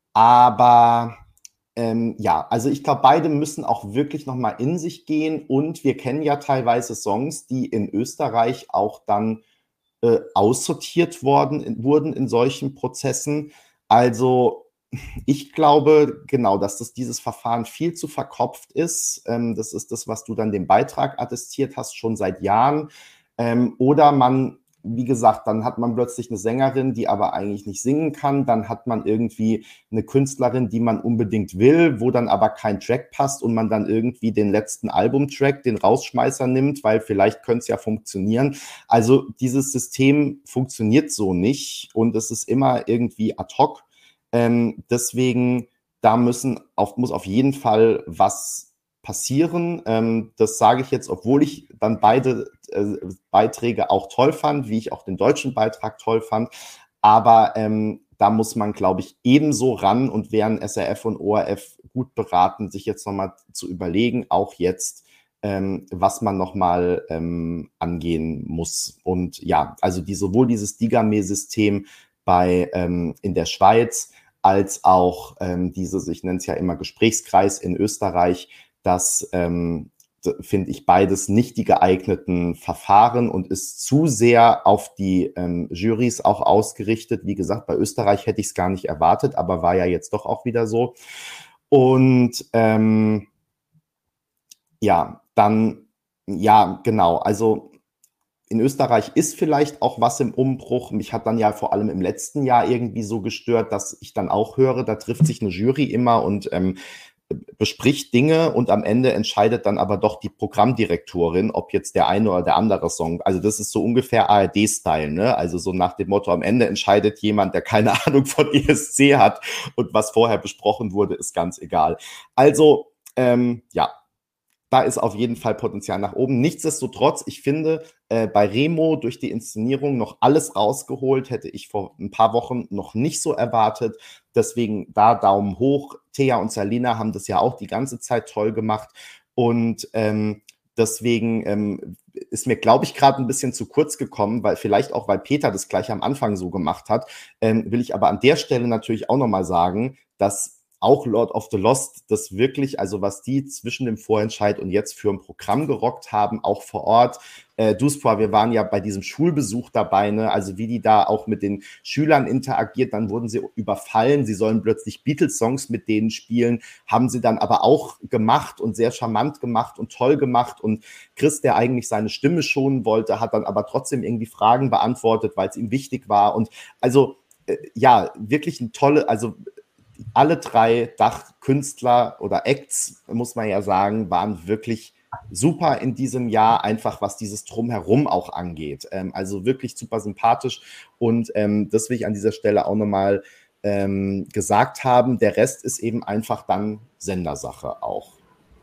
aber ähm, ja, also ich glaube, beide müssen auch wirklich nochmal in sich gehen und wir kennen ja teilweise Songs, die in Österreich auch dann Äh, aussortiert worden, in, wurden in solchen Prozessen. Also ich glaube genau, dass das dieses Verfahren viel zu verkopft ist. Ähm, das ist das, was du dann dem Beitrag attestiert hast, schon seit Jahren. Ähm, oder man, wie gesagt, dann hat man plötzlich eine Sängerin, die aber eigentlich nicht singen kann. Dann hat man irgendwie eine Künstlerin, die man unbedingt will, wo dann aber kein Track passt und man dann irgendwie den letzten Albumtrack, den Rausschmeißer nimmt, weil vielleicht könnte es ja funktionieren. Also dieses System funktioniert so nicht und es ist immer irgendwie ad hoc. Ähm, deswegen, da müssen auf, muss auf jeden Fall was passieren. Ähm, das sage ich jetzt, obwohl ich dann beide äh, Beiträge auch toll fand, wie ich auch den deutschen Beitrag toll fand. Aber ähm, da muss man, glaube ich, ebenso ran und wären S R F und O R F gut beraten, sich jetzt nochmal zu überlegen, auch jetzt, ähm, was man nochmal ähm, angehen muss. Und ja, also die, sowohl dieses Digame-System bei ähm, in der Schweiz als auch ähm, dieses, ich nenne es ja immer Gesprächskreis in Österreich, das ähm, finde ich beides nicht die geeigneten Verfahren und ist zu sehr auf die ähm, Jurys auch ausgerichtet. Wie gesagt, bei Österreich hätte ich es gar nicht erwartet, aber war ja jetzt doch auch wieder so. Und ähm, ja, dann, ja, genau, also in Österreich ist vielleicht auch was im Umbruch. Mich hat dann ja vor allem im letzten Jahr irgendwie so gestört, dass ich dann auch höre, da trifft sich eine Jury immer und ähm, bespricht Dinge und am Ende entscheidet dann aber doch die Programmdirektorin, ob jetzt der eine oder der andere Song, also das ist so ungefähr A R D-Style, ne? Also so nach dem Motto, am Ende entscheidet jemand, der keine Ahnung von E S C hat und was vorher besprochen wurde, ist ganz egal. Also, ähm, ja, da ist auf jeden Fall Potenzial nach oben. Nichtsdestotrotz, ich finde, äh, bei Remo durch die Inszenierung noch alles rausgeholt, hätte ich vor ein paar Wochen noch nicht so erwartet. Deswegen da Daumen hoch. Thea und Salina haben das ja auch die ganze Zeit toll gemacht. Und ähm, deswegen ähm, ist mir, glaube ich, gerade ein bisschen zu kurz gekommen, weil vielleicht auch, weil Peter das gleich am Anfang so gemacht hat, ähm, will ich aber an der Stelle natürlich auch nochmal sagen, dass auch Lord of the Lost, das wirklich, also was die zwischen dem Vorentscheid und jetzt für ein Programm gerockt haben, auch vor Ort. Äh, Duspra, wir waren ja bei diesem Schulbesuch dabei, ne? Also wie die da auch mit den Schülern interagiert, dann wurden sie überfallen, sie sollen plötzlich Beatles-Songs mit denen spielen, haben sie dann aber auch gemacht und sehr charmant gemacht und toll gemacht und Chris, der eigentlich seine Stimme schonen wollte, hat dann aber trotzdem irgendwie Fragen beantwortet, weil es ihm wichtig war und also äh, ja, wirklich ein tolle, also alle drei Dachkünstler oder Acts, muss man ja sagen, waren wirklich super in diesem Jahr, einfach was dieses Drumherum auch angeht. Ähm, also wirklich super sympathisch und ähm, das will ich an dieser Stelle auch nochmal ähm, gesagt haben. Der Rest ist eben einfach dann Sendersache auch.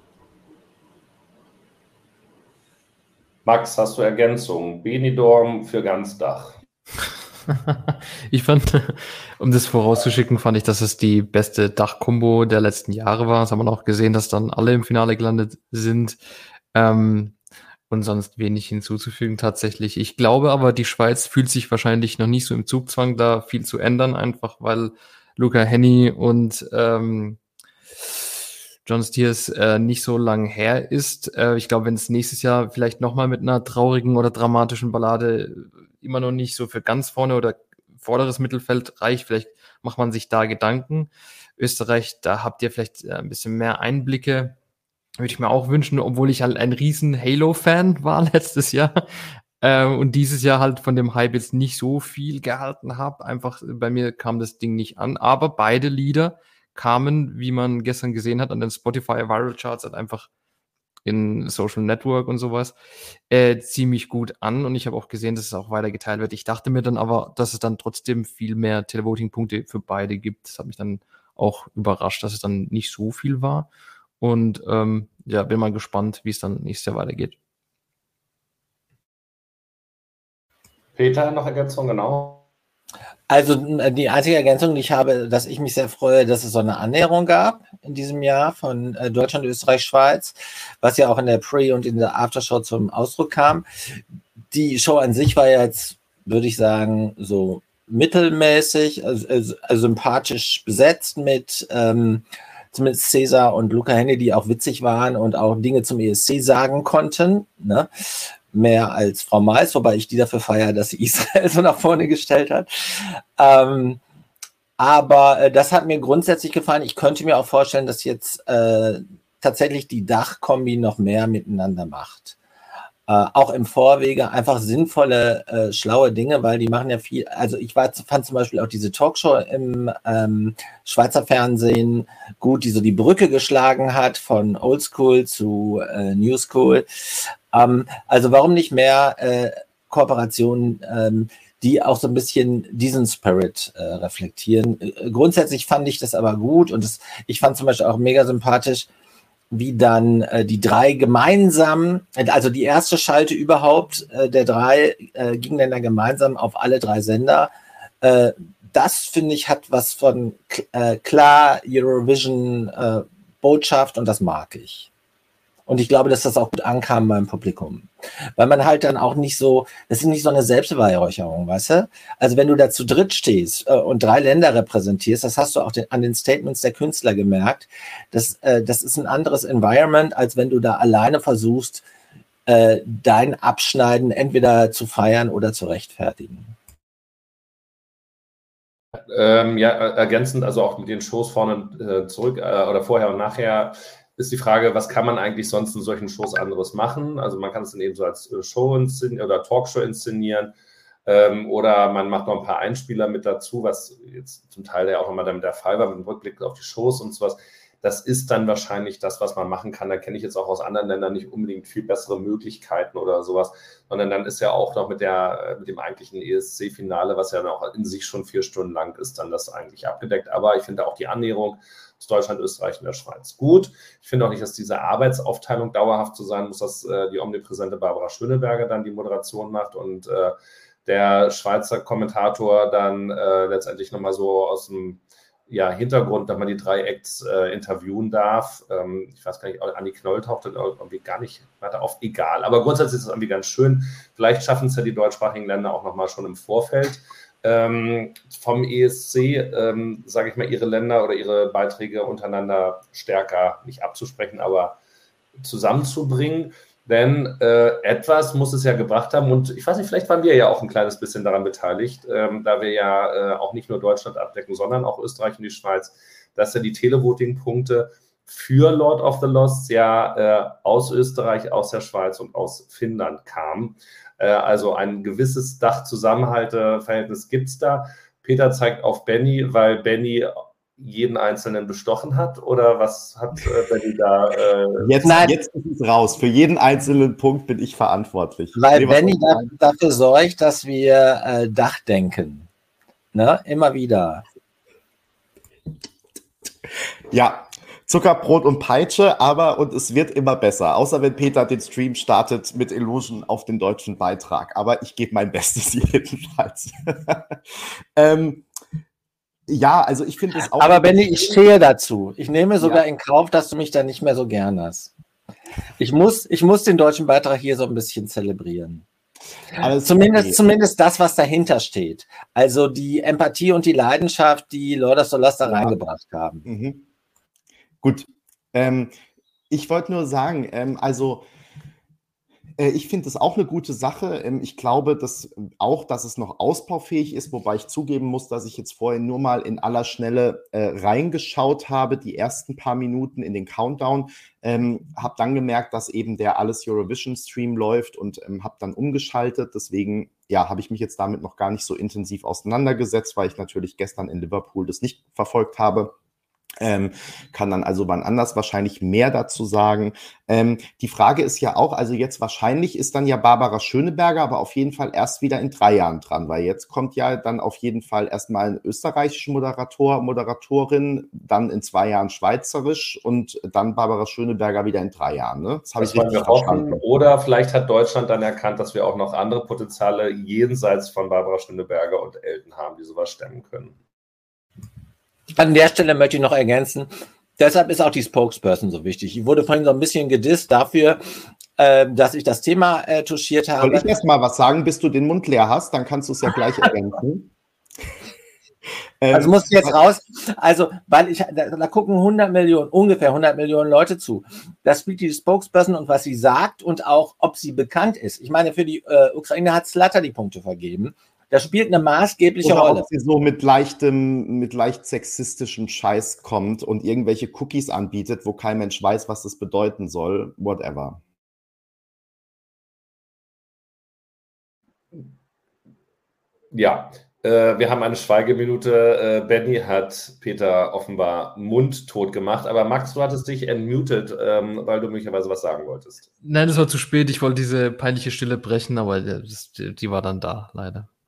Max, hast du Ergänzungen? Benidorm für ganz Dach. Ich fand, um das vorauszuschicken, fand ich, dass es die beste Dach-Kombo der letzten Jahre war. Das haben wir auch gesehen, dass dann alle im Finale gelandet sind. Ähm, und sonst wenig hinzuzufügen tatsächlich. Ich glaube aber, die Schweiz fühlt sich wahrscheinlich noch nicht so im Zugzwang, da viel zu ändern, einfach weil Luca Hänni und ähm, John Stiers äh, nicht so lang her ist. Äh, ich glaube, wenn es nächstes Jahr vielleicht nochmal mit einer traurigen oder dramatischen Ballade immer noch nicht so für ganz vorne oder vorderes Mittelfeld reicht, vielleicht macht man sich da Gedanken. Österreich, da habt ihr vielleicht ein bisschen mehr Einblicke. Würde ich mir auch wünschen, obwohl ich halt ein riesen Halo-Fan war letztes Jahr äh, und dieses Jahr halt von dem Hype jetzt nicht so viel gehalten habe. Einfach bei mir kam das Ding nicht an. Aber beide Lieder kamen, wie man gestern gesehen hat, an den Spotify Viral Charts halt einfach in Social Network und sowas, äh, ziemlich gut an. Und ich habe auch gesehen, dass es auch weiter geteilt wird. Ich dachte mir dann aber, dass es dann trotzdem viel mehr Televoting-Punkte für beide gibt. Das hat mich dann auch überrascht, dass es dann nicht so viel war. Und ähm, ja, bin mal gespannt, wie es dann nächstes Jahr weitergeht. Peter, noch Ergänzung, genau? Also die einzige Ergänzung, die ich habe, dass ich mich sehr freue, dass es so eine Annäherung gab in diesem Jahr von äh, Deutschland, Österreich, Schweiz, was ja auch in der Pre- und in der Aftershow zum Ausdruck kam. Die Show an sich war jetzt, würde ich sagen, so mittelmäßig, also, also, also sympathisch besetzt mit ähm, zumindest Cesar und Luca Hänni, die auch witzig waren und auch Dinge zum E S C sagen konnten, ne? Mehr als Frau Mais, wobei ich die dafür feiere, dass sie Israel so nach vorne gestellt hat. Ähm, aber äh, das hat mir grundsätzlich gefallen. Ich könnte mir auch vorstellen, dass jetzt äh, tatsächlich die Dachkombi noch mehr miteinander macht. Äh, auch im Vorwege einfach sinnvolle, äh, schlaue Dinge, weil die machen ja viel, also ich war, fand zum Beispiel auch diese Talkshow im ähm, Schweizer Fernsehen gut, die so die Brücke geschlagen hat von Oldschool zu äh, New School. Ähm, also warum nicht mehr äh, Kooperationen, ähm, die auch so ein bisschen diesen Spirit äh, reflektieren. Äh, grundsätzlich fand ich das aber gut und das, ich fand zum Beispiel auch mega sympathisch, wie dann äh, die drei gemeinsam, also die erste Schalte überhaupt äh, der drei äh, ging dann, dann gemeinsam auf alle drei Sender. Äh, das, finde ich, hat was von äh, klar Eurovision äh, Botschaft und das mag ich. Und ich glaube, dass das auch gut ankam beim Publikum. Weil man halt dann auch nicht so, das ist nicht so eine Selbstbeweihräucherung, weißt du? Also wenn du da zu dritt stehst äh, und drei Länder repräsentierst, das hast du auch den, an den Statements der Künstler gemerkt, das, äh, das ist ein anderes Environment, als wenn du da alleine versuchst, äh, dein Abschneiden entweder zu feiern oder zu rechtfertigen. Ähm, ja, ergänzend, also auch mit den Shows vorne äh, zurück äh, oder vorher und nachher, ist die Frage, was kann man eigentlich sonst in solchen Shows anderes machen? Also man kann es dann eben so als Show inszenieren oder Talkshow inszenieren ähm, oder man macht noch ein paar Einspieler mit dazu, was jetzt zum Teil ja auch immer damit der Fall war, mit dem Rückblick auf die Shows und sowas. Das ist dann wahrscheinlich das, was man machen kann. Da kenne ich jetzt auch aus anderen Ländern nicht unbedingt viel bessere Möglichkeiten oder sowas, sondern dann ist ja auch noch mit, der, mit dem eigentlichen E S C-Finale, was ja noch in sich schon vier Stunden lang ist, dann das eigentlich abgedeckt. Aber ich finde auch die Annäherung aus Deutschland, Österreich und der Schweiz gut. Ich finde auch nicht, dass diese Arbeitsaufteilung dauerhaft so sein muss, dass äh, die omnipräsente Barbara Schöneberger dann die Moderation macht und äh, der Schweizer Kommentator dann äh, letztendlich nochmal so aus dem ja, Hintergrund, dass man die drei Acts äh, interviewen darf. Ähm, ich weiß gar nicht, Anni Knoll taucht dann irgendwie gar nicht weiter auf, egal. Aber grundsätzlich ist es irgendwie ganz schön. Vielleicht schaffen es ja die deutschsprachigen Länder auch nochmal schon im Vorfeld. Ähm, vom E S C, ähm, sage ich mal, ihre Länder oder ihre Beiträge untereinander stärker nicht abzusprechen, aber zusammenzubringen. Denn äh, etwas muss es ja gebracht haben und ich weiß nicht, vielleicht waren wir ja auch ein kleines bisschen daran beteiligt, ähm, da wir ja äh, auch nicht nur Deutschland abdecken, sondern auch Österreich und die Schweiz, dass ja die Televoting-Punkte für Lord of the Lost ja äh, aus Österreich, aus der Schweiz und aus Finnland kamen. Äh, also ein gewisses Dach-Zusammenhalte-Verhältnis gibt es da. Peter zeigt auf Benny, weil Benny jeden Einzelnen bestochen hat? Oder was hat äh, Benny da... Äh jetzt, jetzt ist es raus. Für jeden einzelnen Punkt bin ich verantwortlich. Weil nee, Benny da, dafür sorgt, dass wir äh, Dachdenken. Ne? Immer wieder. Ja, Zuckerbrot und Peitsche, aber und es wird immer besser. Außer wenn Peter den Stream startet mit Illusion auf den deutschen Beitrag. Aber ich gebe mein Bestes jedenfalls. ähm, Ja, also ich finde es auch... Aber Benny, ich stehe dazu. Ich nehme sogar ja. in Kauf, dass du mich da nicht mehr so gern hast. Ich muss, ich muss den deutschen Beitrag hier so ein bisschen zelebrieren. Also zumindest, okay. zumindest das, was dahinter steht. Also die Empathie und die Leidenschaft, die Lord of the Lost da ja. reingebracht haben. Mhm. Gut. Ähm, ich wollte nur sagen, ähm, also... Ich finde das auch eine gute Sache. Ich glaube dass auch, dass es noch ausbaufähig ist, wobei ich zugeben muss, dass ich jetzt vorhin nur mal in aller Schnelle äh, reingeschaut habe, die ersten paar Minuten in den Countdown, ähm, habe dann gemerkt, dass eben der Alles Eurovision-Stream läuft und ähm, habe dann umgeschaltet. Deswegen ja, habe ich mich jetzt damit noch gar nicht so intensiv auseinandergesetzt, weil ich natürlich gestern in Liverpool das nicht verfolgt habe. Ähm, kann dann also wann anders wahrscheinlich mehr dazu sagen. Ähm, die Frage ist ja auch, also jetzt wahrscheinlich ist dann ja Barbara Schöneberger, aber auf jeden Fall erst wieder in drei Jahren dran, weil jetzt kommt ja dann auf jeden Fall erstmal ein österreichischer Moderator, Moderatorin, dann in zwei Jahren schweizerisch und dann Barbara Schöneberger wieder in drei Jahren. Ne? Das habe ich richtig verstanden. Oder vielleicht hat Deutschland dann erkannt, dass wir auch noch andere Potenziale jenseits von Barbara Schöneberger und Elton haben, die sowas stemmen können. An der Stelle möchte ich noch ergänzen, deshalb ist auch die Spokesperson so wichtig. Ich wurde vorhin so ein bisschen gedisst dafür, äh, dass ich das Thema äh, touchiert habe. Soll ich erst mal was sagen, bis du den Mund leer hast? Dann kannst du es ja gleich ergänzen. Also musst du jetzt raus, also, weil ich, da, da gucken hundert Millionen, ungefähr hundert Millionen Leute zu. Das spielt die Spokesperson und was sie sagt und auch, ob sie bekannt ist. Ich meine, für die äh, Ukraine hat Slatter die Punkte vergeben. Das spielt eine maßgebliche Oder Rolle. Ob sie so mit leichtem, mit leicht sexistischem Scheiß kommt und irgendwelche Cookies anbietet, wo kein Mensch weiß, was das bedeuten soll. Whatever. Ja, äh, wir haben eine Schweigeminute. Äh, Benny hat Peter offenbar mundtot gemacht. Aber Max, du hattest dich entmutet, ähm, weil du möglicherweise was sagen wolltest. Nein, es war zu spät. Ich wollte diese peinliche Stille brechen, aber das, die war dann da, leider.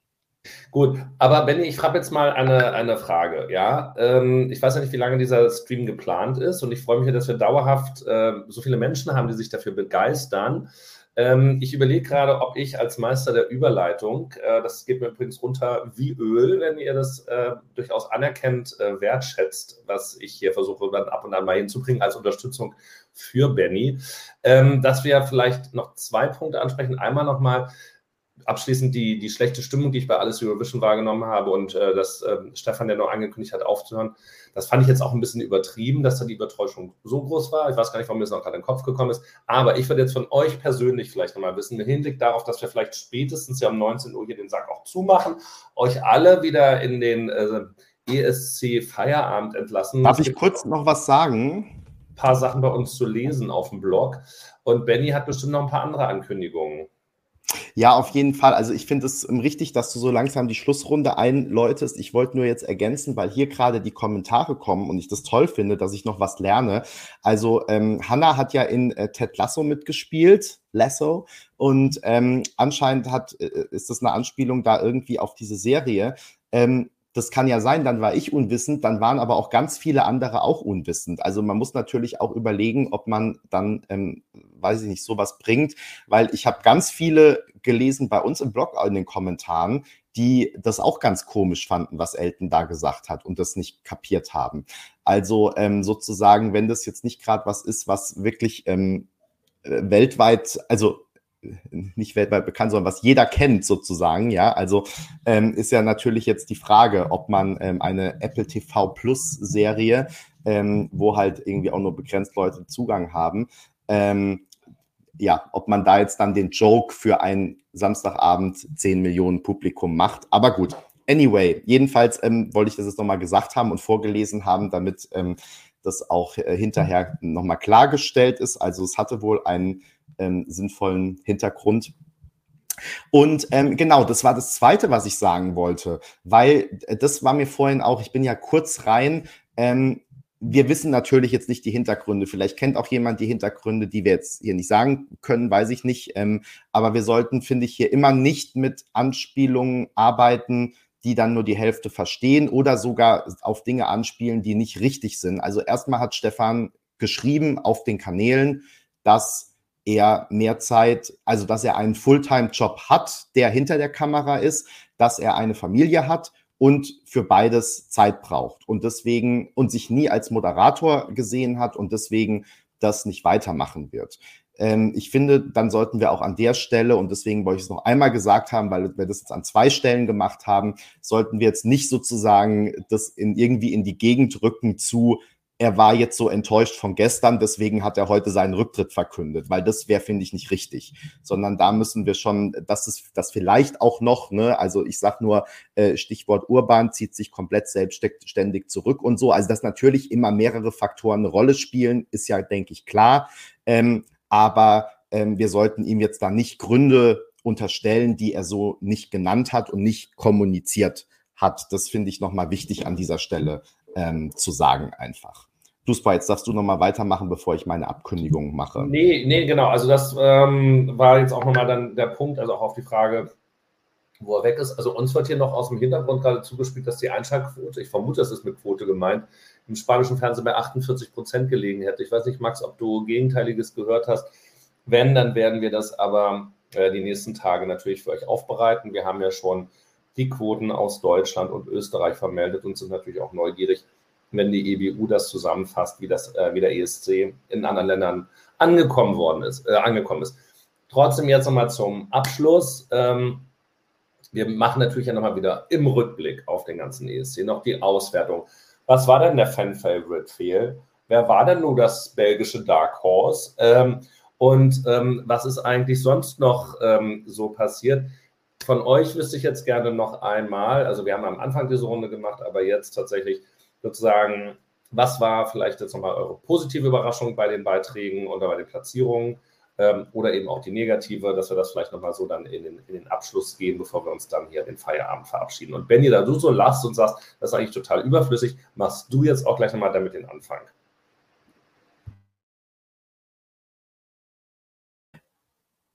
Gut, aber Benni, ich frage jetzt mal eine, eine Frage. Ja? Ähm, ich weiß ja nicht, wie lange dieser Stream geplant ist und ich freue mich ja, dass wir dauerhaft äh, so viele Menschen haben, die sich dafür begeistern. Ähm, ich überlege gerade, ob ich als Meister der Überleitung, äh, das geht mir übrigens runter wie Öl, wenn ihr das äh, durchaus anerkennt, äh, wertschätzt, was ich hier versuche dann ab und an mal hinzubringen als Unterstützung für Benni, ähm, dass wir vielleicht noch zwei Punkte ansprechen. Einmal nochmal, abschließend die, die schlechte Stimmung, die ich bei Alles Eurovision wahrgenommen habe und äh, dass äh, Stefan ja noch angekündigt hat, aufzuhören, das fand ich jetzt auch ein bisschen übertrieben, dass da die Übertäuschung so groß war. Ich weiß gar nicht, warum mir das noch gerade in den Kopf gekommen ist. Aber ich würde jetzt von euch persönlich vielleicht nochmal wissen, im Hinblick darauf, dass wir vielleicht spätestens ja um neunzehn Uhr hier den Sack auch zumachen, euch alle wieder in den äh, E S C-Feierabend entlassen. Darf ich kurz noch was sagen? Ein paar Sachen bei uns zu lesen auf dem Blog. Und Benni hat bestimmt noch ein paar andere Ankündigungen. Ja, auf jeden Fall. Also ich finde es richtig, dass du so langsam die Schlussrunde einläutest. Ich wollte nur jetzt ergänzen, weil hier gerade die Kommentare kommen und ich das toll finde, dass ich noch was lerne. Also ähm, Hannah hat ja in äh, Ted Lasso mitgespielt, Lasso, und ähm, anscheinend hat, äh, ist das eine Anspielung da irgendwie auf diese Serie. Ähm, Das kann ja sein, dann war ich unwissend, dann waren aber auch ganz viele andere auch unwissend. Also man muss natürlich auch überlegen, ob man dann, ähm, weiß ich nicht, sowas bringt, weil ich habe ganz viele gelesen bei uns im Blog in den Kommentaren, die das auch ganz komisch fanden, was Elton da gesagt hat und das nicht kapiert haben. Also ähm, sozusagen, wenn das jetzt nicht gerade was ist, was wirklich ähm, weltweit, also nicht weltweit bekannt, sondern was jeder kennt sozusagen, ja, also ähm, ist ja natürlich jetzt die Frage, ob man ähm, eine Apple T V Plus Serie, ähm, wo halt irgendwie auch nur begrenzt Leute Zugang haben, ähm, ja, ob man da jetzt dann den Joke für ein Samstagabend zehn Millionen Publikum macht, aber gut, anyway, jedenfalls ähm, wollte ich das jetzt nochmal gesagt haben und vorgelesen haben, damit ähm, das auch äh, hinterher nochmal klargestellt ist, also es hatte wohl einen Ähm, sinnvollen Hintergrund. Und ähm, genau, das war das Zweite, was ich sagen wollte, weil äh, das war mir vorhin auch, ich bin ja kurz rein, ähm, wir wissen natürlich jetzt nicht die Hintergründe, vielleicht kennt auch jemand die Hintergründe, die wir jetzt hier nicht sagen können, weiß ich nicht, ähm, aber wir sollten, finde ich, hier immer nicht mit Anspielungen arbeiten, die dann nur die Hälfte verstehen oder sogar auf Dinge anspielen, die nicht richtig sind. Also erstmal hat Stefan geschrieben auf den Kanälen, dass er mehr Zeit, also dass er einen Fulltime-Job hat, der hinter der Kamera ist, dass er eine Familie hat und für beides Zeit braucht und deswegen und sich nie als Moderator gesehen hat und deswegen das nicht weitermachen wird. Ähm, ich finde, dann sollten wir auch an der Stelle, und deswegen wollte ich es noch einmal gesagt haben, weil wir das jetzt an zwei Stellen gemacht haben, sollten wir jetzt nicht sozusagen das in, irgendwie in die Gegend rücken zu, er war jetzt so enttäuscht von gestern, deswegen hat er heute seinen Rücktritt verkündet, weil das wäre, finde ich, nicht richtig, sondern da müssen wir schon, das ist das vielleicht auch noch, ne, also ich sag nur, äh, Stichwort Urban zieht sich komplett selbstständig zurück und so, also dass natürlich immer mehrere Faktoren eine Rolle spielen, ist ja, denke ich, klar, ähm, aber ähm, wir sollten ihm jetzt da nicht Gründe unterstellen, die er so nicht genannt hat und nicht kommuniziert hat. Das finde ich nochmal wichtig an dieser Stelle ähm, zu sagen einfach. Duspa, jetzt darfst du nochmal weitermachen, bevor ich meine Abkündigung mache. Nee, nee, genau. Also das ähm, war jetzt auch nochmal dann der Punkt, also auch auf die Frage, wo er weg ist. Also uns wird hier noch aus dem Hintergrund gerade zugespielt, dass die Einschaltquote, ich vermute, das ist mit Quote gemeint, im spanischen Fernsehen bei achtundvierzig Prozent gelegen hätte. Ich weiß nicht, Max, ob du Gegenteiliges gehört hast. Wenn, dann werden wir das aber äh, die nächsten Tage natürlich für euch aufbereiten. Wir haben ja schon die Quoten aus Deutschland und Österreich vermeldet und sind natürlich auch neugierig, wenn die E B U das zusammenfasst, wie, das, äh, wie der E S C in anderen Ländern angekommen worden ist, äh, angekommen ist. Trotzdem jetzt nochmal zum Abschluss. Ähm, wir machen natürlich ja nochmal wieder im Rückblick auf den ganzen E S C noch die Auswertung. Was war denn der Fan-Favorite Fehl? Wer war denn nur das belgische Dark Horse? Ähm, und ähm, was ist eigentlich sonst noch ähm, so passiert? Von euch wüsste ich jetzt gerne noch einmal, also wir haben am Anfang diese Runde gemacht, aber jetzt tatsächlich sozusagen, was war vielleicht jetzt nochmal eure positive Überraschung bei den Beiträgen oder bei den Platzierungen ähm, oder eben auch die negative, dass wir das vielleicht nochmal so dann in den, in den Abschluss gehen, bevor wir uns dann hier den Feierabend verabschieden. Und Benni, da du so lachst und sagst, das ist eigentlich total überflüssig, machst du jetzt auch gleich nochmal damit den Anfang.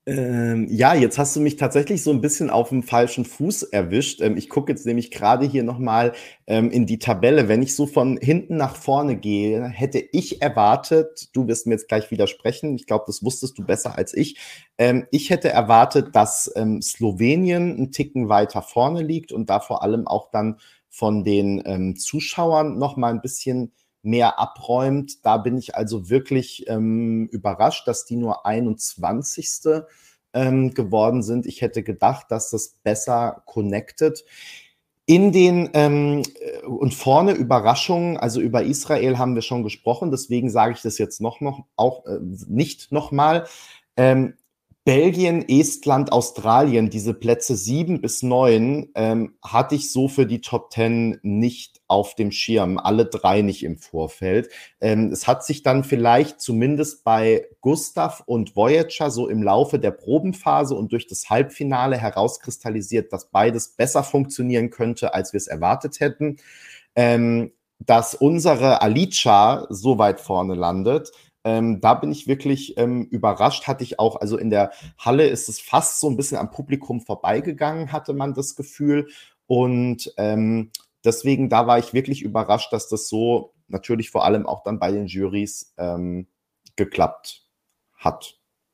Ähm, ja, jetzt hast du mich tatsächlich so ein bisschen auf dem falschen Fuß erwischt. Ähm, ich gucke jetzt nämlich gerade hier nochmal ähm, in die Tabelle. Wenn ich so von hinten nach vorne gehe, hätte ich erwartet, du wirst mir jetzt gleich widersprechen, ich glaube, das wusstest du besser als ich, ähm, ich hätte erwartet, dass ähm, Slowenien einen Ticken weiter vorne liegt und da vor allem auch dann von den ähm, Zuschauern nochmal ein bisschen mehr abräumt. Da bin ich also wirklich ähm, überrascht, dass die nur einundzwanzigste Ähm, geworden sind. Ich hätte gedacht, dass das besser connected. In den ähm, und vorne Überraschungen, also über Israel haben wir schon gesprochen, deswegen sage ich das jetzt noch, noch auch äh, nicht nochmal. Ähm, Belgien, Estland, Australien, diese Plätze sieben bis neun, ähm, hatte ich so für die Top zehn nicht auf dem Schirm, alle drei nicht im Vorfeld. Ähm, es hat sich dann vielleicht zumindest bei Gustav und Voyager so im Laufe der Probenphase und durch das Halbfinale herauskristallisiert, dass beides besser funktionieren könnte, als wir es erwartet hätten. Ähm, dass unsere Alicia so weit vorne landet, Ähm, da bin ich wirklich ähm, überrascht, hatte ich auch, also in der Halle ist es fast so ein bisschen am Publikum vorbeigegangen, hatte man das Gefühl. Und ähm, deswegen, da war ich wirklich überrascht, dass das so natürlich vor allem auch dann bei den Jurys ähm, geklappt hat.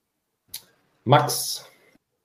Max.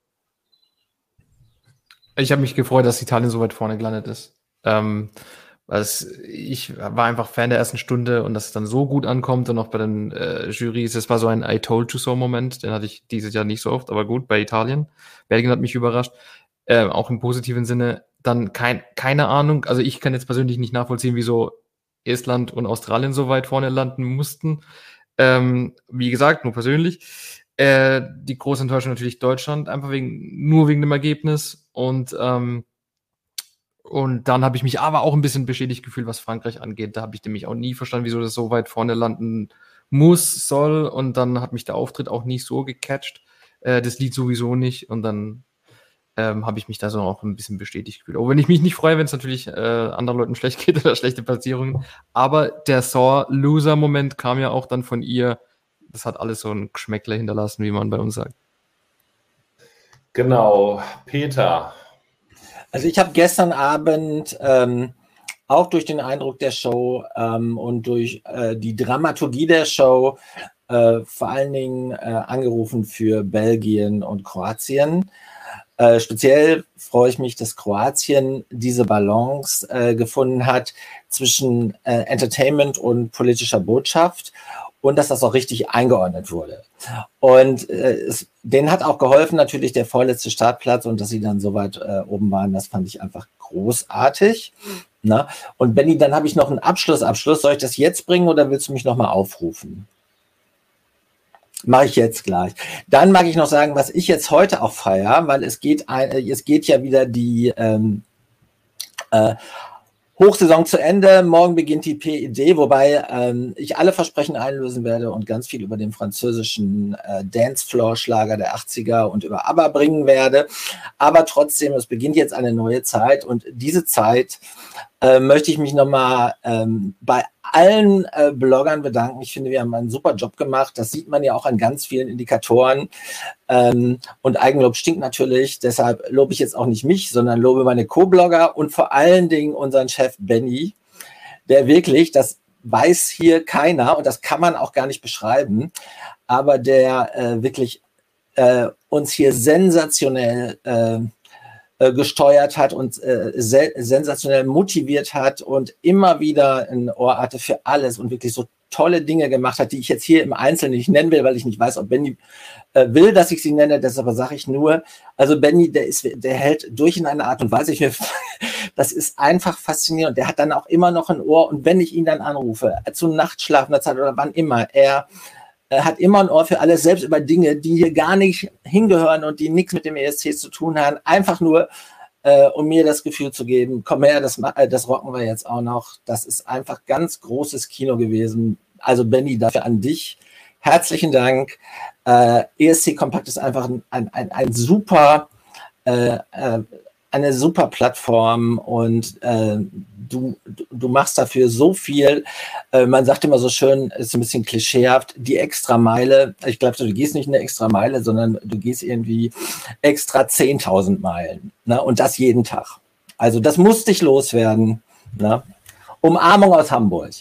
Ich habe mich gefreut, dass Italien so weit vorne gelandet ist. Ähm, Also ich war einfach Fan der ersten Stunde und dass es dann so gut ankommt und auch bei den äh, Jurys, es war so ein I told you so Moment, den hatte ich dieses Jahr nicht so oft, aber gut, bei Italien. Belgien hat mich überrascht, äh, auch im positiven Sinne. Dann kein, keine Ahnung, also ich kann jetzt persönlich nicht nachvollziehen, wieso Estland und Australien so weit vorne landen mussten. Ähm, wie gesagt, nur persönlich. Äh, die große Enttäuschung natürlich Deutschland, einfach wegen, nur wegen dem Ergebnis und ähm, Und dann habe ich mich aber auch ein bisschen beschädigt gefühlt, was Frankreich angeht. Da habe ich nämlich auch nie verstanden, wieso das so weit vorne landen muss, soll. Und dann hat mich der Auftritt auch nicht so gecatcht. Äh, das Lied sowieso nicht. Und dann ähm, habe ich mich da so auch ein bisschen bestätigt gefühlt. Auch wenn ich mich nicht freue, wenn es natürlich äh, anderen Leuten schlecht geht oder schlechte Platzierungen. Aber der Saw-Loser-Moment kam ja auch dann von ihr. Das hat alles so ein Geschmäckle hinterlassen, wie man bei uns sagt. Genau, Peter. Also ich habe gestern Abend ähm, auch durch den Eindruck der Show ähm, und durch äh, die Dramaturgie der Show äh, vor allen Dingen äh, angerufen für Belgien und Kroatien. Äh, speziell freue ich mich, dass Kroatien diese Balance äh, gefunden hat zwischen äh, Entertainment und politischer Botschaft und dass das auch richtig eingeordnet wurde. Und äh, es, denen hat auch geholfen natürlich der vorletzte Startplatz und dass sie dann so weit äh, oben waren, das fand ich einfach großartig. Na? Und Benni, dann habe ich noch einen Abschlussabschluss. Soll ich das jetzt bringen oder willst du mich nochmal aufrufen? Mache ich jetzt gleich. Dann mag ich noch sagen, was ich jetzt heute auch feiere, weil es geht, ein, es geht ja wieder die ähm, äh, Hochsaison zu Ende, morgen beginnt die P E D, wobei ähm, ich alle Versprechen einlösen werde und ganz viel über den französischen äh, Dancefloor-Schlager der achtziger und über ABBA bringen werde. Aber trotzdem, es beginnt jetzt eine neue Zeit und diese Zeit äh, möchte ich mich nochmal ähm, bei allen äh, Bloggern bedanken. Ich finde, wir haben einen super Job gemacht. Das sieht man ja auch an ganz vielen Indikatoren. Ähm, und Eigenlob stinkt natürlich. Deshalb lobe ich jetzt auch nicht mich, sondern lobe meine Co-Blogger und vor allen Dingen unseren Chef Benni, der wirklich, das weiß hier keiner und das kann man auch gar nicht beschreiben, aber der äh, wirklich äh, uns hier sensationell äh, gesteuert hat und äh, se- sensationell motiviert hat und immer wieder ein Ohr hatte für alles und wirklich so tolle Dinge gemacht hat, die ich jetzt hier im Einzelnen nicht nennen will, weil ich nicht weiß, ob Benni äh, will, dass ich sie nenne, deshalb sage ich nur, also Benni, der ist, der hält durch in einer Art und Weise, ich mir, das ist einfach faszinierend. Der hat dann auch immer noch ein Ohr und wenn ich ihn dann anrufe, zu nachtschlafender Zeit oder wann immer, er Er hat immer ein Ohr für alles, selbst über Dinge, die hier gar nicht hingehören und die nichts mit dem E S C zu tun haben. Einfach nur, äh, um mir das Gefühl zu geben, komm her, das, äh, das rocken wir jetzt auch noch. Das ist einfach ganz großes Kino gewesen. Also Benni, dafür an dich. Herzlichen Dank. Äh, E S C Kompakt ist einfach ein, ein, ein, ein super äh, äh, eine super Plattform und äh, du, du machst dafür so viel. Äh, man sagt immer so schön, ist ein bisschen klischeehaft, die extra Meile. Ich glaube, du gehst nicht eine extra Meile, sondern du gehst irgendwie extra zehntausend Meilen. Ne? Und das jeden Tag. Also das muss dich loswerden. Ne? Umarmung aus Hamburg.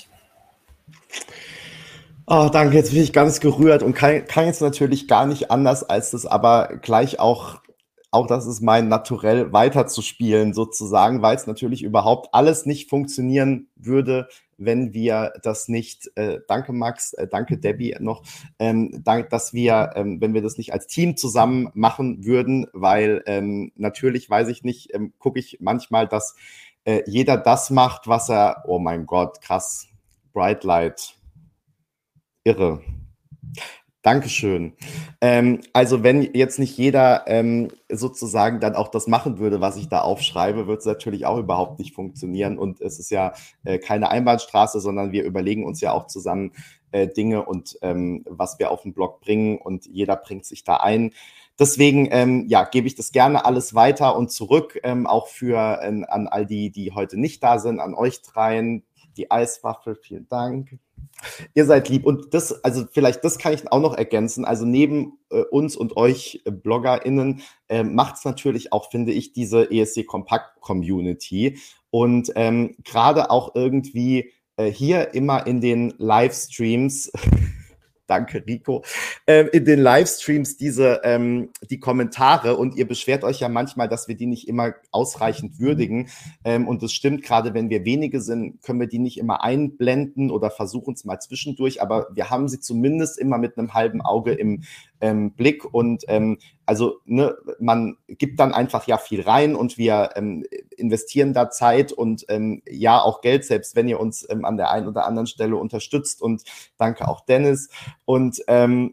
Oh, danke, jetzt bin ich ganz gerührt und kann, kann jetzt natürlich gar nicht anders, als das aber gleich auch, auch das ist mein Naturell, weiterzuspielen sozusagen, weil es natürlich überhaupt alles nicht funktionieren würde, wenn wir das nicht, äh, danke Max, äh, danke Debbie noch, ähm, dank, dass wir, ähm, wenn wir das nicht als Team zusammen machen würden, weil ähm, natürlich, weiß ich nicht, ähm, gucke ich manchmal, dass äh, jeder das macht, was er, oh mein Gott, krass, Bright Light, irre. Dankeschön. Ähm, also wenn jetzt nicht jeder ähm, sozusagen dann auch das machen würde, was ich da aufschreibe, wird es natürlich auch überhaupt nicht funktionieren. Und es ist ja äh, keine Einbahnstraße, sondern wir überlegen uns ja auch zusammen äh, Dinge und ähm, was wir auf den Blog bringen und jeder bringt sich da ein. Deswegen ähm, ja, gebe ich das gerne alles weiter und zurück, ähm, auch für äh, an all die, die heute nicht da sind, an euch dreien. Die Eiswaffel, vielen Dank. Ihr seid lieb. Und das, also vielleicht das kann ich auch noch ergänzen. Also neben äh, uns und euch äh, BloggerInnen äh, macht es natürlich auch, finde ich, diese E S C Kompakt Community. Und ähm, gerade auch irgendwie äh, hier immer in den Livestreams, danke Rico, äh, in den Livestreams diese ähm, die Kommentare und ihr beschwert euch ja manchmal, dass wir die nicht immer ausreichend würdigen ähm, und das stimmt, gerade wenn wir wenige sind, können wir die nicht immer einblenden oder versuchen es mal zwischendurch, aber wir haben sie zumindest immer mit einem halben Auge im ähm, Blick und ähm, also ne, man gibt dann einfach ja viel rein und wir ähm, investieren da Zeit und ähm, ja auch Geld, selbst wenn ihr uns ähm, an der einen oder anderen Stelle unterstützt und danke auch Dennis und ähm,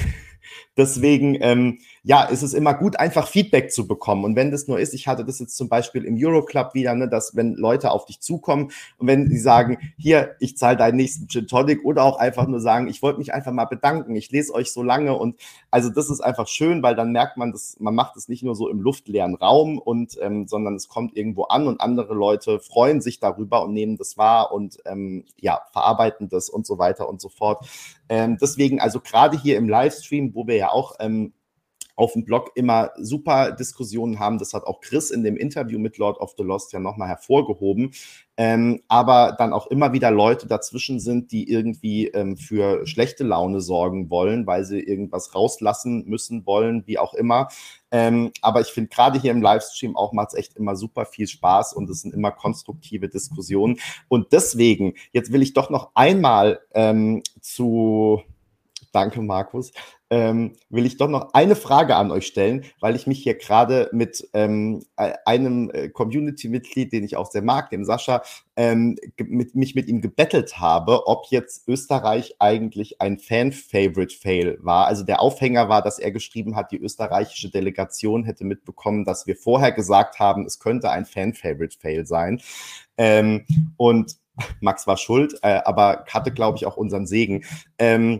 deswegen, ähm, ja, ist es immer gut, einfach Feedback zu bekommen. Und wenn das nur ist, ich hatte das jetzt zum Beispiel im Euroclub wieder, ne, dass wenn Leute auf dich zukommen und wenn sie sagen, hier, ich zahle deinen nächsten Gin Tonic oder auch einfach nur sagen, ich wollte mich einfach mal bedanken, ich lese euch so lange und also das ist einfach schön, weil dann merkt man, dass man macht es nicht nur so im luftleeren Raum und ähm, sondern es kommt irgendwo an und andere Leute freuen sich darüber und nehmen das wahr und ähm, ja, verarbeiten das und so weiter und so fort. Ähm, deswegen also gerade hier im Livestream, wo wir ja auch ähm, auf dem Blog immer super Diskussionen haben. Das hat auch Chris in dem Interview mit Lord of the Lost ja nochmal hervorgehoben. Ähm, aber dann auch immer wieder Leute dazwischen sind, die irgendwie ähm, für schlechte Laune sorgen wollen, weil sie irgendwas rauslassen müssen wollen, wie auch immer. Ähm, aber ich finde gerade hier im Livestream auch macht es echt immer super viel Spaß und es sind immer konstruktive Diskussionen. Und deswegen, jetzt will ich doch noch einmal ähm, zu... Danke, Markus. Ähm, will ich doch noch eine Frage an euch stellen, weil ich mich hier gerade mit ähm, einem Community-Mitglied, den ich auch sehr mag, dem Sascha, ähm, mit, mich mit ihm gebettelt habe, ob jetzt Österreich eigentlich ein Fan-Favorite-Fail war. Also der Aufhänger war, dass er geschrieben hat, die österreichische Delegation hätte mitbekommen, dass wir vorher gesagt haben, es könnte ein Fan-Favorite-Fail sein. Ähm, und Max war schuld, äh, aber hatte, glaube ich, auch unseren Segen. Ähm,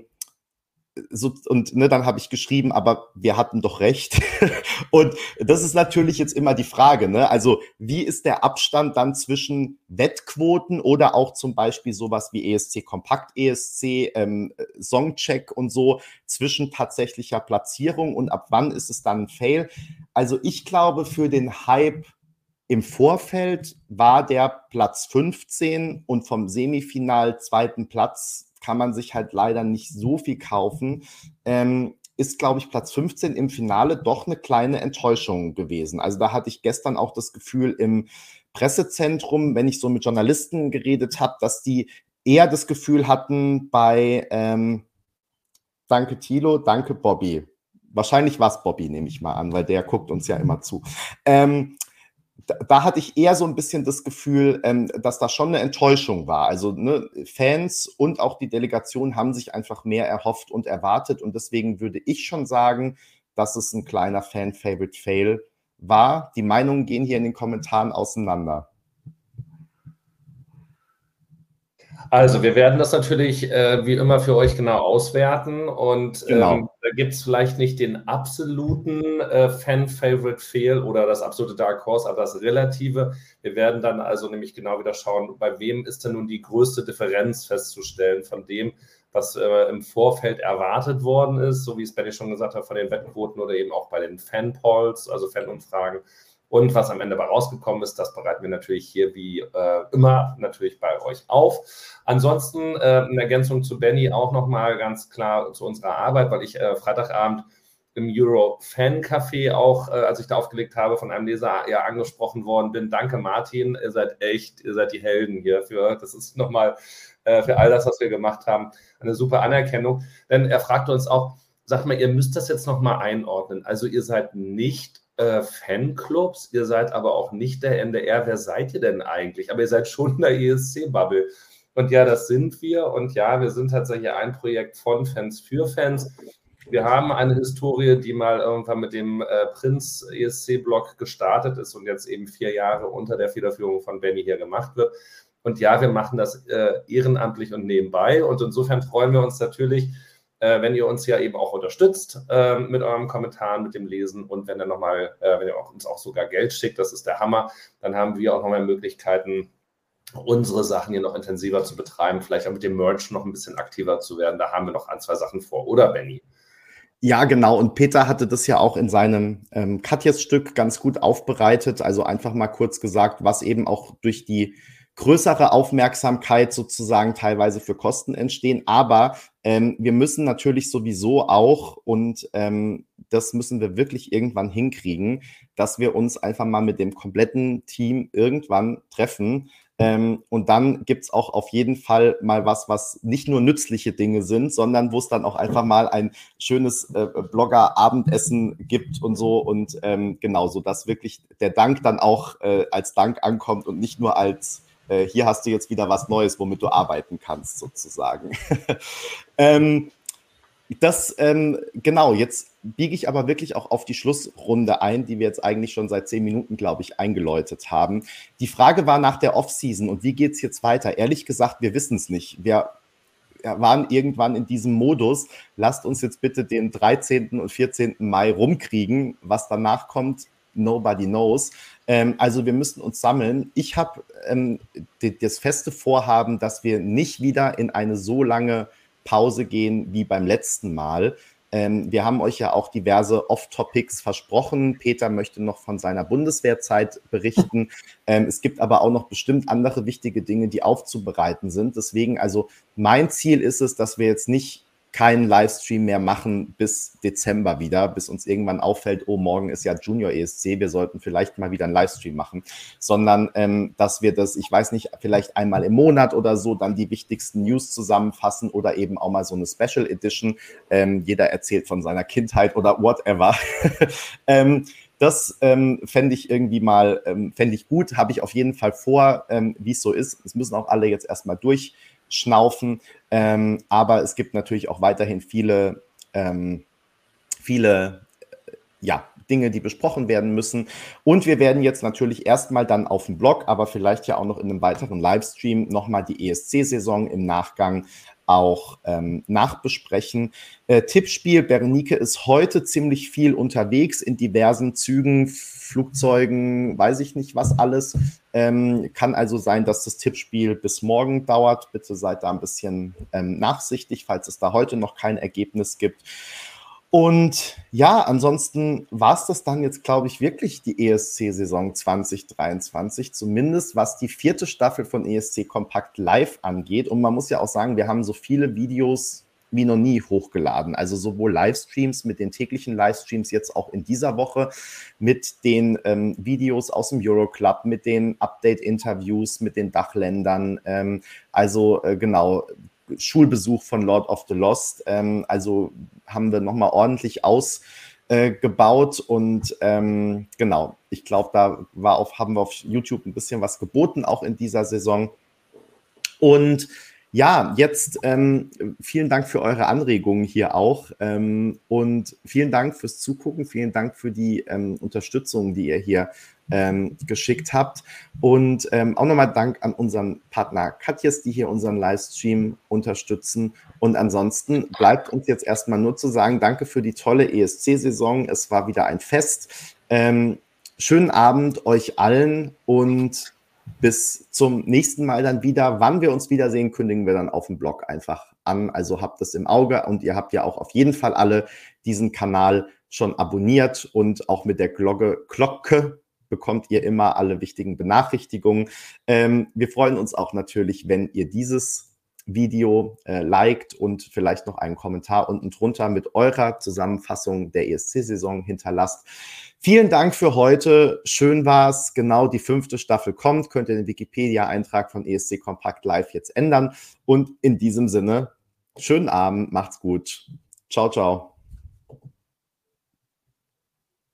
So, und ne, dann habe ich geschrieben, aber wir hatten doch recht. Und das ist natürlich jetzt immer die Frage, ne? Also wie ist der Abstand dann zwischen Wettquoten oder auch zum Beispiel sowas wie E S C Kompakt E S C, ähm, Songcheck und so zwischen tatsächlicher Platzierung und ab wann ist es dann ein Fail? Also ich glaube, für den Hype im Vorfeld war der Platz fünfzehn und vom Semifinal zweiten Platz kann man sich halt leider nicht so viel kaufen, ähm, ist, glaube ich, Platz fünfzehn im Finale doch eine kleine Enttäuschung gewesen. Also da hatte ich gestern auch das Gefühl im Pressezentrum, wenn ich so mit Journalisten geredet habe, dass die eher das Gefühl hatten bei ähm, danke Thilo, danke Bobby. Wahrscheinlich war es Bobby, nehme ich mal an, weil der guckt uns ja immer zu. Ähm, Da, da hatte ich eher so ein bisschen das Gefühl, ähm, dass da schon eine Enttäuschung war. Also ne, Fans und auch die Delegation haben sich einfach mehr erhofft und erwartet. Und deswegen würde ich schon sagen, dass es ein kleiner Fan-Favorite-Fail war. Die Meinungen gehen hier in den Kommentaren auseinander. Also, wir werden das natürlich äh, wie immer für euch genau auswerten und Genau. ähm, da gibt es vielleicht nicht den absoluten äh, Fan-Favorite-Fail oder das absolute Dark Horse, aber das Relative. Wir werden dann also nämlich genau wieder schauen, bei wem ist denn nun die größte Differenz festzustellen von dem, was äh, im Vorfeld erwartet worden ist, so wie es Benny schon gesagt hat, von den Wettquoten oder eben auch bei den Fan-Polls, also Fanumfragen. Und was am Ende dabei rausgekommen ist, das bereiten wir natürlich hier wie äh, immer natürlich bei euch auf. Ansonsten äh, in Ergänzung zu Benny auch nochmal ganz klar zu unserer Arbeit, weil ich äh, Freitagabend im Euro-Fan-Café auch, äh, als ich da aufgelegt habe, von einem Leser ja angesprochen worden bin. Danke Martin, ihr seid echt, ihr seid die Helden hier für, das ist nochmal äh, für all das, was wir gemacht haben, eine super Anerkennung. Denn er fragte uns auch, sagt mal, ihr müsst das jetzt nochmal einordnen. Also ihr seid nicht Äh, Fanclubs, ihr seid aber auch nicht der N D R. Wer seid ihr denn eigentlich? Aber ihr seid schon in der E S C-Bubble. Und ja, das sind wir. Und ja, wir sind tatsächlich ein Projekt von Fans für Fans. Wir haben eine Historie, die mal irgendwann mit dem äh, Prinz-E S C-Blog gestartet ist und jetzt eben vier Jahre unter der Federführung von Benny hier gemacht wird. Und ja, wir machen das äh, ehrenamtlich und nebenbei. Und insofern freuen wir uns natürlich, Äh, wenn ihr uns ja eben auch unterstützt äh, mit euren Kommentaren, mit dem Lesen und wenn ihr nochmal, äh, wenn ihr auch, uns auch sogar Geld schickt, das ist der Hammer, dann haben wir auch nochmal Möglichkeiten, unsere Sachen hier noch intensiver zu betreiben, vielleicht auch mit dem Merch noch ein bisschen aktiver zu werden. Da haben wir noch ein, zwei Sachen vor, oder Benny? Ja, genau. Und Peter hatte das ja auch in seinem ähm, Katjes-Stück ganz gut aufbereitet. Also einfach mal kurz gesagt, was eben auch durch die größere Aufmerksamkeit sozusagen teilweise für Kosten entstehen. Aber ähm, wir müssen natürlich sowieso auch, und ähm, das müssen wir wirklich irgendwann hinkriegen, dass wir uns einfach mal mit dem kompletten Team irgendwann treffen. Ähm, und dann gibt's auch auf jeden Fall mal was, was nicht nur nützliche Dinge sind, sondern wo es dann auch einfach mal ein schönes äh, Blogger-Abendessen gibt und so. Und ähm, genau, so dass wirklich der Dank dann auch äh, als Dank ankommt und nicht nur als äh, hier hast du jetzt wieder was Neues, womit du arbeiten kannst, sozusagen. ähm, Das, ähm, genau, jetzt biege ich aber wirklich auch auf die Schlussrunde ein, die wir jetzt eigentlich schon seit zehn Minuten, glaube ich, eingeläutet haben. Die Frage war nach der Offseason und wie geht es jetzt weiter? Ehrlich gesagt, wir wissen es nicht. Wir waren irgendwann in diesem Modus, lasst uns jetzt bitte den dreizehnten und vierzehnten Mai rumkriegen. Was danach kommt, nobody knows. Ähm, also wir müssen uns sammeln. Ich habe ähm, das feste Vorhaben, dass wir nicht wieder in eine so lange Pause gehen wie beim letzten Mal. Ähm, wir haben euch ja auch diverse Off-Topics versprochen. Peter möchte noch von seiner Bundeswehrzeit berichten. Ähm, es gibt aber auch noch bestimmt andere wichtige Dinge, die aufzubereiten sind. Deswegen, also mein Ziel ist es, dass wir jetzt nicht keinen Livestream mehr machen bis Dezember wieder, bis uns irgendwann auffällt, oh, morgen ist ja Junior E S C, wir sollten vielleicht mal wieder einen Livestream machen, sondern ähm, dass wir das, ich weiß nicht, vielleicht einmal im Monat oder so dann die wichtigsten News zusammenfassen oder eben auch mal so eine Special Edition, ähm, jeder erzählt von seiner Kindheit oder whatever. ähm, Das ähm, fände ich irgendwie mal, ähm, fände ich gut, habe ich auf jeden Fall vor, ähm, wie es so ist. Es müssen auch alle jetzt erstmal durchschnaufen, ähm, aber es gibt natürlich auch weiterhin viele, ähm, viele, äh, ja, Dinge, die besprochen werden müssen. Und wir werden jetzt natürlich erstmal dann auf dem Blog, aber vielleicht ja auch noch in einem weiteren Livestream nochmal die E S C-Saison im Nachgang auch ähm, nachbesprechen. Äh, Tippspiel, Berenike ist heute ziemlich viel unterwegs in diversen Zügen, Flugzeugen, weiß ich nicht was alles. Ähm, kann also sein, dass das Tippspiel bis morgen dauert. Bitte seid da ein bisschen ähm, nachsichtig, falls es da heute noch kein Ergebnis gibt. Und ja, ansonsten war es das dann jetzt, glaube ich, wirklich die E S C-Saison zwanzig dreiundzwanzig, zumindest was die vierte Staffel von E S C Kompakt Live angeht. Und man muss ja auch sagen, wir haben so viele Videos wie noch nie hochgeladen. Also sowohl Livestreams mit den täglichen Livestreams jetzt auch in dieser Woche, mit den ähm, Videos aus dem Euroclub, mit den Update-Interviews, mit den Dachländern. Ähm, also äh, genau, Schulbesuch von Lord of the Lost. Ähm, also haben wir nochmal ordentlich ausgebaut äh, und ähm, genau, ich glaube, da war auf, haben wir auf YouTube ein bisschen was geboten, auch in dieser Saison. Und Ja, jetzt ähm, vielen Dank für eure Anregungen hier auch ähm, und vielen Dank fürs Zugucken, vielen Dank für die ähm, Unterstützung, die ihr hier ähm, geschickt habt und ähm, auch nochmal Dank an unseren Partner Katjes, die hier unseren Livestream unterstützen und ansonsten bleibt uns jetzt erstmal nur zu sagen, danke für die tolle E S C-Saison, es war wieder ein Fest, ähm, schönen Abend euch allen und bis zum nächsten Mal dann wieder. Wann wir uns wiedersehen, kündigen wir dann auf dem Blog einfach an. Also habt es im Auge und ihr habt ja auch auf jeden Fall alle diesen Kanal schon abonniert und auch mit der Glocke, Glocke bekommt ihr immer alle wichtigen Benachrichtigungen. Ähm, wir freuen uns auch natürlich, wenn ihr dieses Video äh, liked und vielleicht noch einen Kommentar unten drunter mit eurer Zusammenfassung der E S C-Saison hinterlasst. Vielen Dank für heute. Schön war's. Genau, die fünfte Staffel kommt. Könnt ihr den Wikipedia-Eintrag von E S C Kompakt Live jetzt ändern. Und in diesem Sinne, schönen Abend, macht's gut. Ciao, ciao.